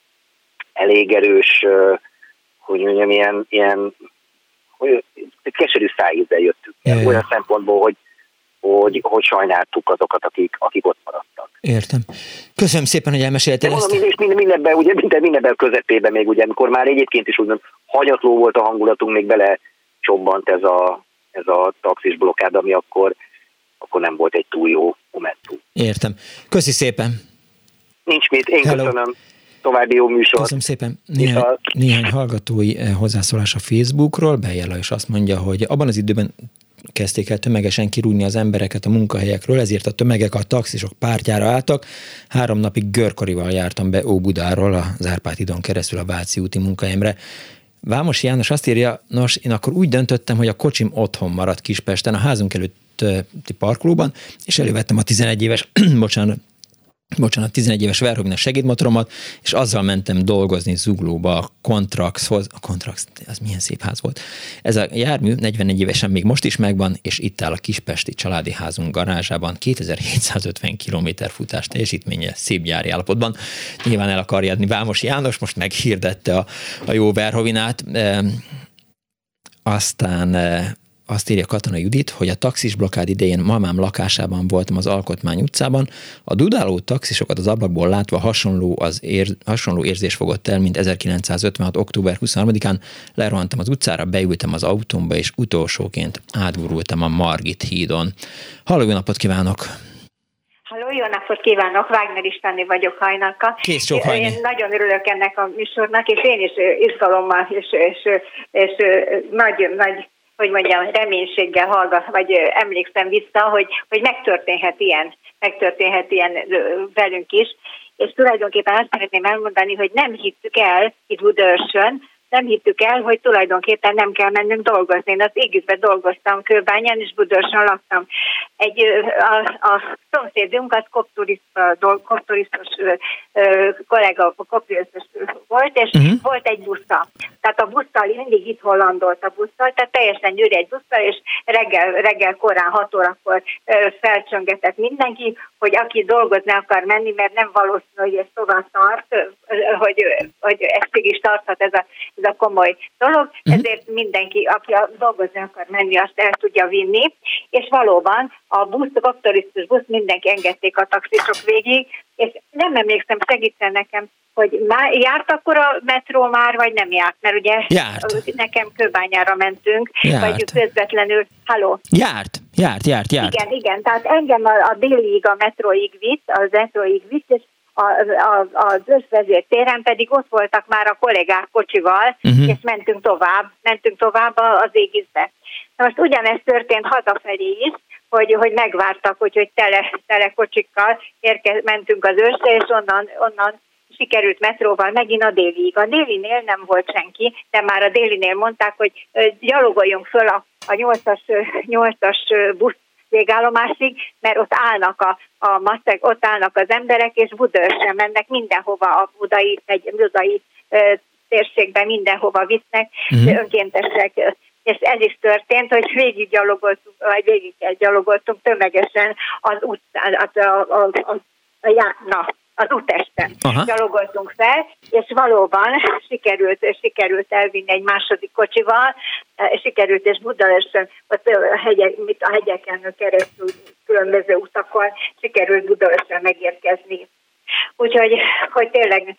elég erős, uh, hogy mondjam, ilyen, ilyen hogy, keserű szájízzel jöttünk. Yeah. Olyan szempontból, hogy Hogy, hogy sajnáltuk azokat, akik, akik ott maradtak. Értem. Köszönöm szépen, hogy elmeséltél ezt. És minden, mindenben, ugye, minden, mindenben közepében még, ugye, amikor már egyébként is úgy hanyatló volt a hangulatunk, még bele csobbant ez a, ez a taxis blokkád, ami akkor, akkor nem volt egy túl jó momentum. Értem. Köszi szépen. Nincs mit, én Hello. Köszönöm. További jó műsor. Köszönöm szépen. Néhány, néhány hallgatói hozzászólás a Facebookról. Bejjel is azt mondja, hogy abban az időben kezdték el tömegesen kirúgni az embereket a munkahelyekről, ezért a tömegek a taxisok pártjára álltak. Három napig görkorival jártam be Óbudáról az Árpád-hídon keresztül a Váci úti munkahelyemre. Vámos János azt írja, nos, én akkor úgy döntöttem, hogy a kocsim otthon maradt Kispesten, a házunk előtti parkolóban, és elővettem a tizenegy éves, bocsánat, bocsánat, tizenegy éves Verhoevenes segédmotoromat, és azzal mentem dolgozni Zuglóba a Kontraxhoz. A Kontrax, az milyen szép ház volt. Ez a jármű negyvenegy évesen még most is megvan, és itt áll a kispesti családi házunk garázsában, kétezer-hétszázötven kilométer futás teljesítménye, szép gyári állapotban. Nyilván el akarja adni Vámos János, most meghirdette a, a jó Verhoevenát. E, aztán e, azt írja Katona Judit, hogy a taxis blokkád idején mamám lakásában voltam az Alkotmány utcában. A dudáló taxisokat az ablakból látva hasonló, az ér, hasonló érzés fogott el, mint ezerkilencszázötvenhat. október huszonharmadikán. Lerohantam az utcára, beültem az autómba, és utolsóként átgurultam a Margit hídon. Halló, jó napot kívánok! Halló, jó napot kívánok! Wagner Istenné vagyok, Hajnalka. Kész sok hajni. Én nagyon örülök ennek a műsornak, és én is izgalommal, és, és, és, és nagy, nagy hogy mondjam, reménységgel hallgat, vagy emlékszem vissza, hogy, hogy megtörténhet ilyen, megtörténhet ilyen velünk is. És tulajdonképpen azt szeretném elmondani, hogy nem hittük el itt Budaörsön, nem hittük el, hogy tulajdonképpen nem kell mennünk dolgozni. Én az égizben dolgoztam, Kőbányán, és Budaörsen laktam. Egy, a, a szomszédunk az kopturisztos kollega, kopturisztos volt, és uh-huh. volt egy busza. Tehát a busszal mindig itt hollandolt a busszal, tehát teljesen gyűri egy busszal, és reggel, reggel korán hat órakor felcsöngetett mindenki, hogy aki dolgozni akar menni, mert nem valószínű, hogy ez tovább tart, hogy, hogy estig is tarthat ez a, ez a komoly dolog, ezért mindenki, aki dolgozni akar menni, azt el tudja vinni, és valóban a busz, a kapitalisztus busz, mindenki engedték a taxisok végig, és nem emlékszem, segítsen nekem, hogy már járt akkor a metró már, vagy nem járt, mert ugye járt. Nekem Kőbányára mentünk, járt. Vagy közvetlenül, halló? Járt, járt, járt, járt. Igen, igen, tehát engem a, a délig, a metróig vitt, az metróig vitt, és a, a, az összvezértéren pedig ott voltak már a kollégák kocsival, uh-huh. és mentünk tovább, mentünk tovább az égizbe. Na most ugyanezt történt hazafelé is, hogy, hogy megvártak, hogy, hogy tele, tele kocsikkal érke, mentünk az őrsre, és onnan, onnan sikerült metróval megint a délig. A délinél nem volt senki, de már a délinél mondták, hogy gyalogoljunk föl a, a nyolcas busz végállomásig, mert ott állnak a, a maszek, ott állnak az emberek, és Budaörsre mennek mindenhova a budai, egy budai e, térségben mindenhova visznek, mm-hmm. önkéntesek. És ez is történt, hogy végig gyalogoltunk, vagy végig gyalogoltunk tömegesen az utcán, a, a, a, a, a, na, az útesten. Aha. Gyalogoltunk fel, és valóban sikerült, sikerült elvinni egy második kocsival, sikerült, és Budaörsön, ott a, hegyek, a hegyeken keresztül különböző utakon sikerült Budaörsön megérkezni. Úgyhogy hogy tényleg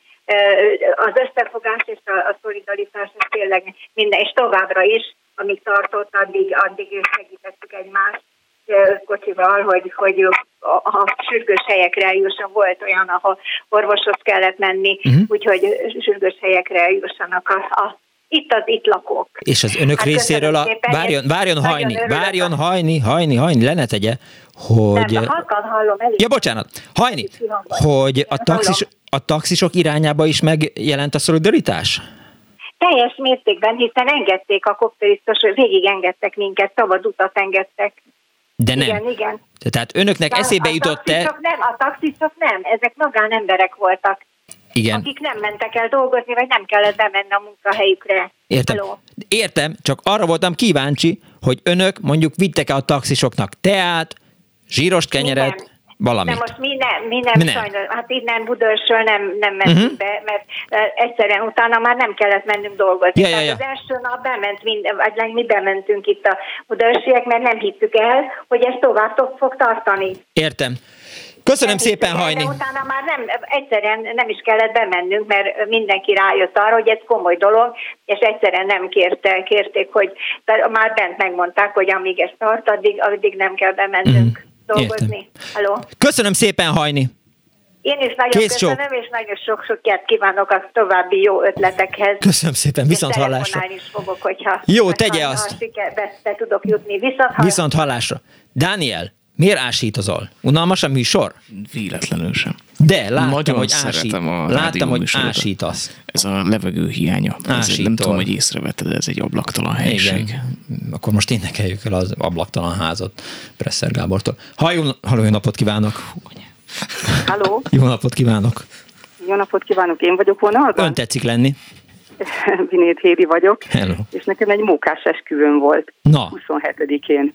az összefogás és a, a szolidaritás az tényleg minden, és továbbra is, amíg tartott, addig, addig segítettük egymást kocsival, hogy, hogy a, a sürgős helyekre eljusson. Volt olyan, ahol orvoshoz kellett menni, uh-huh. úgyhogy sürgős helyekre eljussanak a, a itt az itt lakók. És az önök hát részéről a... Várjon, várjon hajni, várjon hajni, hajni, hajni, le ne tegye, hogy... Nem, halkan hallom, elég. Ja, bocsánat, hajni, hogy a, taxis, a taxisok irányába is megjelent a szolidaritás? Teljes mértékben, hiszen engedték a kopterisztos, végig engedtek minket, szabad utat engedtek. De nem. Igen, igen. Tehát önöknek de eszébe a jutott-e... Nem, a taxisok nem, ezek magánemberek voltak. Igen. Akik nem mentek el dolgozni, vagy nem kellett bemenni a munkahelyükre. Értem. Hello. Értem, csak arra voltam kíváncsi, hogy önök mondjuk vittek-e a taxisoknak teát, zsíros kenyeret, nem. valamit. De most mi nem, mi nem, mi nem. Sajnos, hát innen Budaörsről nem, nem mentünk uh-huh. be, mert uh, egyszerűen utána már nem kellett mennünk dolgozni. Ja, ja, ja. Az első nap bement minden, vagy mi bementünk itt a budaörsiek, mert nem hittük el, hogy ez tovább fog tartani. Értem. Köszönöm nem szépen, Hajni. De utána már nem, egyszerűen nem is kellett bemennünk, mert mindenki rájött arra, hogy ez komoly dolog, és egyszerűen nem kérte, kérték, hogy már bent megmondták, hogy amíg ez tart, addig, addig nem kell bemennünk. Mm. dolgozni. Halló. Köszönöm szépen, Hajni. Én is nagyon Kész köszönöm, sok. És nagyon sok sikert kívánok a további jó ötletekhez. Köszönöm szépen, viszont hallásra. is fogok, hogyha jó, tegye ha, azt. Ha sikerbe tudok jutni. Viszont hallásra. Viszont hallásra. Dániel, miért ásítozol? Unalmas a műsor? Véletlenül sem. De láttam, nagyon hogy ásít. Láttam, hogy ásítasz. Ez a levegő hiánya. Ez, nem tudom, hogy észrevetted, ez egy ablaktalan helység. Igen. Akkor most énekeljük el az ablaktalan házat Presser Gábortól. Ha jó, halló, jó napot kívánok! Halló! Jó napot kívánok! Jó napot kívánok, én vagyok vonalban? Ön tetszik lenni. Vinét Hédi vagyok. Hello. És nekem egy mókás esküvőm volt. Na. huszonhetedikén.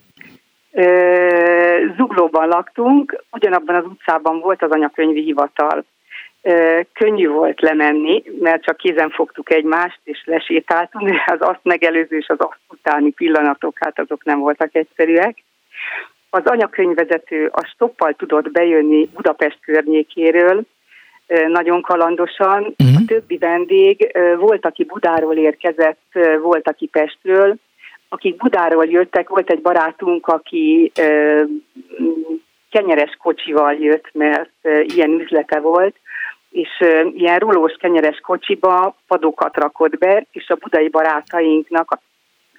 Zuglóban laktunk, ugyanabban az utcában volt az anyakönyvi hivatal. Könnyű volt lemenni, mert csak kézen fogtuk egymást, és lesétáltunk, de az azt megelőző és az azt utáni pillanatok, hát azok nem voltak egyszerűek. Az anyakönyvvezető a stoppal tudott bejönni Budapest környékéről, nagyon kalandosan. Uh-huh. A többi vendég volt, aki Budáról érkezett, volt, aki Pestről. Akik Budáról jöttek, volt egy barátunk, aki ö, kenyeres kocsival jött, mert ö, ilyen üzlete volt, és ö, ilyen rulós kenyeres kocsiba padokat rakott be, és a budai barátainknak,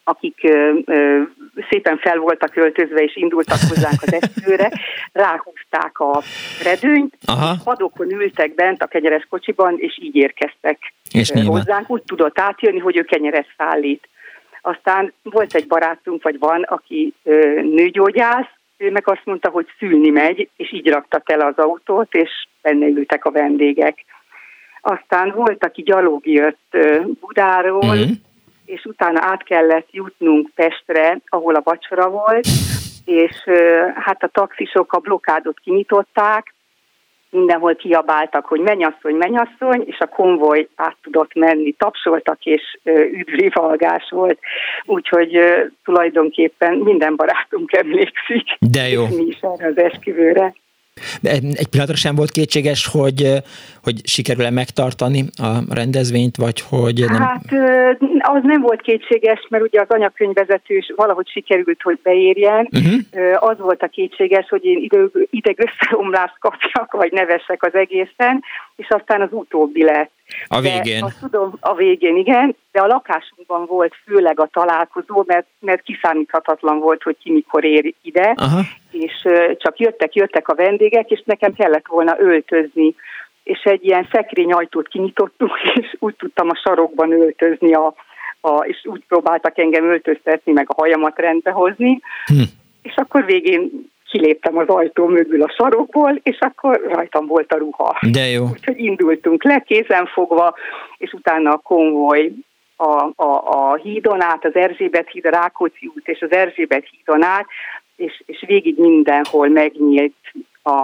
akik ö, ö, szépen fel voltak öltözve és indultak hozzánk az esküvőre, ráhúzták a redőnyt, Aha. és padokon ültek bent a kenyeres kocsiban, és így érkeztek és hozzánk. Úgy tudott átjönni, hogy ő kenyeret szállít. Aztán volt egy barátunk, vagy van, aki ö, nőgyógyász, ő meg azt mondta, hogy szülni megy, és így raktak el az autót, és benne ültek a vendégek. Aztán volt, aki gyalog jött ö, Budáról, mm. és utána át kellett jutnunk Pestre, ahol a vacsora volt, és ö, hát a taxisok a blokkádot kinyitották, mindenhol kiabáltak, hogy mennyasszony, mennyasszony, és a konvoj át tudott menni, tapsoltak, és üdvrivalgás volt. Úgyhogy ö, tulajdonképpen minden barátunk emlékszik. De jó. És mi is erre az esküvőre. Egy pillanatra sem volt kétséges, hogy, hogy sikerül-e megtartani a rendezvényt, vagy hogy nem? Hát az nem volt kétséges, mert ugye az anyakönyvvezető valahogy sikerült, hogy beérjen. Uh-huh. Az volt a kétséges, hogy én idegösszeomlást kapjak, vagy nevessek az egészen, és aztán az utóbbi lett. A végén. De azt tudom, a végén, igen, de a lakásunkban volt főleg a találkozó, mert, mert kiszámíthatatlan volt, hogy ki mikor ér ide, aha. és csak jöttek, jöttek a vendégek, és nekem kellett volna öltözni, és egy ilyen szekrényajtót kinyitottuk, és úgy tudtam a sarokban öltözni, a, a, és úgy próbáltak engem öltöztetni, meg a hajamat rendbe hozni, hm. és akkor végén kiléptem az ajtó mögül a sarokból, és akkor rajtam volt a ruha. De jó. Úgyhogy indultunk le, kézen fogva, és utána a konvoj a, a, a hídon át, az Erzsébet híd, a Rákóczi út és az Erzsébet hídon át, és, és végig mindenhol megnyílt a,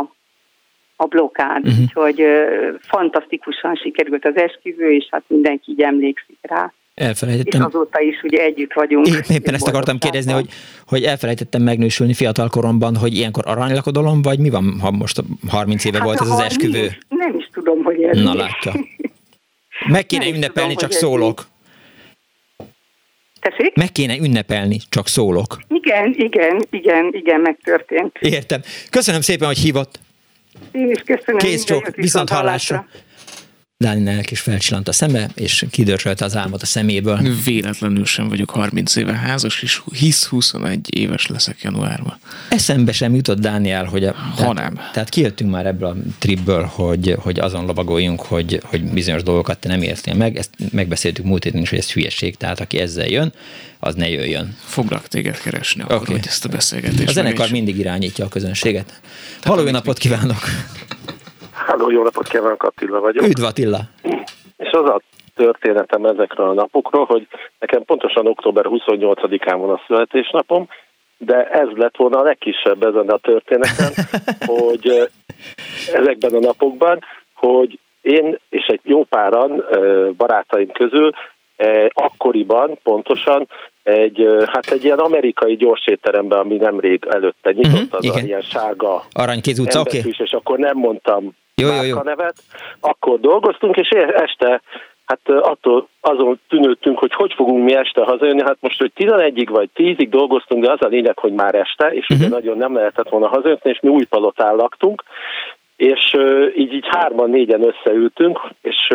a blokkád. Uh-huh. Úgyhogy uh, fantasztikusan sikerült az esküvő, és hát mindenki így emlékszik rá. Elfelejtettem. És azóta is ugye együtt vagyunk. Én éppen ezt akartam kérdezni, hogy, hogy elfelejtettem megnősülni fiatal koromban, hogy ilyenkor aranylakodalom, vagy mi van, ha most harminc éve hát volt ez az esküvő? Nem is tudom, hogy ez. Na látja. Meg kéne nem ünnepelni, tudom, csak szólok. Tessék? Meg kéne ünnepelni, csak szólok. Igen, igen, igen, igen, megtörtént. Értem. Köszönöm szépen, hogy hívott. Én is köszönöm. Kész csók, viszont hallásra. Dánielnek is felcsillant a szeme, és kidörzsölte az álmot a szeméből. Véletlenül sem vagyok harminc éve házas, és hisz huszonegy éves leszek januárban. Eszembe sem jutott, Dániel, hogy... A, ha tehát, nem. Tehát kijöttünk már ebből a tripből, hogy, hogy azon lovagoljunk, hogy, hogy bizonyos dolgokat te nem értél meg. Ezt megbeszéltük múlt héten is, hogy ez hülyeség, tehát aki ezzel jön, az ne jöjjön. Foglak téged keresni akkor, okay. Hogy ezt a beszélgetést. A zenekar mindig irányítja a közönséget. Halló, jó napot kívánok! Halló, jó napot kívánok, Attila vagyok. Üdv, Attila! És az a történetem ezekről a napokról, hogy nekem pontosan október huszonnyolcadikán van a születésnapom, de ez lett volna a legkisebb ezen a történeten, hogy ezekben a napokban, hogy én és egy jó páran barátaim közül akkoriban pontosan egy, hát egy ilyen amerikai gyorsétteremben, ami nemrég előtte nyitott, uh-huh, az igen. A ilyen sárga Aranykéz utca, oké. Okay. És akkor nem mondtam jó, jó, jó. nevet. Akkor dolgoztunk, és este hát attól azon tűnődtünk, hogy hogy fogunk mi este hazajönni. Hát most, hogy tizenegyig vagy tízig dolgoztunk, de az a lényeg, hogy már este, és uh-huh. ugye nagyon nem lehetett volna hazajönni, és mi Újpalotán laktunk, és így, így hárman, négyen összeültünk, és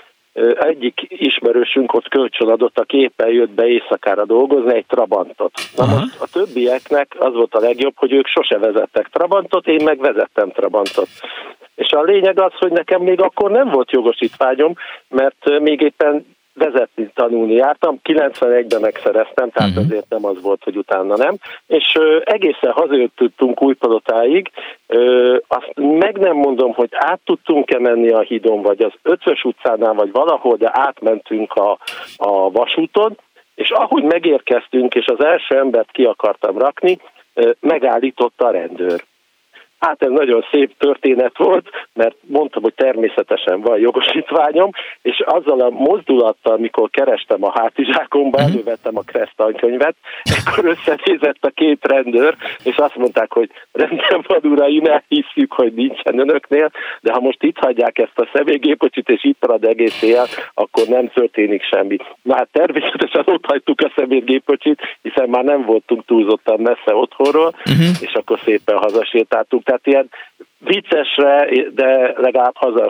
egyik ismerősünk ott kölcsön adott, aki éppen jött be éjszakára dolgozni, egy Trabantot. Na uh-huh. most a többieknek az volt a legjobb, hogy ők sose vezettek Trabantot, én meg vezettem Trabantot. És a lényeg az, hogy nekem még akkor nem volt jogosítványom, mert még éppen vezetni, tanulni jártam, kilencvenegyben megszereztem, tehát uh-huh. azért nem az volt, hogy utána nem, és ö, egészen hazajöttünk Újpalotáig, ö, azt meg nem mondom, hogy át tudtunk-e menni a hídon, vagy az Ötvös utcánál, vagy valahol, de átmentünk a, a vasúton, és ahogy megérkeztünk, és az első embert ki akartam rakni, ö, megállította a rendőr. Hát ez nagyon szép történet volt, mert mondtam, hogy természetesen van jogosítványom, és azzal a mozdulattal, mikor kerestem a hátizsákomba, uh-huh. elővettem a Kressz tankönyvet, akkor összenézett a két rendőr, és azt mondták, hogy rendben van, uraim, elhisszük, hogy nincsen önöknél, de ha most itt hagyják ezt a személygépkocsit, és itt marad egész éjjel, akkor nem történik semmi. Na hát természetesen ott hagytuk a személygépkocsit, hiszen már nem voltunk túlzottan messze otthonról, uh-huh. és akkor szépen hazasétáltunk. Tehát ilyen viccesre, de legalább haza,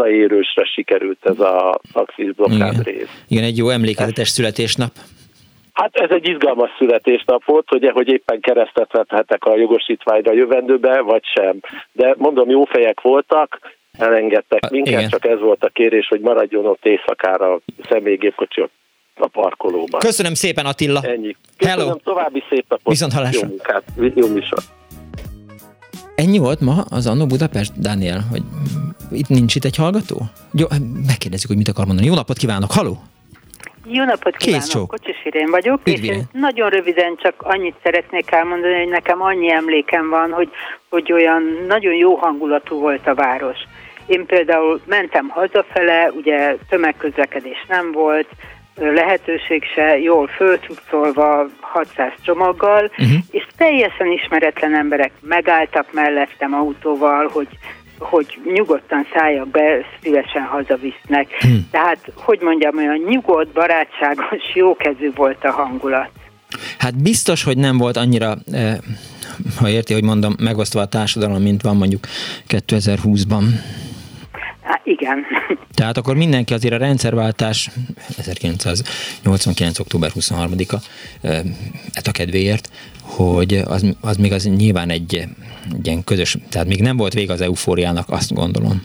hazaérősre sikerült ez a taxis blokkád rész. Igen, egy jó emlékezetes születésnap. Hát ez egy izgalmas születésnap volt, hogy, hogy éppen keresztet vethetek a jogosítványra jövendőbe, vagy sem. De mondom, jó fejek voltak, elengedtek minket, igen. Csak ez volt a kérés, hogy maradjon ott éjszakára a személygépkocsi a parkolóban. Köszönöm szépen, Attila. Ennyi. Köszönöm, hello. További szép napot. Viszont hallásra. Jó munkát, jó műsor. Ennyi volt ma az Annó Budapest, Dániel, hogy itt nincs itt egy hallgató? Jó, megkérdezzük, hogy mit akar mondani. Jó napot kívánok, haló! Jó napot kívánok, Kocsis Irén vagyok, és én nagyon röviden csak annyit szeretnék elmondani, hogy nekem annyi emlékem van, hogy, hogy olyan nagyon jó hangulatú volt a város. Én például mentem hazafele, ugye tömegközlekedés nem volt, lehetőség se, jól fölcuccolva hatszáz csomaggal, uh-huh. és teljesen ismeretlen emberek megálltak mellettem autóval, hogy hogy nyugodtan szálljak be, szívesen hazavisznek. Hmm. Tehát, hogy mondjam, olyan nyugodt, barátságos, jókezű volt a hangulat. Hát biztos, hogy nem volt annyira, eh, ha érti, hogy mondom, megosztva a társadalom, mint van mondjuk kétezer-húszban. Há, igen. Tehát akkor mindenki azért a rendszerváltás ezerkilencszáznyolcvankilenc. október huszonharmadika et a kedvéért, hogy az, az még az nyilván egy, egy ilyen közös, tehát még nem volt vége az eufóriának, azt gondolom.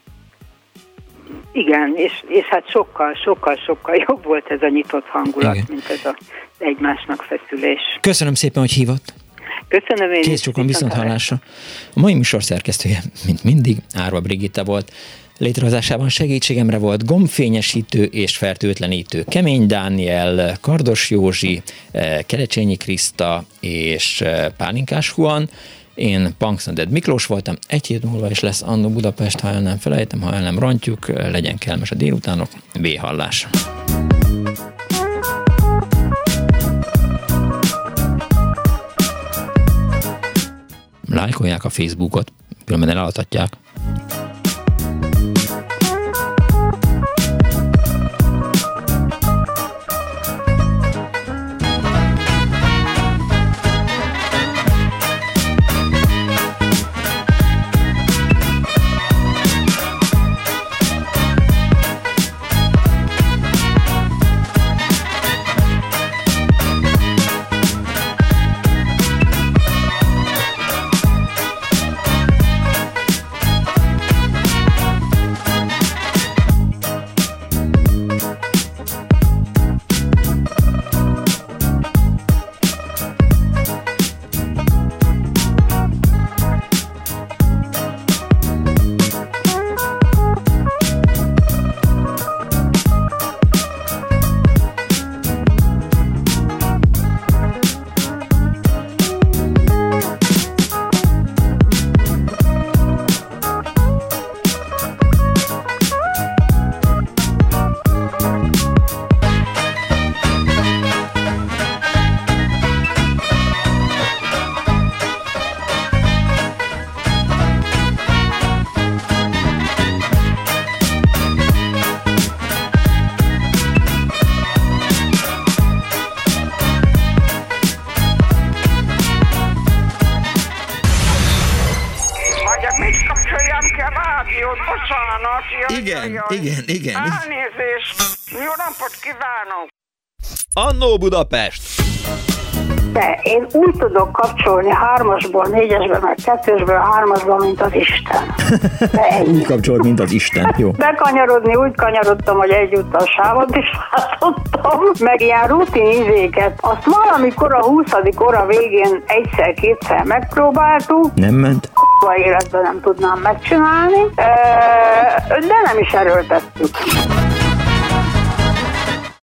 Igen, és, és hát sokkal, sokkal, sokkal jobb volt ez a nyitott hangulat, igen. mint ez az egymásnak feszülés. Köszönöm szépen, hogy hívott. Köszönöm én. Kész csókon, viszont hallásra. A mai műsor szerkesztője, mint mindig, Árva Brigitta volt. Létrehozásában segítségemre volt gombfényesítő és fertőtlenítő Kemény Dániel, Kardos Józsi, Kerecsényi Kriszta és Pálinkás Huan. Én Punksnoded Miklós voltam. Egy hét múlva is lesz Annó Budapest, ha el nem felejtem, ha el nem rontjuk. Legyen kellemes a délutánok. V-hallás. Lájkolják a Facebookot, különben elaltatják. Igen, igen, igen. Elnézést! Jó napot kívánok! Annó Budapest! De én úgy tudok kapcsolni hármasból, négyesből, meg kettősből, hármasból, mint az Isten. Úgy kapcsolod, mint az Isten, jó. Bekanyarodni úgy kanyarodtam, hogy egyúttal sávot is látottam, meg ilyen rutin izéket. Azt valamikor a huszadik óra végén egyszer-kétszer megpróbáltuk. Nem ment? A életben nem tudnám megcsinálni, de nem is erőltettük.